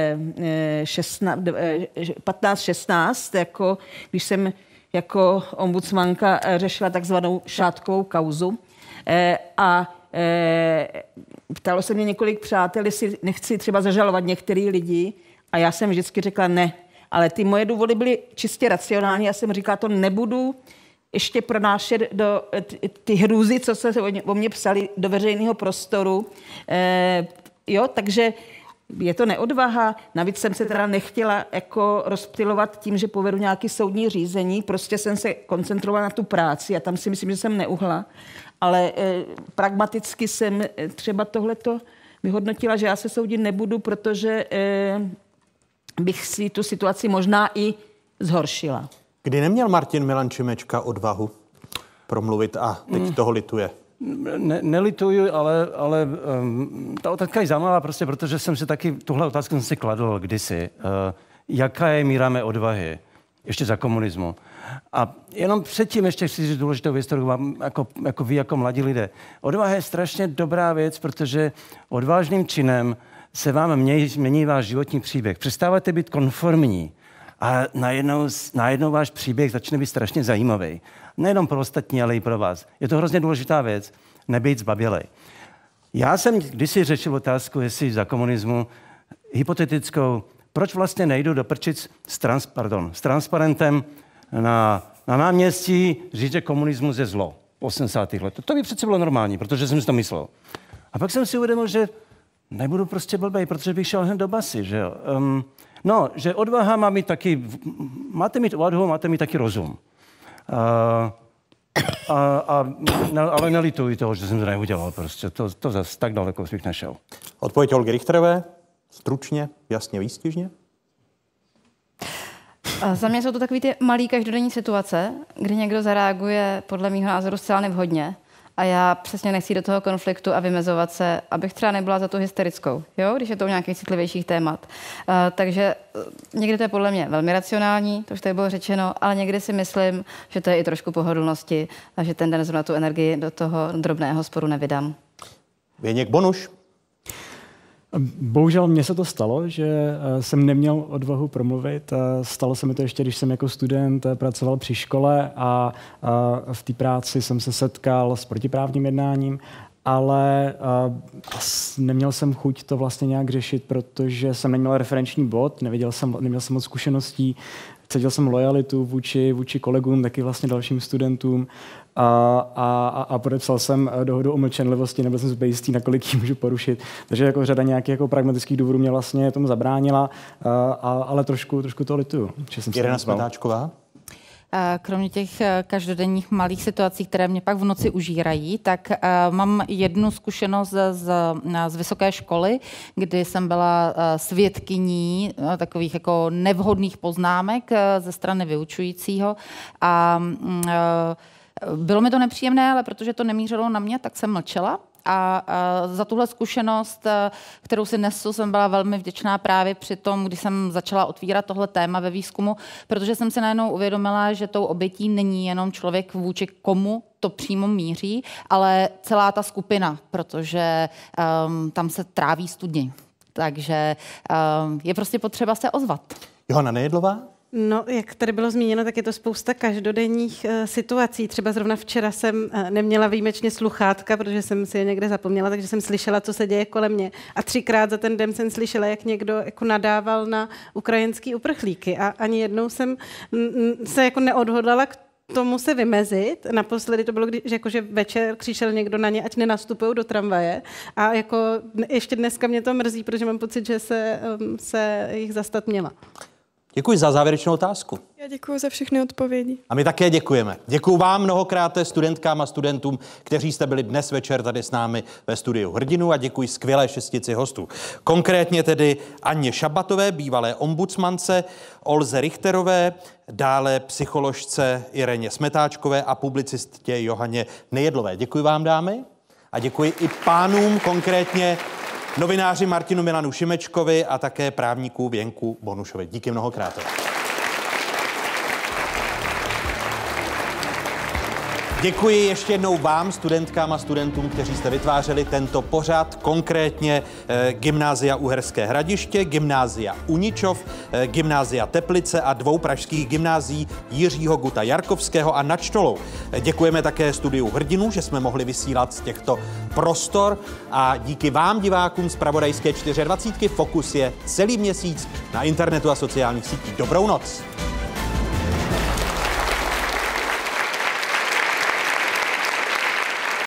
15-16, jako když jsem jako ombudsmanka řešila takzvanou šátkovou kauzu a ptalo se mě několik přátel, jestli nechci třeba zažalovat některý lidi a já jsem vždycky řekla ne, ale ty moje důvody byly čistě racionální, já jsem říkala, to nebudu ještě pronášet do ty hrůzy, co se o mě psali do veřejného prostoru. Takže je to neodvaha. Navíc jsem se teda nechtěla jako rozptylovat tím, že povedu nějaké soudní řízení. Prostě jsem se koncentrovala na tu práci a tam si myslím, že jsem neuhla. Ale pragmaticky jsem třeba tohleto vyhodnotila, že já se soudit nebudu, protože bych si tu situaci možná i zhoršila. Kdy neměl Martin Milan Šimečka odvahu promluvit a teď toho lituje? Nelituju, ale ta otázka je zajímavá prostě, protože jsem si taky, tuhle otázku jsem si kladl kdysi. Jaká je míra mé odvahy? Ještě za komunismu. A jenom předtím ještě chci říct důležitou věc, kterou mám jako vy, jako mladí lidé. Odvaha je strašně dobrá věc, protože odvážným činem se vám mění váš životní příběh. Přestáváte být konformní a najednou váš příběh začne být strašně zajímavý. Nejenom pro ostatní, ale i pro vás. Je to hrozně důležitá věc, nebejt zbabělej. Já jsem kdysi řešil otázku, jestli za komunismu hypotetickou, proč vlastně nejdu do Prčic s transparentem na náměstí říct, že komunismus je zlo. 80. let. To by přece bylo normální, protože jsem si to myslel. A pak jsem si uvědomil, že nebudu prostě blbej, protože bych šel hned do basy, že jo. Že odvaha má mít taky, máte mít odvahu, máte mít taky rozum. Ale nelituji toho, že jsem to neudělal prostě. To zase tak daleko bych nešel. Odpověď Olgy Richterové. Stručně, jasně, výstižně. Za mě jsou to takový ty malý každodenní situace, kdy někdo zareaguje podle mýho názoru zcela nevhodně a já přesně nechci do toho konfliktu a vymezovat se, abych třeba nebyla za tu hysterickou, jo? Když je to u nějakých citlivějších témat. Takže někdy to je podle mě velmi racionální, to už tady bylo řečeno, ale někdy si myslím, že to je i trošku pohodlnosti a že ten den zrovna tu energii do toho drobného sporu nevydám. Věněk Bonuš. Bohužel mně se to stalo, že jsem neměl odvahu promluvit. Stalo se mi to ještě, když jsem jako student pracoval při škole a v té práci jsem se setkal s protiprávním jednáním, ale neměl jsem chuť to vlastně nějak řešit, protože jsem neměl referenční bod, neměl jsem moc zkušeností, cítil jsem lojalitu vůči kolegům, taky vlastně dalším studentům a podepsal jsem dohodu o mlčenlivosti, nebyl jsem zbejistý, nakolik ji můžu porušit. Takže jako řada nějakých jako pragmatických důvodů mě vlastně tomu zabránila, ale trošku to lituju. Irena Smetáčková? Kromě těch každodenních malých situací, které mě pak v noci užírají, tak mám jednu zkušenost z vysoké školy, kdy jsem byla svědkyní takových jako nevhodných poznámek ze strany vyučujícího a bylo mi to nepříjemné, ale protože to nemířilo na mě, tak jsem mlčela. A za tuhle zkušenost, kterou si nesu, jsem byla velmi vděčná právě při tom, když jsem začala otvírat tohle téma ve výzkumu, protože jsem si najednou uvědomila, že tou obětí není jenom člověk, vůči komu to přímo míří, ale celá ta skupina, protože tam se tráví studni. Takže je prostě potřeba se ozvat. Johana Nejedlová? No, jak tady bylo zmíněno, tak je to spousta každodenních situací. Třeba zrovna včera jsem neměla výjimečně sluchátka, protože jsem si je někde zapomněla, takže jsem slyšela, co se děje kolem mě. A 3krát za ten den jsem slyšela, jak někdo jako nadával na ukrajinský uprchlíky. A ani jednou jsem se jako neodhodlala k tomu se vymezit. Naposledy to bylo, že večer křičel někdo na ně, ať nenastupují do tramvaje. A jako ještě dneska mě to mrzí, protože mám pocit, že se jich zastat měla. Děkuji za závěrečnou otázku. Já děkuji za všechny odpovědi. A my také děkujeme. Děkuji vám mnohokrát studentkám a studentům, kteří jste byli dnes večer tady s námi ve studiu Hrdinů a děkuji skvělé šestici hostů. Konkrétně tedy Anně Šabatové, bývalé ombudsmance, Olze Richterové, dále psycholožce Ireně Smetáčkové a publicistě Johaně Nejedlové. Děkuji vám, dámy, a děkuji i pánům, konkrétně novináři Martinu Milanu Šimečkovi a také právníků Věnku Bonušovi. Díky mnohokrát. Děkuji ještě jednou vám, studentkám a studentům, kteří jste vytvářeli tento pořad, konkrétně Gymnázia Uherské Hradiště, Gymnázia Uničov, Gymnázia Teplice a 2 pražských gymnázií Jiřího Guta Jarkovského a Nad Štolou. Děkujeme také studiu Hrdinů, že jsme mohli vysílat z těchto prostor a díky vám, divákům z Zpravodajské 24, Fokus je celý měsíc na internetu a sociálních sítích. Dobrou noc.